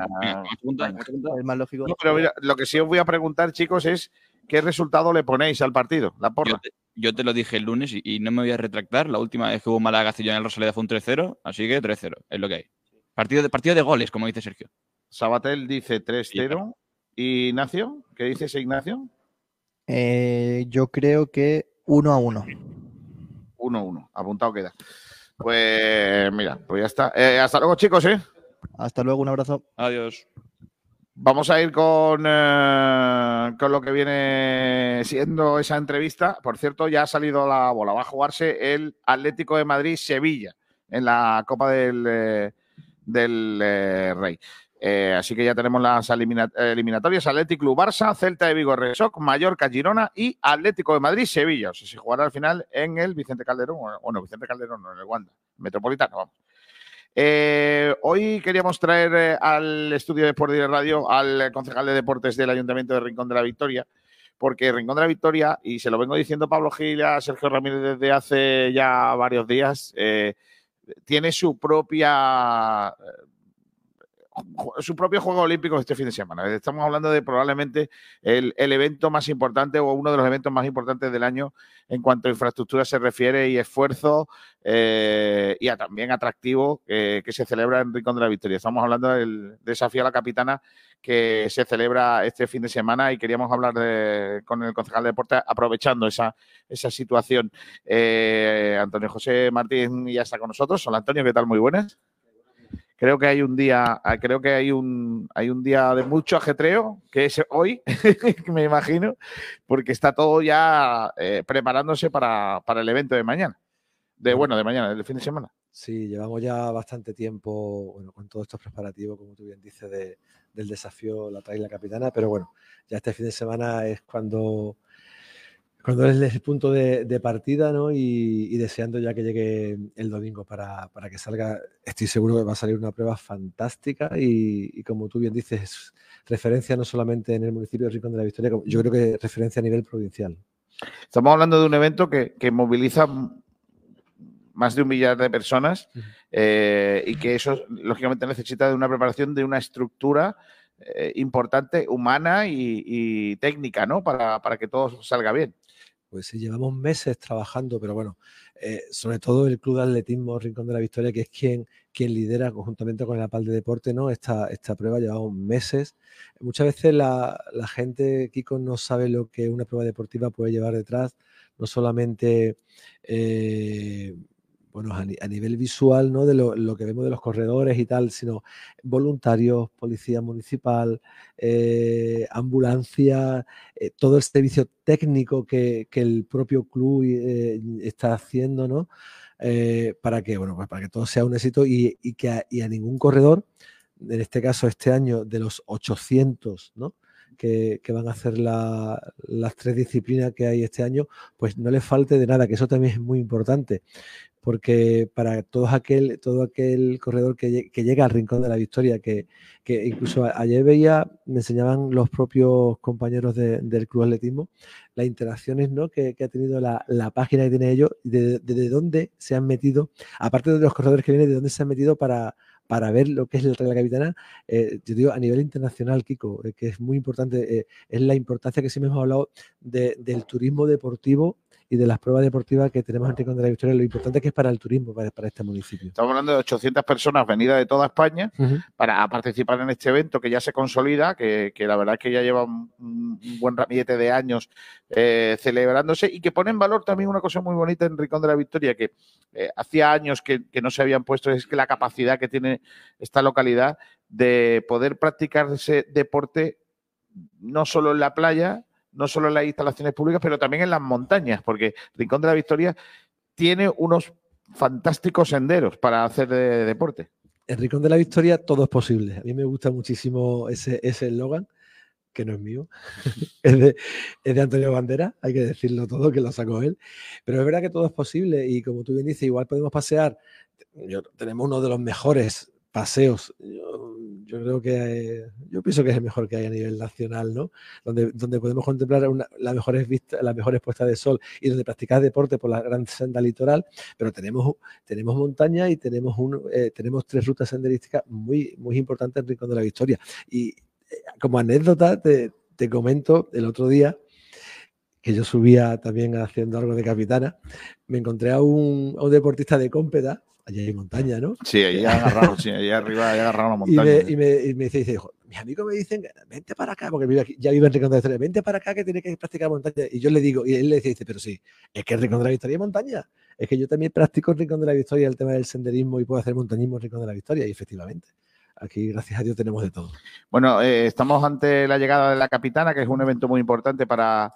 es más lógico. No, pero mira, lo que sí os voy a preguntar, chicos, es ¿qué resultado le ponéis al partido? La porra. Yo te lo dije el lunes y no me voy a retractar. La última vez que hubo Málaga-Castellón en el Rosaleda fue un 3-0, así que 3-0, es lo que hay. Partido de goles, como dice Sergio. Sabatel dice 3-0. ¿Y Ignacio? ¿Qué dices, Ignacio? Yo creo que 1-1. 1-1, apuntado queda. Pues mira, pues ya está. Hasta luego, chicos, Hasta luego, un abrazo. Adiós. Vamos a ir con lo que viene siendo esa entrevista. Por cierto, ya ha salido la bola. Va a jugarse el Atlético de Madrid-Sevilla en la Copa del Rey. Así que ya tenemos las eliminatorias: Athletic Club Barça, Celta de Vigo, Resoc, Mallorca, Girona y Atlético de Madrid, Sevilla. O sea, se jugará al final en el Vicente Calderón, Vicente Calderón no, en el Wanda Metropolitano, vamos. Hoy queríamos traer al estudio de Sport Direct Radio al concejal de deportes del Ayuntamiento de Rincón de la Victoria, porque Rincón de la Victoria, y se lo vengo diciendo Pablo Gil a Sergio Ramírez desde hace ya varios días, tiene su propio juego olímpico este fin de semana. Estamos hablando de probablemente el evento más importante o uno de los eventos más importantes del año en cuanto a infraestructura se refiere y esfuerzo y también atractivo que se celebra en Rincón de la Victoria. Estamos hablando del desafío a la capitana que se celebra este fin de semana y queríamos hablar con el concejal de deporte aprovechando esa situación. Antonio José Martín ya está con nosotros. Hola, Antonio, ¿qué tal? Muy buenas. Creo que hay un día de mucho ajetreo, que es hoy, me imagino, porque está todo ya preparándose para el evento de mañana. De mañana, del fin de semana. Sí, llevamos ya bastante tiempo con todos estos preparativos, como tú bien dices, del desafío La Trae la Capitana, pero bueno, ya este fin de semana es cuando es el punto de partida, ¿no? Y deseando ya que llegue el domingo para que salga. Estoy seguro que va a salir una prueba fantástica y como tú bien dices, referencia no solamente en el municipio de Rincón de la Victoria, yo creo que referencia a nivel provincial. Estamos hablando de un evento que moviliza más de 1 millar de personas y que eso, lógicamente, necesita de una preparación, de una estructura importante, humana y técnica, ¿no? Para que todo salga bien. Pues sí, llevamos meses trabajando, pero bueno, sobre todo el Club de Atletismo Rincón de la Victoria, que es quien lidera conjuntamente con el APAL de Deporte, ¿no? Esta prueba, llevamos meses. Muchas veces la gente, Kiko, no sabe lo que una prueba deportiva puede llevar detrás, no solamente a nivel visual, ¿no? De lo que vemos de los corredores y tal, sino voluntarios, policía municipal, ambulancia, todo el servicio técnico que el propio club está haciendo, ¿no? Para que todo sea un éxito y a ningún corredor, en este caso este año de los 800, ¿no? Que van a hacer las 3 disciplinas que hay este año, pues no les falte de nada, que eso también es muy importante, porque para todo aquel corredor que llega al Rincón de la Victoria, que incluso ayer me enseñaban los propios compañeros del Club Atletismo, las interacciones, ¿no? que ha tenido la página que tiene ellos, de dónde se han metido, aparte de los corredores que vienen, de dónde se han metido para ver lo que es el Trae la Capitana, yo digo a nivel internacional, Kiko, que es muy importante, es la importancia que siempre hemos hablado del turismo deportivo y de las pruebas deportivas que tenemos en Rincón de la Victoria, lo importante que es para el turismo, para este municipio. Estamos hablando de 800 personas venidas de toda España para participar en este evento que ya se consolida, que la verdad es que ya lleva un buen ramillete de años celebrándose y que pone en valor también una cosa muy bonita en Rincón de la Victoria, que hacía años que no se habían puesto, es que la capacidad que tiene esta localidad de poder practicar ese deporte no solo en la playa, no solo en las instalaciones públicas, pero también en las montañas, porque Rincón de la Victoria tiene unos fantásticos senderos para hacer de deporte. En Rincón de la Victoria todo es posible. A mí me gusta muchísimo ese eslogan, que no es mío, es de Antonio Banderas, hay que decirlo todo, que lo sacó él. Pero es verdad que todo es posible y como tú bien dices, igual podemos pasear. Tenemos uno de los mejores paseos. Yo creo que yo pienso que es el mejor que hay a nivel nacional, ¿no? Donde podemos contemplar las mejores vistas, las mejores puestas de sol y donde practicar deporte por la gran senda litoral, pero tenemos montaña y tenemos 3 rutas senderísticas muy, muy importantes en Rincón de la Victoria. Y como anécdota te comento, el otro día que yo subía también haciendo algo de capitana, me encontré a un deportista de Cómpeda. Allí hay montaña, ¿no? Sí, allí agarraron, sí, allí arriba hay agarrado una montaña. Y me dice, mis amigos me dicen, vente para acá, porque ya vive en Rincón de la Victoria, vente para acá que tiene que practicar montaña. Y yo le digo, y él le dice, pero sí, es que en Rincón de la Victoria hay montaña. Es que yo también practico en Rincón de la Victoria el tema del senderismo y puedo hacer montañismo en Rincón de la Victoria. Y efectivamente, aquí, gracias a Dios, tenemos de todo. Bueno, estamos ante la llegada de la capitana, que es un evento muy importante para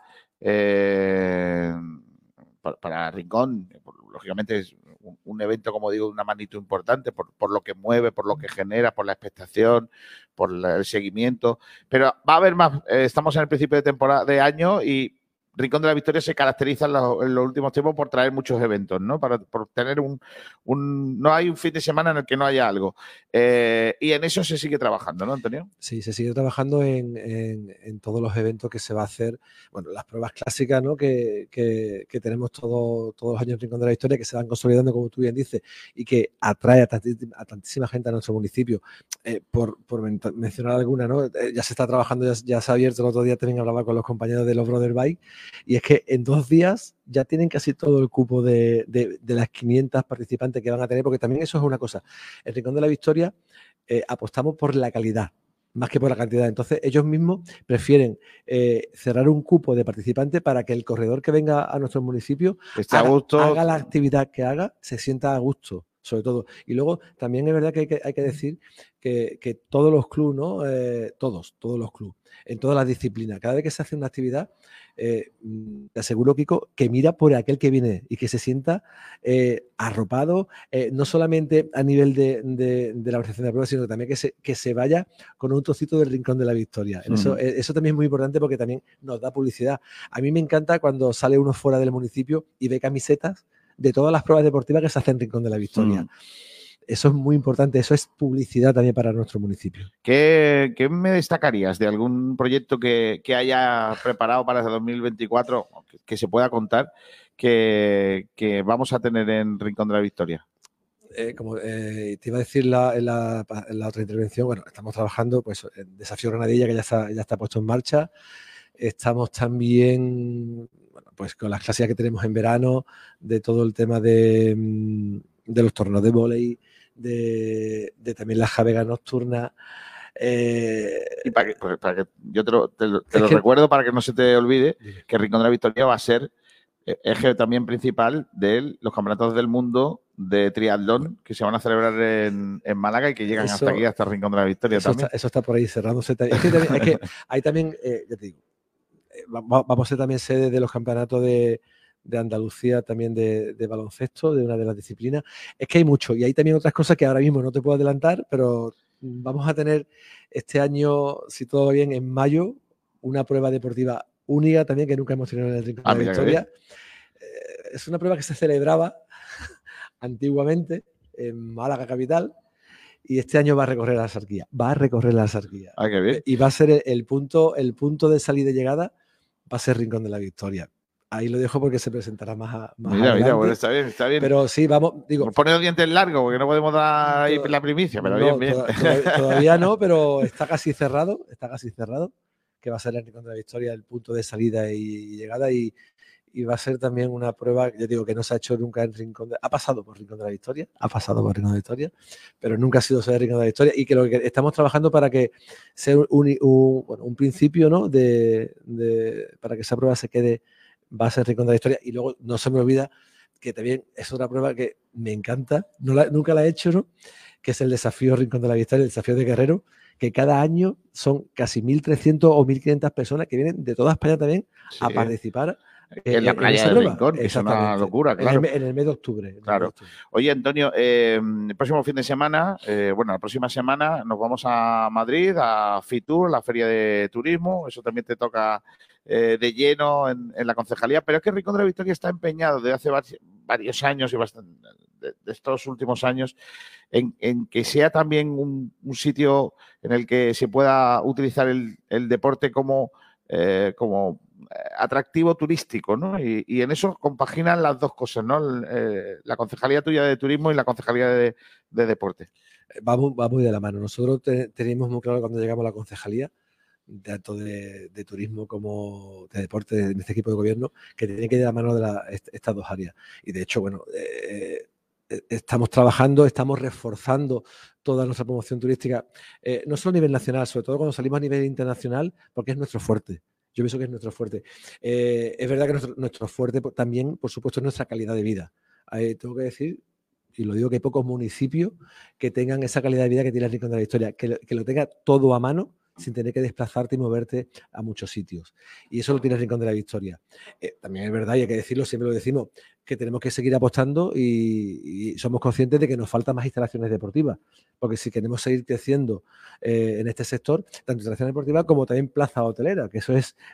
Rincón. Lógicamente es un evento, como digo, de una magnitud importante por lo que mueve, por lo que genera, por la expectación, por el seguimiento. Pero va a haber más. Estamos en el principio de temporada de año y Rincón de la Victoria se caracteriza en los últimos tiempos por traer muchos eventos, ¿no? Por tener no hay un fin de semana en el que no haya algo. Y en eso se sigue trabajando, ¿no, Antonio? Sí, se sigue trabajando en todos los eventos que se va a hacer. Bueno, las pruebas clásicas, ¿no? que tenemos todos los años en Rincón de la Victoria, que se van consolidando, como tú bien dices, y que atrae a tantísima gente a nuestro municipio. Por mencionar alguna, ¿no? Ya se está trabajando, ya se ha abierto. El otro día también hablaba con los compañeros de los Brother Bike, y es que en 2 días ya tienen casi todo el cupo de las 500 participantes que van a tener, porque también eso es una cosa. En Rincón de la Victoria apostamos por la calidad más que por la cantidad. Entonces, ellos mismos prefieren cerrar un cupo de participantes para que el corredor que venga a nuestro municipio haga la actividad que haga, se sienta a gusto, sobre todo. Y luego, también es verdad que hay que decir que todos los clubes, ¿no? Todos los clubes, en todas las disciplinas, cada vez que se hace una actividad, te aseguro, Kiko, que mira por aquel que viene y que se sienta arropado, no solamente a nivel de la organización de la prueba, sino también que se vaya con un trocito del Rincón de la Victoria. Eso también es muy importante porque también nos da publicidad. A mí me encanta cuando sale uno fuera del municipio y ve camisetas de todas las pruebas deportivas que se hacen en Rincón de la Victoria. Eso es muy importante, eso es publicidad también para nuestro municipio. ¿Qué me destacarías de algún proyecto que haya preparado para este 2024, que se pueda contar, que vamos a tener en Rincón de la Victoria? Como te iba a decir en la otra intervención, bueno, estamos trabajando pues en Desafío Granadilla, que ya está puesto en marcha. Estamos también pues con las clases que tenemos en verano, de todo el tema de los torneos de vóley, de también la javega nocturna. Y para que yo te lo recuerdo, para que no se te olvide, que Rincón de la Victoria va a ser eje también principal de los campeonatos del mundo de triatlón que se van a celebrar en Málaga y que llegan hasta aquí, hasta Rincón de la Victoria también. Eso está por ahí cerrándose. Es que hay también, ya te digo, vamos a ser también sede de los campeonatos de Andalucía, también de baloncesto, de una de las disciplinas. Es que hay mucho y hay también otras cosas que ahora mismo no te puedo adelantar, pero vamos a tener este año, si todo va bien, en mayo, una prueba deportiva única también que nunca hemos tenido en el Rincón de la Victoria. Es una prueba que se celebraba antiguamente en Málaga capital y este año va a recorrer la Sarquía. Ah, qué bien. Y va a ser el punto de salida y llegada, va a ser Rincón de la Victoria. Ahí lo dejo porque se presentará más Mira, bueno, está bien. Pero sí, vamos, digo... Nos pone los dientes largos porque no podemos dar ahí la primicia, pero no, bien. Todavía no, pero está casi cerrado, que va a ser el Rincón de la Victoria el punto de salida y llegada y y va a ser también una prueba, yo digo que no se ha hecho nunca en Rincón ha pasado por Rincón de la Victoria, pero nunca ha sido sede de Rincón de la Victoria, y que lo que estamos trabajando para que sea un principio, ¿no? Para que esa prueba se quede, va a ser Rincón de la Victoria. Y luego no se me olvida que también es otra prueba que me encanta, nunca la he hecho, ¿no? Que es el desafío Rincón de la Victoria, el desafío de Guerrero, que cada año son casi 1.300 o 1.500 personas que vienen de toda España también a participar en la playa de Rincón, que es una locura, claro. En el mes de octubre. Claro. Oye, Antonio, el próximo fin de semana, la próxima semana nos vamos a Madrid, a Fitur, la Feria de Turismo. Eso también te toca de lleno en la concejalía. Pero es que Rincón de la Victoria está empeñado desde hace varios años y de estos últimos años en que sea también un sitio en el que se pueda utilizar el deporte como atractivo turístico, ¿no? Y en eso compaginan las dos cosas, ¿no? La concejalía tuya de turismo y la concejalía de deporte. Va muy de la mano. Nosotros tenemos muy claro cuando llegamos a la concejalía, tanto de turismo como de deporte, en este equipo de gobierno, que tiene que ir de la mano de estas dos áreas. Y de hecho, estamos trabajando, estamos reforzando toda nuestra promoción turística, no solo a nivel nacional, sobre todo cuando salimos a nivel internacional, porque es nuestro fuerte. Yo pienso que es nuestro fuerte. Es verdad que nuestro fuerte también, por supuesto, es nuestra calidad de vida. Tengo que decir, y lo digo, que hay pocos municipios que tengan esa calidad de vida que tiene el Rincón de la Victoria, que lo tenga todo a mano, sin tener que desplazarte y moverte a muchos sitios. Y eso lo tiene el Rincón de la Victoria. También es verdad, y hay que decirlo, siempre lo decimos, que tenemos que seguir apostando y somos conscientes de que nos faltan más instalaciones deportivas, porque si queremos seguir creciendo en este sector, tanto instalaciones deportivas como también plaza hotelera, que eso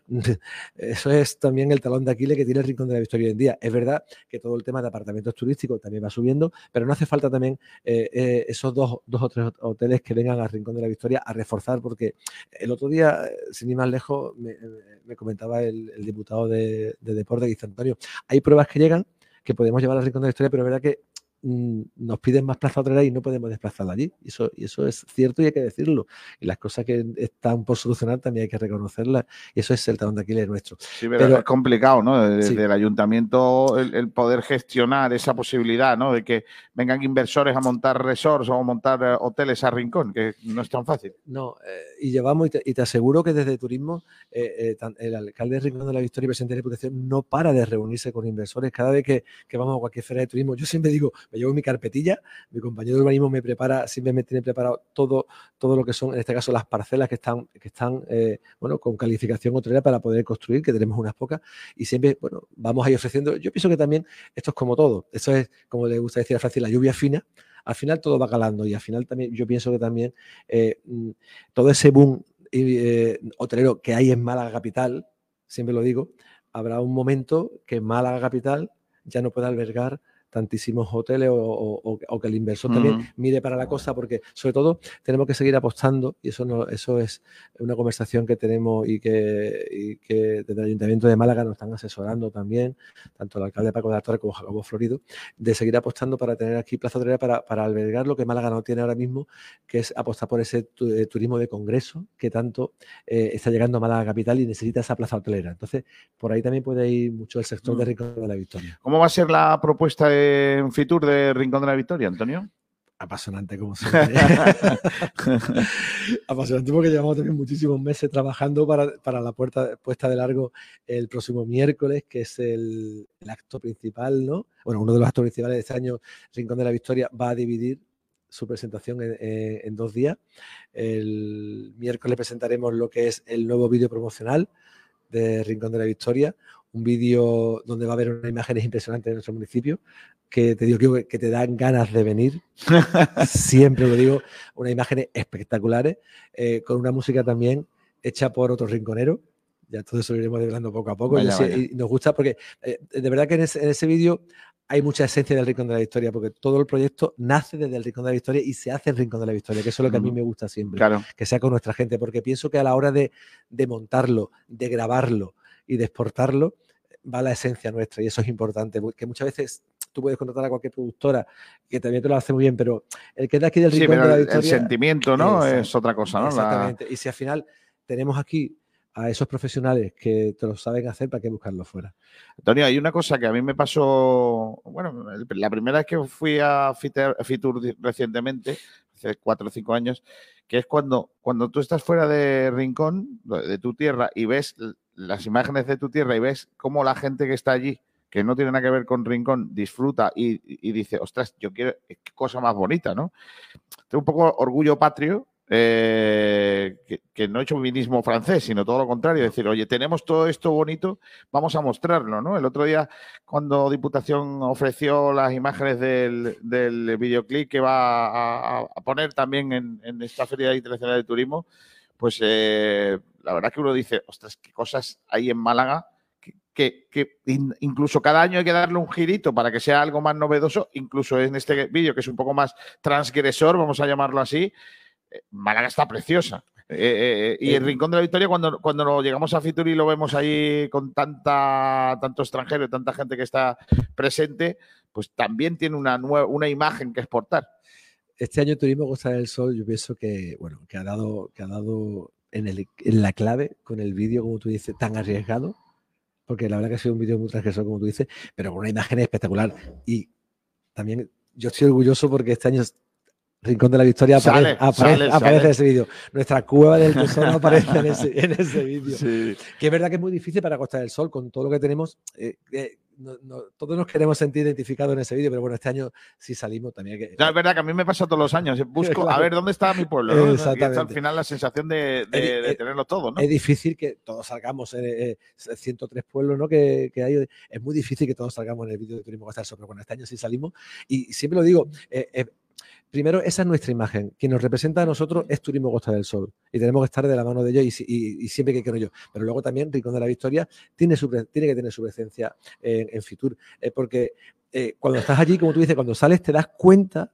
es también el talón de Aquiles que tiene el Rincón de la Victoria hoy en día. Es verdad que todo el tema de apartamentos turísticos también va subiendo, pero no hace falta también esos dos o tres hoteles que vengan al Rincón de la Victoria a reforzar, porque el otro día, sin ir más lejos, me comentaba el diputado de Deporte, dice Antonio, hay pruebas que llegan que podemos llevar al Rincón de la Victoria, pero es verdad que nos piden más plaza hotelera y no podemos desplazarla allí. Y eso es cierto y hay que decirlo. Y las cosas que están por solucionar también hay que reconocerlas. Y eso es el talón de Aquiles nuestro. Sí, pero es complicado, ¿no? Desde el ayuntamiento el poder gestionar esa posibilidad, ¿no? De que vengan inversores a montar resorts o a montar hoteles a Rincón, que no es tan fácil. No, y llevamos, y te aseguro que desde turismo, el alcalde de Rincón de la Victoria y presidente de la Diputación no para de reunirse con inversores. Cada vez que vamos a cualquier feria de turismo, yo siempre digo, me llevo mi carpetilla, mi compañero de urbanismo siempre me tiene preparado todo lo que son, en este caso, las parcelas que están con calificación hotelera para poder construir, que tenemos unas pocas, y siempre, vamos ahí ofreciendo. Yo pienso que también esto es como todo, eso es, como le gusta decir a Francis, la lluvia fina. Al final todo va calando y al final también yo pienso que también todo ese boom hotelero que hay en Málaga capital, siempre lo digo, habrá un momento que Málaga capital ya no pueda albergar tantísimos hoteles o que el inversor también mire para la cosa, porque sobre todo tenemos que seguir apostando, y eso es una conversación que tenemos y que desde el Ayuntamiento de Málaga nos están asesorando también, tanto el alcalde Paco de la Torre como Jacobo Florido, de seguir apostando para tener aquí plaza hotelera para albergar lo que Málaga no tiene ahora mismo, que es apostar por ese turismo de congreso que tanto está llegando a Málaga capital y necesita esa plaza hotelera. Entonces, por ahí también puede ir mucho el sector de Rincón de la Victoria. ¿Cómo va a ser la propuesta en Fitur de Rincón de la Victoria, Antonio? Apasionante, como siempre. Apasionante, porque llevamos también muchísimos meses trabajando para la puesta de largo el próximo miércoles, que es el acto principal, ¿no? Bueno, uno de los actos principales de este año. Rincón de la Victoria va a dividir su presentación en 2 días. El miércoles presentaremos lo que es el nuevo vídeo promocional de Rincón de la Victoria, un vídeo donde va a haber unas imágenes impresionantes de nuestro municipio, que te digo que te dan ganas de venir, siempre lo digo, unas imágenes espectaculares, con una música también hecha por otro rinconero. Ya todo eso lo iremos desvelando poco a poco. Vaya. Y nos gusta porque de verdad que en ese vídeo hay mucha esencia del Rincón de la Victoria, porque todo el proyecto nace desde el Rincón de la Victoria y se hace en Rincón de la Victoria, que eso es lo que a mí me gusta siempre, claro, que sea con nuestra gente, porque pienso que a la hora de montarlo, de grabarlo y de exportarlo, va la esencia nuestra, y eso es importante, porque muchas veces tú puedes contratar a cualquier productora que también te lo hace muy bien, pero el que es de aquí del Rincón de la Victoria... el sentimiento, ¿no? Es otra cosa, ¿no? Exactamente. Y si al final tenemos aquí a esos profesionales que te lo saben hacer, ¿para qué buscarlo fuera? Antonio, hay una cosa que a mí me pasó, bueno, la primera vez que fui a Fitur recientemente, hace 4 o 5 años, que es cuando tú estás fuera de Rincón, de tu tierra, y ves las imágenes de tu tierra y ves cómo la gente que está allí, que no tiene nada que ver con Rincón, disfruta y dice, ostras, yo quiero, qué cosa más bonita, ¿no? Tengo un poco orgullo patrio, que no he hecho chauvinismo francés, sino todo lo contrario, decir, oye, tenemos todo esto bonito, vamos a mostrarlo, ¿no? El otro día, cuando Diputación ofreció las imágenes del videoclip que va a poner también en esta Feria Internacional de Turismo, pues la verdad que uno dice, ostras, qué cosas hay en Málaga que incluso cada año hay que darle un girito para que sea algo más novedoso, incluso en este vídeo que es un poco más transgresor, vamos a llamarlo así. Málaga está preciosa. Y el Rincón de la Victoria, cuando llegamos a Fitur y lo vemos ahí con tanto extranjero y tanta gente que está presente, pues también tiene una imagen que exportar. Este año Turismo Costa del Sol, yo pienso que, bueno, que ha dado en la clave con el vídeo, como tú dices, tan arriesgado, porque la verdad que ha sido un vídeo muy transgresor, como tú dices, pero con una imagen espectacular. Y también yo estoy orgulloso porque este año Rincón de la Victoria aparece en ese vídeo. Nuestra cueva del tesoro aparece en ese vídeo. Sí. Que es verdad que es muy difícil para Costa del Sol, con todo lo que tenemos. Todos nos queremos sentir identificados en ese vídeo, pero bueno, este año sí salimos también. No, es verdad que a mí me pasa todos los años. Busco claro. A ver dónde está mi pueblo, ¿no? Exactamente. Y al final la sensación de tenerlo todo, ¿no? Es difícil que todos salgamos, 103 pueblos, ¿no? que hay. Es muy difícil que todos salgamos en el vídeo de Turismo Costa del Sol, pero bueno, este año sí salimos. Y siempre lo digo, primero, esa es nuestra imagen. Quien nos representa a nosotros es Turismo Costa del Sol. Y tenemos que estar de la mano de ellos y siempre que quiero yo. Pero luego también Rincón de la Victoria tiene que tener su presencia en Fitur. Porque cuando estás allí, como tú dices, cuando sales te das cuenta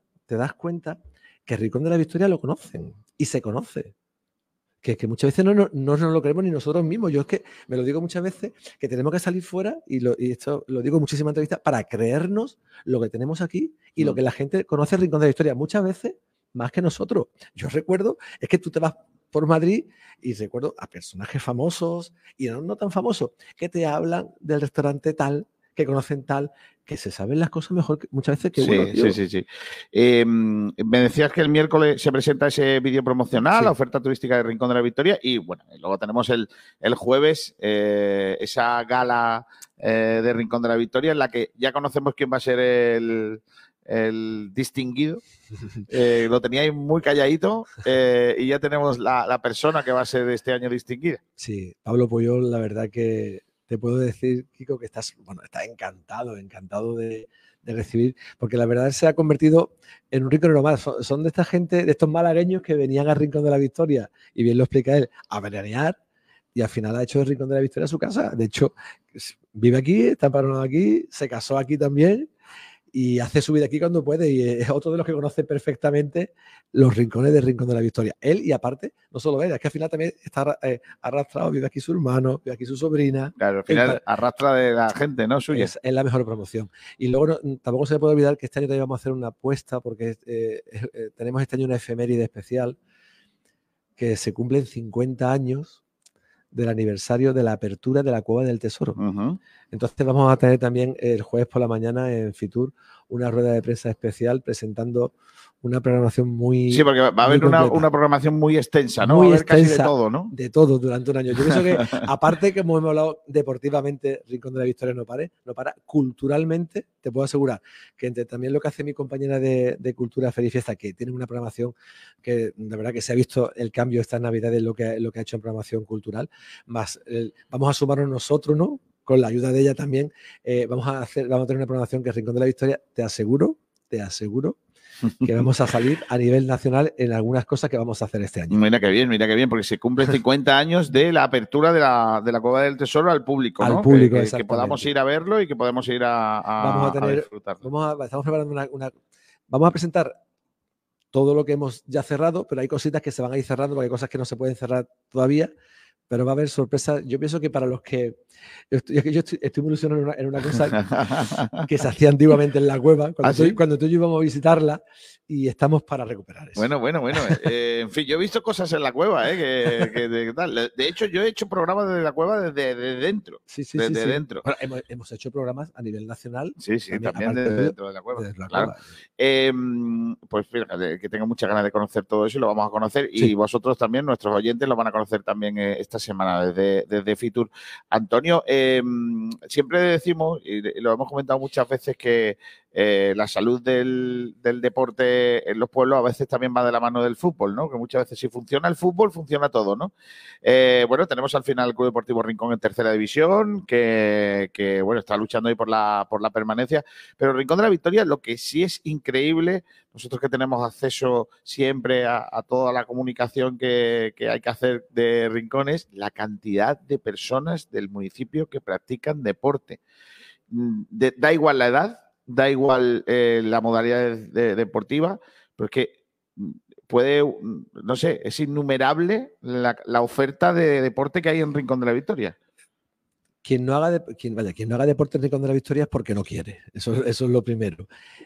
que Rincón de la Victoria lo conocen y se conoce. Que muchas veces no nos lo creemos ni nosotros mismos. Yo es que me lo digo muchas veces, que tenemos que salir fuera, y esto lo digo en muchísimas entrevistas, para creernos lo que tenemos aquí y lo que la gente conoce Rincón de la Victoria. Muchas veces más que nosotros. Yo recuerdo, es que tú te vas por Madrid y recuerdo a personajes famosos y no tan famosos que te hablan del restaurante tal, que conocen tal, que se saben las cosas mejor muchas veces que uno. Sí. Me decías que el miércoles se presenta ese vídeo promocional, la oferta turística de Rincón de la Victoria, y bueno, luego tenemos el jueves esa gala de Rincón de la Victoria en la que ya conocemos quién va a ser el distinguido. Lo teníais muy calladito y ya tenemos la persona que va a ser este año distinguida. Sí, Pablo Puyol, la verdad que te puedo decir, Kiko, que estás encantado de recibir, porque la verdad se ha convertido en un rincón normal. Son de esta gente, de estos malagueños que venían al Rincón de la Victoria, y bien lo explica él, a veranear, y al final ha hecho el Rincón de la Victoria su casa. De hecho, vive aquí, está empadronado aquí, se casó aquí también, y hace su vida aquí cuando puede, y es otro de los que conoce perfectamente los rincones del Rincón de la Victoria. Él, y aparte, no solo él, es que al final también está arrastrado, vive aquí su hermano, vive aquí su sobrina. Claro, al final arrastra de la gente, ¿no? Suya. Es la mejor promoción. Y luego tampoco se le puede olvidar que este año también vamos a hacer una apuesta, porque tenemos este año una efeméride especial, que se cumplen 50 años del aniversario de la apertura de la Cueva del Tesoro. Entonces vamos a tener también el jueves por la mañana en Fitur una rueda de prensa especial presentando una programación muy... Sí, porque va a haber una programación muy extensa, ¿no? Muy va a haber extensa, casi de todo, ¿no? De todo durante un año. Yo pienso que, aparte que como hemos hablado deportivamente, Rincón de la Victoria no para, culturalmente, te puedo asegurar que entre también lo que hace mi compañera de Cultura, Feria y Fiesta, que tiene una programación que de verdad que se ha visto el cambio estas Navidades, lo que ha hecho en programación cultural, más vamos a sumarnos nosotros, ¿no? Con la ayuda de ella también, vamos a tener una programación que Rincón de la Victoria, te aseguro que vamos a salir a nivel nacional en algunas cosas que vamos a hacer este año. Mira qué bien, porque se cumplen 50 años de la apertura de la Cueva del Tesoro al público, ¿no? Al público, que podamos ir a verlo y que podamos ir a disfrutarlo. Estamos preparando vamos a presentar todo lo que hemos ya cerrado, pero hay cositas que se van a ir cerrando porque hay cosas que no se pueden cerrar todavía, pero va a haber sorpresas. Yo pienso que para los que... Yo estoy muy ilusionado en una cosa que se hacía antiguamente en la cueva, cuando tú y yo íbamos a visitarla, y estamos para recuperar eso. Bueno. En fin, yo he visto cosas en la cueva, tal. De hecho, yo he hecho programas desde la cueva desde dentro. Sí. Dentro. Bueno, hemos hecho programas a nivel nacional. Sí, también desde dentro de la cueva. Claro. Pues fíjate, que tengo muchas ganas de conocer todo eso y lo vamos a conocer. Y vosotros también, nuestros oyentes, lo van a conocer también esta semana desde Fitur. Antonio, siempre decimos, y lo hemos comentado muchas veces, que la salud del deporte en los pueblos a veces también va de la mano del fútbol, ¿no? Que muchas veces si funciona el fútbol, funciona todo, ¿no? Bueno, tenemos al final el Club Deportivo Rincón en tercera división, que bueno, está luchando ahí por la permanencia, pero Rincón de la Victoria, lo que sí es increíble, nosotros que tenemos acceso siempre a toda la comunicación que hay que hacer de Rincón, es la cantidad de personas del municipio que practican deporte. Da igual la edad, da igual la modalidad deportiva, pero es que puede, no sé, es innumerable la oferta de deporte que hay en Rincón de la Victoria. Quien no haga deporte en Rincón de la Victoria es porque no quiere. Eso es lo primero.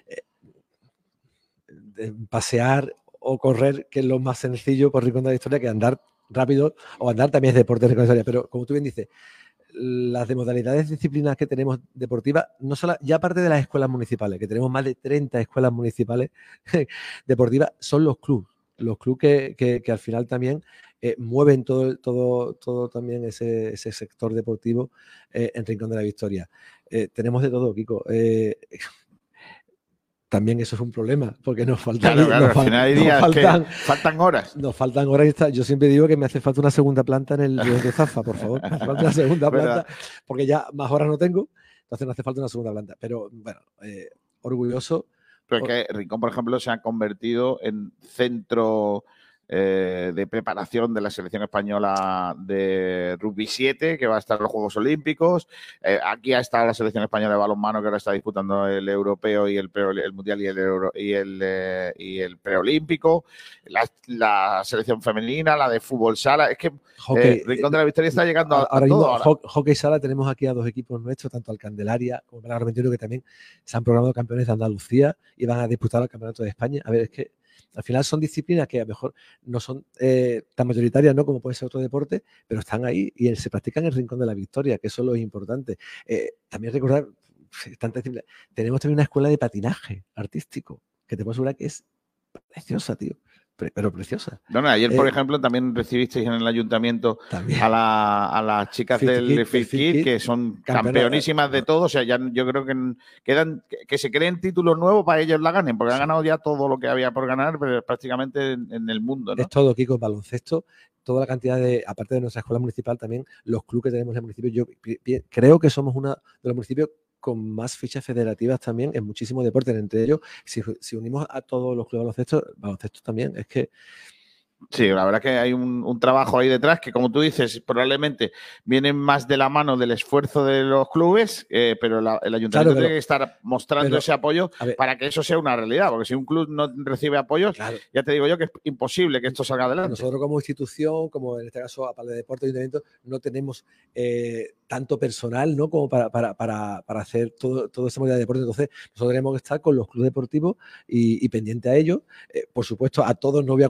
Pasear o correr, que es lo más sencillo por Rincón de la Victoria, que andar rápido, o andar también es deporte en Rincón de la Victoria. Pero como tú bien dices, las de modalidades disciplinas que tenemos deportivas, no solo, ya aparte de las escuelas municipales, que tenemos más de 30 escuelas municipales deportivas, son los clubes. Los clubes que al final también mueven todo también ese sector deportivo en Rincón de la Victoria. Tenemos de todo, Kiko. También eso es un problema, porque nos faltan... Claro, al final hay días que faltan horas. Nos faltan horas. Yo siempre digo que me hace falta una segunda planta en el de Zafa, por favor. Me hace falta una segunda planta, porque ya más horas no tengo, entonces no hace falta una segunda planta. Pero bueno, orgulloso. Pero es que Rincón, por ejemplo, se ha convertido en centro de preparación de la selección española de rugby 7, que va a estar en los Juegos Olímpicos. Aquí ha estado la selección española de balonmano, que ahora está disputando el europeo y el mundial y el preolímpico. La selección femenina, la de fútbol sala. Es que Rincón de la Victoria está llegando a todo. Hockey sala, tenemos aquí a dos equipos nuestros, tanto al Candelaria como al Armentero, que también se han programado campeones de Andalucía y van a disputar el campeonato de España. A ver, es que al final son disciplinas que a lo mejor no son tan mayoritarias, ¿no?, como puede ser otro deporte, pero están ahí y se practican en el Rincón de la Victoria, que eso es lo importante. También recordar, tenemos también una escuela de patinaje artístico, que te puedo asegurar que es preciosa, tío. Pero preciosa. No, ayer, por ejemplo, también recibisteis en el ayuntamiento a las chicas del Fit Kid, que son campeonísimas de todo. O sea, ya yo creo que se creen títulos nuevos para ellos la ganen, porque han ganado ya todo lo que había por ganar, pero prácticamente en el mundo, ¿no? Es todo, Kiko, baloncesto, toda la cantidad de, aparte de nuestra escuela municipal, también los clubes que tenemos en el municipio. Yo creo que somos uno de los municipios con más fichas federativas también en muchísimos deportes. Entre ellos, si unimos a todos los clubes baloncesto también, es que... Sí, la verdad que hay un trabajo ahí detrás que, como tú dices, probablemente viene más de la mano del esfuerzo de los clubes, pero el ayuntamiento tiene que estar mostrando ese apoyo para que eso sea una realidad, porque si un club no recibe apoyos, ya te digo yo que es imposible que esto salga adelante. Nosotros como institución, como en este caso a de Deporte Ayuntamiento, no tenemos tanto personal, ¿no?, como para hacer todo esa modalidad de deporte. Entonces, nosotros tenemos que estar con los clubes deportivos y pendiente a ellos. Por supuesto, a todos no voy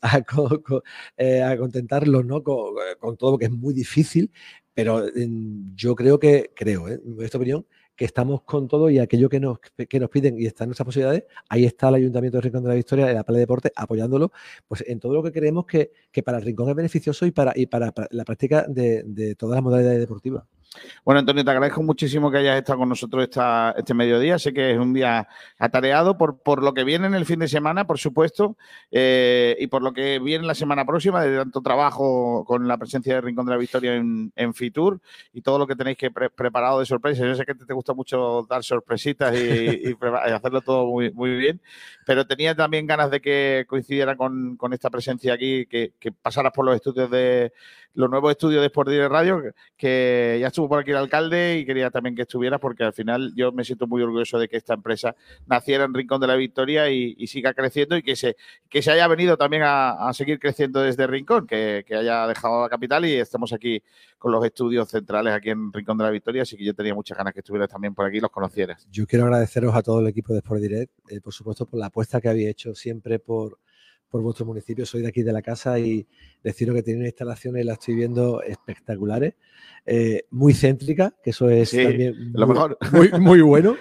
a contentarlos, ¿no?, con todo, porque es muy difícil, pero yo creo en esta opinión, que estamos con todo, y aquello que nos piden y está en nuestras posibilidades, ahí está el Ayuntamiento de Rincón de la Victoria, la Pala de Deporte, apoyándolo pues en todo lo que creemos que para el Rincón es beneficioso y para la práctica de todas las modalidades deportivas. Bueno, Antonio, te agradezco muchísimo que hayas estado con nosotros este mediodía. Sé que es un día atareado por lo que viene en el fin de semana, por supuesto, y por lo que viene la semana próxima, de tanto trabajo con la presencia de Rincón de la Victoria en Fitur y todo lo que tenéis que preparado de sorpresa. Yo sé que te gusta mucho dar sorpresitas y hacerlo todo muy, muy bien, pero tenía también ganas de que coincidiera con esta presencia aquí, que pasaras por los estudios los nuevos estudios de Sport Direct Radio, que ya estuvo estuvo por aquí el alcalde y quería también que estuviera porque al final yo me siento muy orgulloso de que esta empresa naciera en Rincón de la Victoria y siga creciendo y que se haya venido también a seguir creciendo desde Rincón, que haya dejado la capital y estamos aquí con los estudios centrales aquí en Rincón de la Victoria, así que yo tenía muchas ganas que estuvieras también por aquí y los conocieras. Yo quiero agradeceros a todo el equipo de Sport Direct, por supuesto, por la apuesta que habéis hecho siempre por vuestro municipio. Soy de aquí de la casa y deciros que tienen instalaciones, las estoy viendo espectaculares, muy céntricas, que eso es también lo mejor. Muy bueno.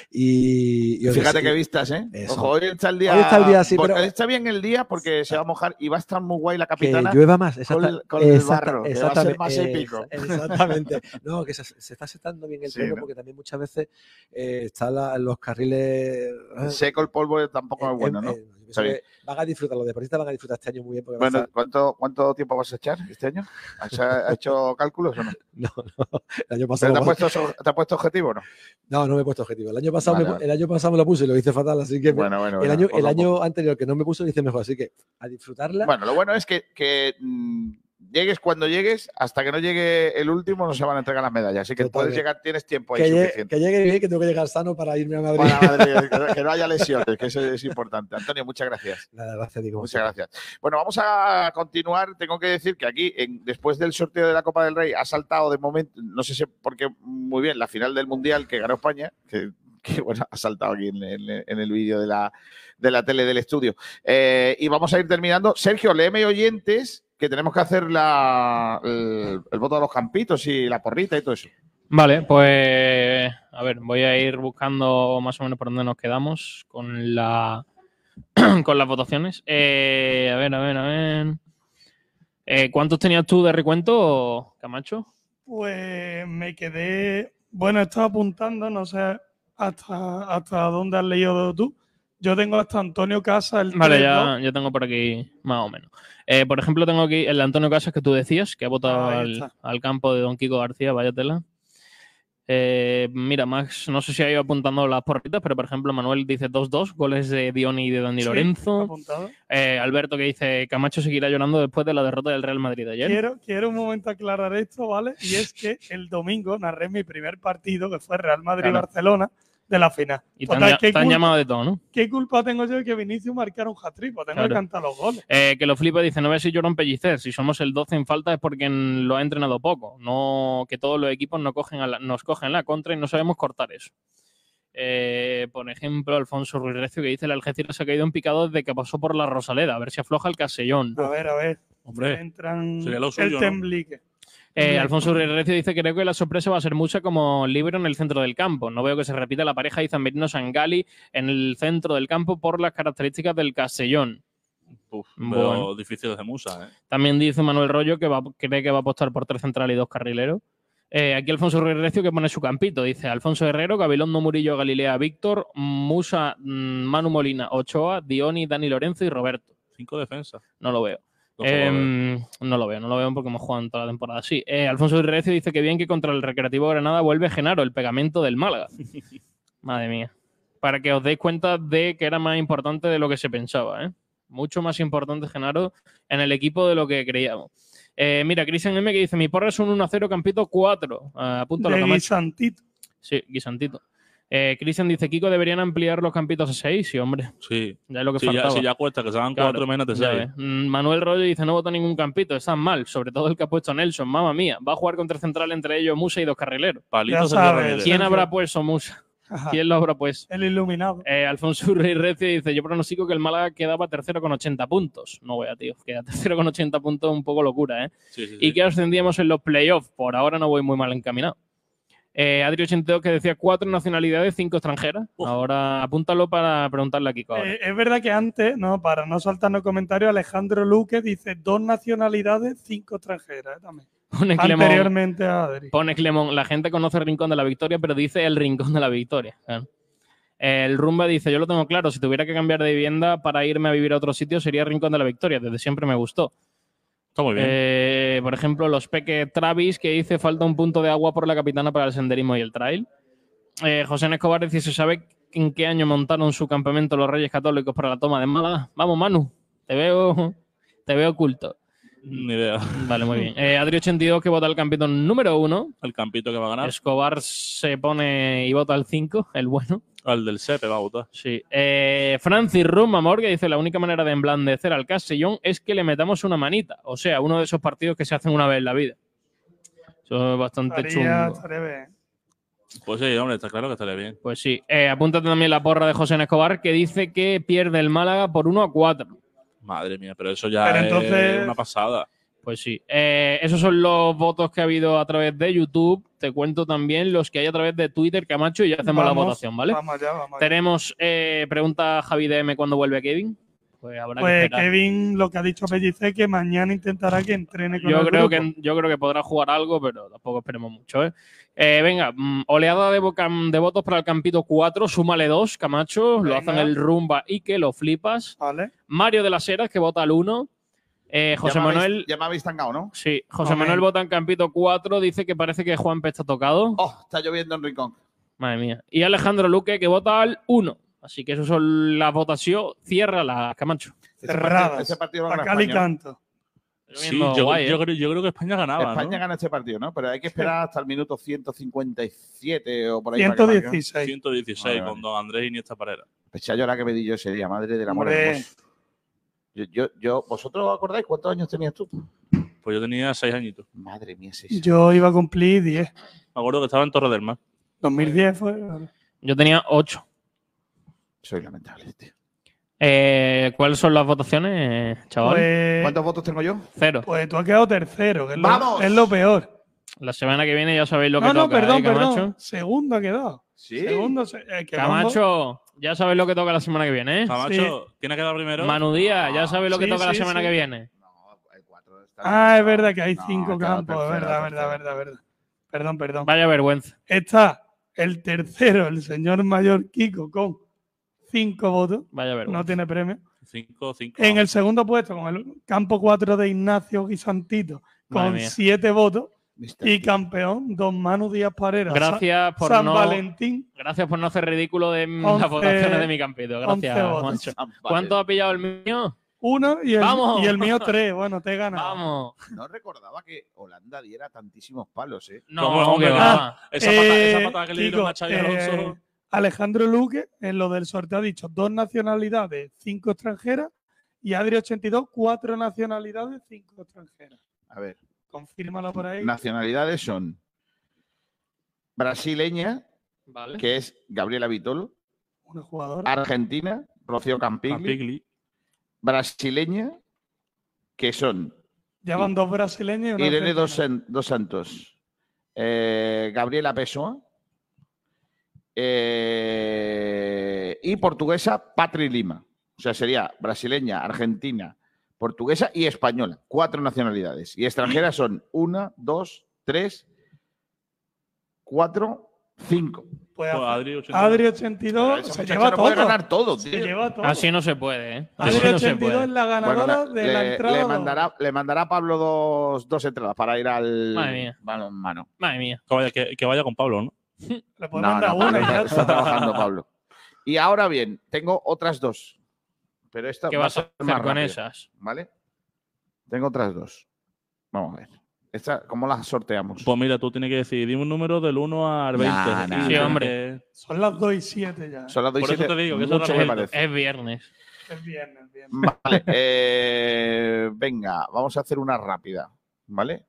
Y fíjate qué vistas, ¿eh? Eso. Ojo, hoy está el día. Hoy está el día, sí, pero está bien el día porque se va a mojar y va a estar muy guay la capitana. Que llueva más, con el barro, que va a ser más épico. Exactamente. No, que se está setando bien el tiempo, ¿no? Porque también muchas veces están los carriles. Seco el polvo tampoco es bueno, ¿no? Van a disfrutar, los deportistas van a disfrutar este año muy bien. Porque bueno, ¿cuánto tiempo vas a echar este año? ¿Has hecho cálculos o no? No. El año pasado. ¿Te has puesto objetivo o no? No me he puesto objetivo. El año pasado me lo puse y lo hice fatal, así que el año anterior que no me puse lo hice mejor, así que a disfrutarla. Bueno, lo bueno es que llegues cuando llegues, hasta que no llegue el último no se van a entregar las medallas, así que puedes llegar, tienes tiempo ahí suficiente. Que llegue bien, que tengo que llegar sano para irme a Madrid. Que no haya lesiones, que eso es importante. Antonio, muchas gracias. Nada, gracias, digo. Muchas gracias. Bueno, vamos a continuar. Tengo que decir que aquí, después del sorteo de la Copa del Rey, ha saltado de momento, no sé si por qué, muy bien, la final del Mundial que ganó España, que bueno, ha saltado aquí en el vídeo de la tele del estudio. Y vamos a ir terminando. Sergio, léeme oyentes, que tenemos que hacer el voto de los campitos y la porrita y todo eso. Vale, pues a ver, voy a ir buscando más o menos por dónde nos quedamos con las votaciones. A ver. ¿Cuántos tenías tú de recuento, Camacho? Pues me quedé... Bueno, estaba apuntando, no sé hasta dónde has leído tú. Yo tengo hasta Antonio Casas. Vale, ya tengo por aquí más o menos. Por ejemplo, tengo aquí el de Antonio Casas que tú decías, que ha votado al campo de Don Kiko García, vaya tela. Mira, Max, no sé si ha ido apuntando las porritas, pero por ejemplo, Manuel dice 2-2, goles de Dioni y de Dani Lorenzo. Alberto que dice Camacho seguirá llorando después de la derrota del Real Madrid de ayer. Quiero un momento aclarar esto, ¿vale? Y es que el domingo narré mi primer partido, que fue Real Madrid-Barcelona, de la final. Y te han llamado de todo, ¿no? ¿Qué culpa tengo yo de que Vinicius marcara un hat-trick? Pues tengo que cantar los goles. Que lo flipa, dice, no ves si lloro en Pellicer. Si somos el 12 en falta es porque lo ha entrenado poco. No que todos los equipos nos cogen la contra y no sabemos cortar eso. Por ejemplo, Alfonso Ruiz Recio que dice el Algeciras se ha caído en picado desde que pasó por la Rosaleda. A ver si afloja el Castellón. A ver. Hombre, entran sería lo suyo, el temblique. Alfonso Ruiz Recio dice creo que la sorpresa va a ser mucha como Libero en el centro del campo. No veo que se repita la pareja de Zamberino Sangali en el centro del campo por las características del Castellón. Bueno, difícil de musa, ¿eh? También dice Manuel Rollo que cree que va a apostar por 3 centrales y 2 carrileros. Aquí Alfonso Ruiz Recio que pone su campito. Dice Alfonso Herrero, Gabilondo, Murillo, Galilea, Víctor, Musa, Manu Molina, Ochoa, Dioni, Dani Lorenzo y Roberto. 5 defensas. No lo veo. No lo veo porque hemos jugado en toda la temporada. Sí, Alfonso Ruiz Recio dice que bien que contra el Recreativo Granada vuelve Genaro, el pegamento del Málaga. Madre mía. Para que os deis cuenta de que era más importante de lo que se pensaba, ¿eh? Mucho más importante Genaro en el equipo de lo que creíamos. Mira, Cristian M que dice mi porra es un 1-0 campito 4. Apúntalo, de Guisantito. Sí, Guisantito. Cristian dice Kiko deberían ampliar los campitos a 6, sí, hombre. Sí. Ya es lo que faltaba. Si ya cuesta que se hagan 4 menos de 6. Manuel Rollo dice no vota ningún campito, están mal, sobre todo el que ha puesto Nelson, mamma mía. Va a jugar con 3 centrales, entre ellos Musa y 2 carrileros. ¿Quién habrá puesto Musa? ¿Quién lo habrá puesto? El iluminado. Alfonso Rey Recio dice yo pronostico que el Málaga quedaba tercero con 80 puntos. No voy a, tío. Queda tercero con 80 puntos, un poco locura, ¿eh? Sí. Y que ascendíamos en los playoffs. Por ahora no voy muy mal encaminado. Adri82 que decía 4 nacionalidades, 5 extranjeras. Ahora apúntalo para preguntarle a Kiko. Es verdad que antes, no, para no saltarnos comentarios, Alejandro Luque dice 2 nacionalidades, 5 extranjeras también. Anteriormente a Adri. Pone Clemón, la gente conoce el Rincón de la Victoria, pero dice el Rincón de la Victoria. Claro. El Rumba dice, yo lo tengo claro, si tuviera que cambiar de vivienda para irme a vivir a otro sitio sería Rincón de la Victoria, desde siempre me gustó. Está muy bien. Por ejemplo, los Peque Travis, que dice falta un punto de agua por la Capitana para el senderismo y el trail. José Escobar dice, ¿se sabe en qué año montaron su campamento los Reyes Católicos para la toma de Málaga? Vamos, Manu, te veo oculto. Ni idea. Vale, muy bien. Adri82 que vota el campito número 1. El campito que va a ganar. Escobar se pone y vota el 5, el bueno. Al del Sepe va a votar. Sí. Francis Rumamor que dice la única manera de emblandecer al Castellón es que le metamos una manita. O sea, uno de esos partidos que se hacen una vez en la vida. Eso es bastante chungo. Estaría bien. Pues sí, hombre, está claro que estaría bien. Pues sí. Apúntate también la porra de José Escobar que dice que pierde el Málaga por 1-4. Madre mía, pero eso ya Pero entonces- es una pasada. Pues sí. Esos son los votos que ha habido a través de YouTube. Te cuento también los que hay a través de Twitter, Camacho, y ya hacemos la votación, ¿vale? Vamos allá, vamos allá. Tenemos, pregunta Javi DM cuándo vuelve Kevin. Pues habrá que Pues esperar. Kevin, lo que ha dicho Pellicer, que mañana intentará que entrene con Yo el creo grupo. que podrá jugar algo, pero tampoco esperemos mucho, ¿eh? Venga, oleada de votos para el Campito 4, súmale 2, Camacho, lo Venga. hacen el Rumba y que lo flipas. Vale. Mario de las Heras, que vota al 1. José Manuel. Ya me habéis tangado, ¿no? Sí, José Amén. Manuel vota en Campito 4, dice que parece que Juanpe está tocado. Oh, está lloviendo en Rincón. Madre mía. Y Alejandro Luque, que vota al 1. Así que esas son las votaciones. Cierra la Camacho. Cerradas. Ese partido lo A gana cal y España, ¿no? canto. Sí, Viendo guay, yo creo que España ganaba, España ¿no? gana este partido, ¿no? Pero hay que esperar hasta el minuto 157 o por ahí. para que marque. 116. 116 Vale, vale. con Don Andrés Iniesta Parera. Pues ya llorar que me di yo ese día, madre del amor Hombre. hermoso. ¿Vosotros os acordáis cuántos años tenías tú? Pues yo tenía 6 añitos. Madre mía, 6. Yo iba a cumplir 10. Me acuerdo que estaba en Torre del Mar. 2010 fue. Yo tenía 8. Soy lamentable, tío. ¿Cuáles son las votaciones, chaval? Pues, ¿Cuántos votos tengo yo? 0. pues tú has quedado tercero, que es, ¡Vamos! es lo peor. La semana que viene ya sabéis lo que No, no, toca, perdón, Camacho. perdón. Segundo ha quedado. Sí. Segundo. Que Camacho, ya sabéis lo que toca la semana que viene, ¿eh? Camacho, ¿quién ha quedado primero? Manu Díaz, ya sabéis lo que Sí, toca la sí, semana sí. que viene. El 4 está Ah, es verdad que hay No, 5 ha quedado campos. Es tercero, verdad. Perdón, perdón. Vaya vergüenza. Está el tercero, el señor mayor Kiko, con 5 votos. Vaya vergüenza. No tiene premio. 5. En el segundo puesto, con el campo 4 de Ignacio Guisantito, Madre con mía. 7 votos. Mister. Y campeón, Don Manu Díaz Parera. Gracias por San no- Valentín. Gracias por no hacer ridículo de 11 las votaciones de mi campito. 11 Gracias, votos. Juancho. Ah, vale. ¿Cuánto ha pillado el mío? 1 ¡Vamos! y el mío 3. Bueno, te he ganado. Vamos. No recordaba que Holanda diera tantísimos palos, ¿eh? No, ¿Cómo, hombre? que va. Esa patada que le dieron Kiko, a Xavi Alonso. Alejandro Luque, en lo del sorteo, ha dicho 2 nacionalidades, 5 extranjeras. Y Adri82, 4 nacionalidades, 5 extranjeras. A ver, Confírmalo por ahí. nacionalidades son brasileña, Vale. que es Gabriela Vitolo, Una jugadora. Argentina, Rocío Campigli, Campigli. brasileña, que son Ya van 2 brasileños y una Irene argentina. dos Santos, Gabriela Pessoa y portuguesa Patri Lima. O sea, sería brasileña, argentina, portuguesa y española. 4 nacionalidades. Y extranjeras son 1, 2, 3, 4, 5. Pues Pues Adri 82. Adri 82 Esa se muchacha lleva no todo. puede ganar todo, Se tío. lleva todo. Así no se puede, ¿eh? Adri Así no se 82 puede. es la ganadora Bueno, de la entrada. le mandará a Pablo dos entradas para ir al Madre mía. balonmano. Madre mía. Que vaya con Pablo, ¿no? Le puede No, mandar no, una Pablo y ya está trabajando Pablo. Y ahora bien, tengo otras 2. Pero esta ¿Qué va a vas a ser hacer más con rápida, esas? ¿vale? Tengo otras 2. Vamos a ver. Esta, ¿cómo las sorteamos? Pues mira, tú tienes que decir, dime un número del 1 al 20. Nah, Y Sí, tienes hombre. que- Son las 2 y 7 ya. Son las 2 y Por eso 7. te digo que eso Mucho es me rápido. parece. Es viernes. Es viernes, viernes. Vale, venga, vamos a hacer una rápida, ¿vale?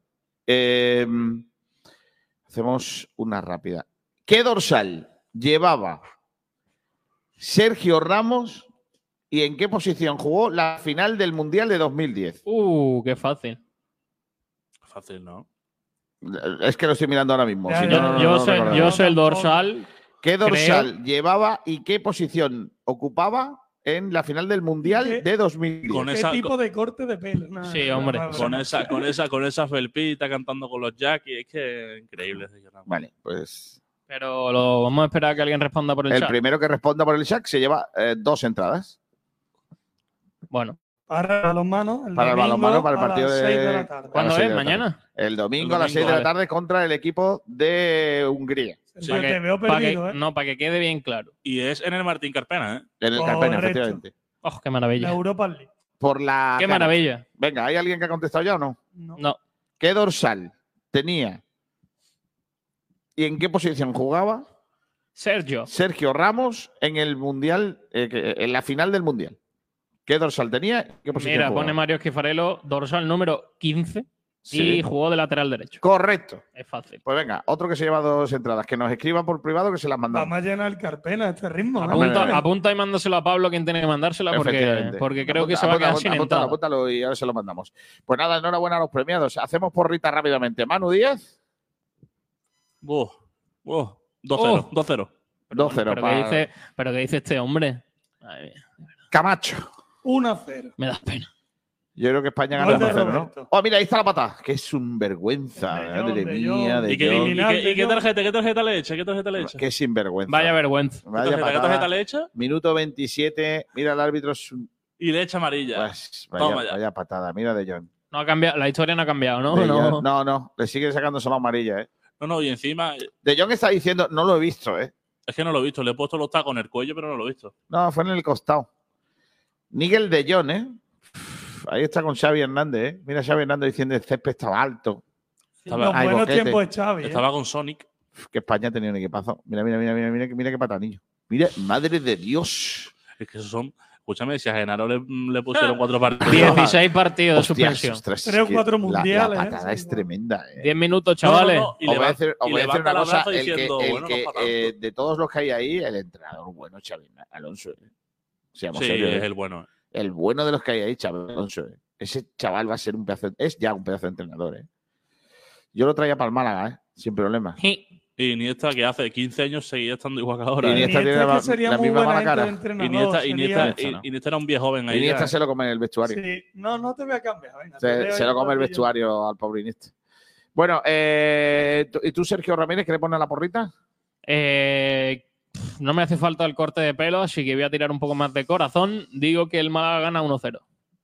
Hacemos una rápida. ¿Qué dorsal llevaba Sergio Ramos y en qué posición jugó la final del Mundial de 2010? Qué fácil. Fácil, ¿no? Es que lo estoy mirando ahora mismo. Ya, si ya, no, no, Yo no sé, recuerdo. yo sé el dorsal. ¿Qué dorsal llevaba y qué posición ocupaba en la final del Mundial ¿Qué? de 2010? Con ¿Qué esa- tipo de corte de pelo? Nada, Sí, nada, hombre. nada, Con esa felpita cantando con los Jackies, es que increíble. Sergio Ramos. Vale, pues Pero vamos a esperar a que alguien responda por el, el chat. primero que responda por el chat se lleva 2 entradas. Bueno, Para el balonmano, Para el balonmano, para el a partido las de- 6 de la tarde. ¿cuándo las 6 es? de la tarde. ¿Mañana? El domingo, El a las 6 de domingo, la tarde contra el equipo de Hungría. Sergio, te veo para perdido, ¿eh? No, para que quede bien claro. Y es en el Martín Carpena, ¿eh? En el Correcto. Carpena, efectivamente. ¡Oh, qué La maravilla! Europa League. por la... ¡Qué cara. maravilla! Venga, ¿hay alguien que ha contestado ya o no? No. ¿Qué dorsal tenía y en qué posición jugaba Sergio Ramos en el Mundial, en la final del Mundial? ¿Qué dorsal tenía? ¿En qué posición Mira, jugaba? pone Mario Esquifarelo, dorsal número 15 Sí. y jugó de lateral derecho. Correcto. Es fácil. Pues venga, otro que se lleva 2 entradas, que nos escriban por privado que se las mandamos. Vamos a llenar el Carpena a este ritmo. Apunta y mándaselo a Pablo quien tiene que mandársela Efectivamente. porque creo que se va a quedar sin entrada. Apúntalo y ahora se lo mandamos. Pues nada, enhorabuena a los premiados. Hacemos porrita rápidamente. Manu Díaz. 2-0. 2-0. 2-0. Pero ¿qué dice este hombre? Ay, Camacho. 1-0. me das pena. Yo creo que España Gol gana de 1-0, ¿no? Roberto. Oh, mira, ahí está la patada. Que es un vergüenza. Madre mía. ¿Y qué tarjeta le echa? ¿Qué tarjeta le echa? Qué sinvergüenza. Vaya vergüenza. Vaya ¿Qué patada. tarjeta le echa? Minuto 27. Mira, el árbitro es un... Y le echa amarilla. Pues, Toma ya. vaya patada. Mira de Jong. No ha cambiado, la historia no ha cambiado, ¿no? De No. Jong. No. Le sigue sacando solo amarilla, ¿eh? No, y encima. De Jong está diciendo, no lo he visto, ¿eh? Es que no lo he visto. Le he puesto los tacos en el cuello, pero no lo he visto. No, fue en el costado. Nigel de Jong, ¿eh? Ahí está con Xavi Hernández, ¿eh? Mira, Xavi Hernández diciendo el césped estaba alto. Los buenos tiempos de Xavi. Estaba con Sonic. Que España tenía un equipazo. Mira qué patanillo. Mira, madre de Dios. Es que esos son. Escúchame, si a Genaro le pusieron 4 partidos. 16 partidos de Hostias, suspensión. ostras, 3 o es que 4 la mundiales. patada es tremenda, ¿eh? 10 minutos, chavales. Y Os voy a decir y una levanta la cosa. brazo El diciendo, que, bueno, no para tanto. de todos los que hay ahí, el entrenador bueno, Xavi Alonso. Seamos Sí, serios, es ¿eh? el bueno. El bueno de los que hay ahí, Xavi Alonso. ¿eh? Ese chaval va a ser un pedazo. Es ya un pedazo de entrenador, ¿eh? Yo lo traía para el Málaga, ¿eh? Sin problema. Y Iniesta, que hace 15 años seguía estando igual que ahora. Iniesta tiene la misma mala cara. Iniesta era un viejo joven ahí. Iniesta ya. se lo come en el vestuario. Sí. No te voy a cambiar. Venga, Se lo come el vestuario al pobre Iniesta. Bueno, ¿y tú, Sergio Ramírez, qué le pones la porrita? No me hace falta el corte de pelo, así que voy a tirar un poco más de corazón. Digo que el Málaga gana 1-0.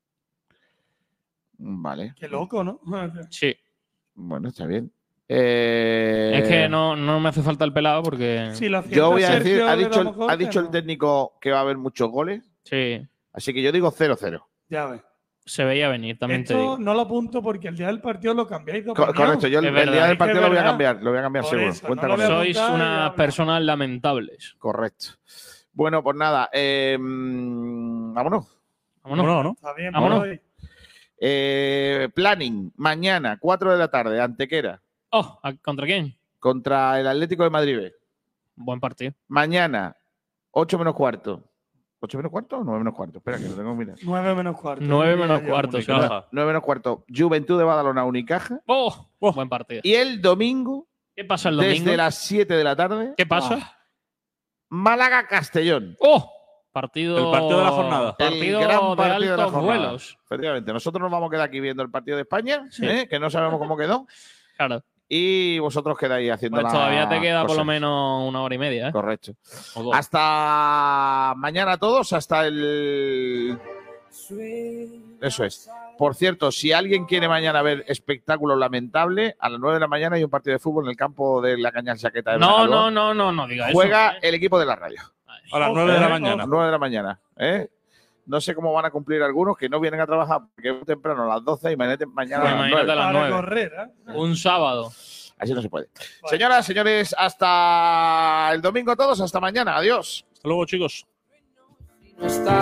Vale. Qué loco, ¿no? Sí. Bueno, está bien. Es que no me hace falta el pelado porque... Si lo yo voy a decir, Sergio, ha dicho el técnico que va a haber muchos goles. Sí. Así que yo digo 0-0. Ya ves. Se veía venir, también te Esto digo. no lo apunto porque el día del partido lo cambiáis de opinión. Correcto, yo el día del partido lo voy a cambiar. Lo voy a cambiar Por seguro. eso, Cuenta no con lo eso. voy a Sois apuntar y unas habla. personas lamentables. Correcto. Bueno, pues nada. Vámonos. Vámonos. ¿no? Está bien, Vámonos. por hoy. Planning, mañana, 4 de la tarde, Antequera, Oh, ¿contra quién? contra el Atlético de Madrid B. Buen partido. Mañana, 8 menos cuarto. ¿8 menos cuarto o 9 menos cuarto? Espera, que lo tengo que mirar. 9 menos cuarto. 9 menos Diría yo. cuarto. sí. Unicaja. 9 menos cuarto. Juventud de Badalona, Unicaja. Oh, buen partido. Y el domingo, ¿Qué pasa el domingo? desde las 7 de la tarde, ¿Qué pasa? Málaga-Castellón. ¡Oh! Partido... El partido de la jornada. Partido El gran de partido de la altos jornada. vuelos. Efectivamente, nosotros nos vamos a quedar aquí viendo el partido de España, Sí. que no sabemos cómo quedó, Claro. y vosotros quedáis haciendo Pues la todavía te queda por cosa. lo menos 1 hora y media, ¿eh? Correcto. O 2. Hasta mañana a todos, hasta el... Eso es. Por cierto, si alguien quiere mañana ver espectáculo lamentable, a las 9 de la mañana hay un partido de fútbol en el campo de la Cañal Chaqueta de No, Benaló. no diga eso. Juega el equipo de la radio. A las 9 de la A mañana. las 9 de la mañana. ¿eh? No sé cómo van a cumplir algunos que no vienen a trabajar porque es temprano a las 12 y mañana a las 9. Imagínate a las Para 9. correr, ¿eh? Un sábado. Así no se puede. Señoras, señores, hasta el domingo todos, hasta mañana. Adiós. Hasta luego, chicos.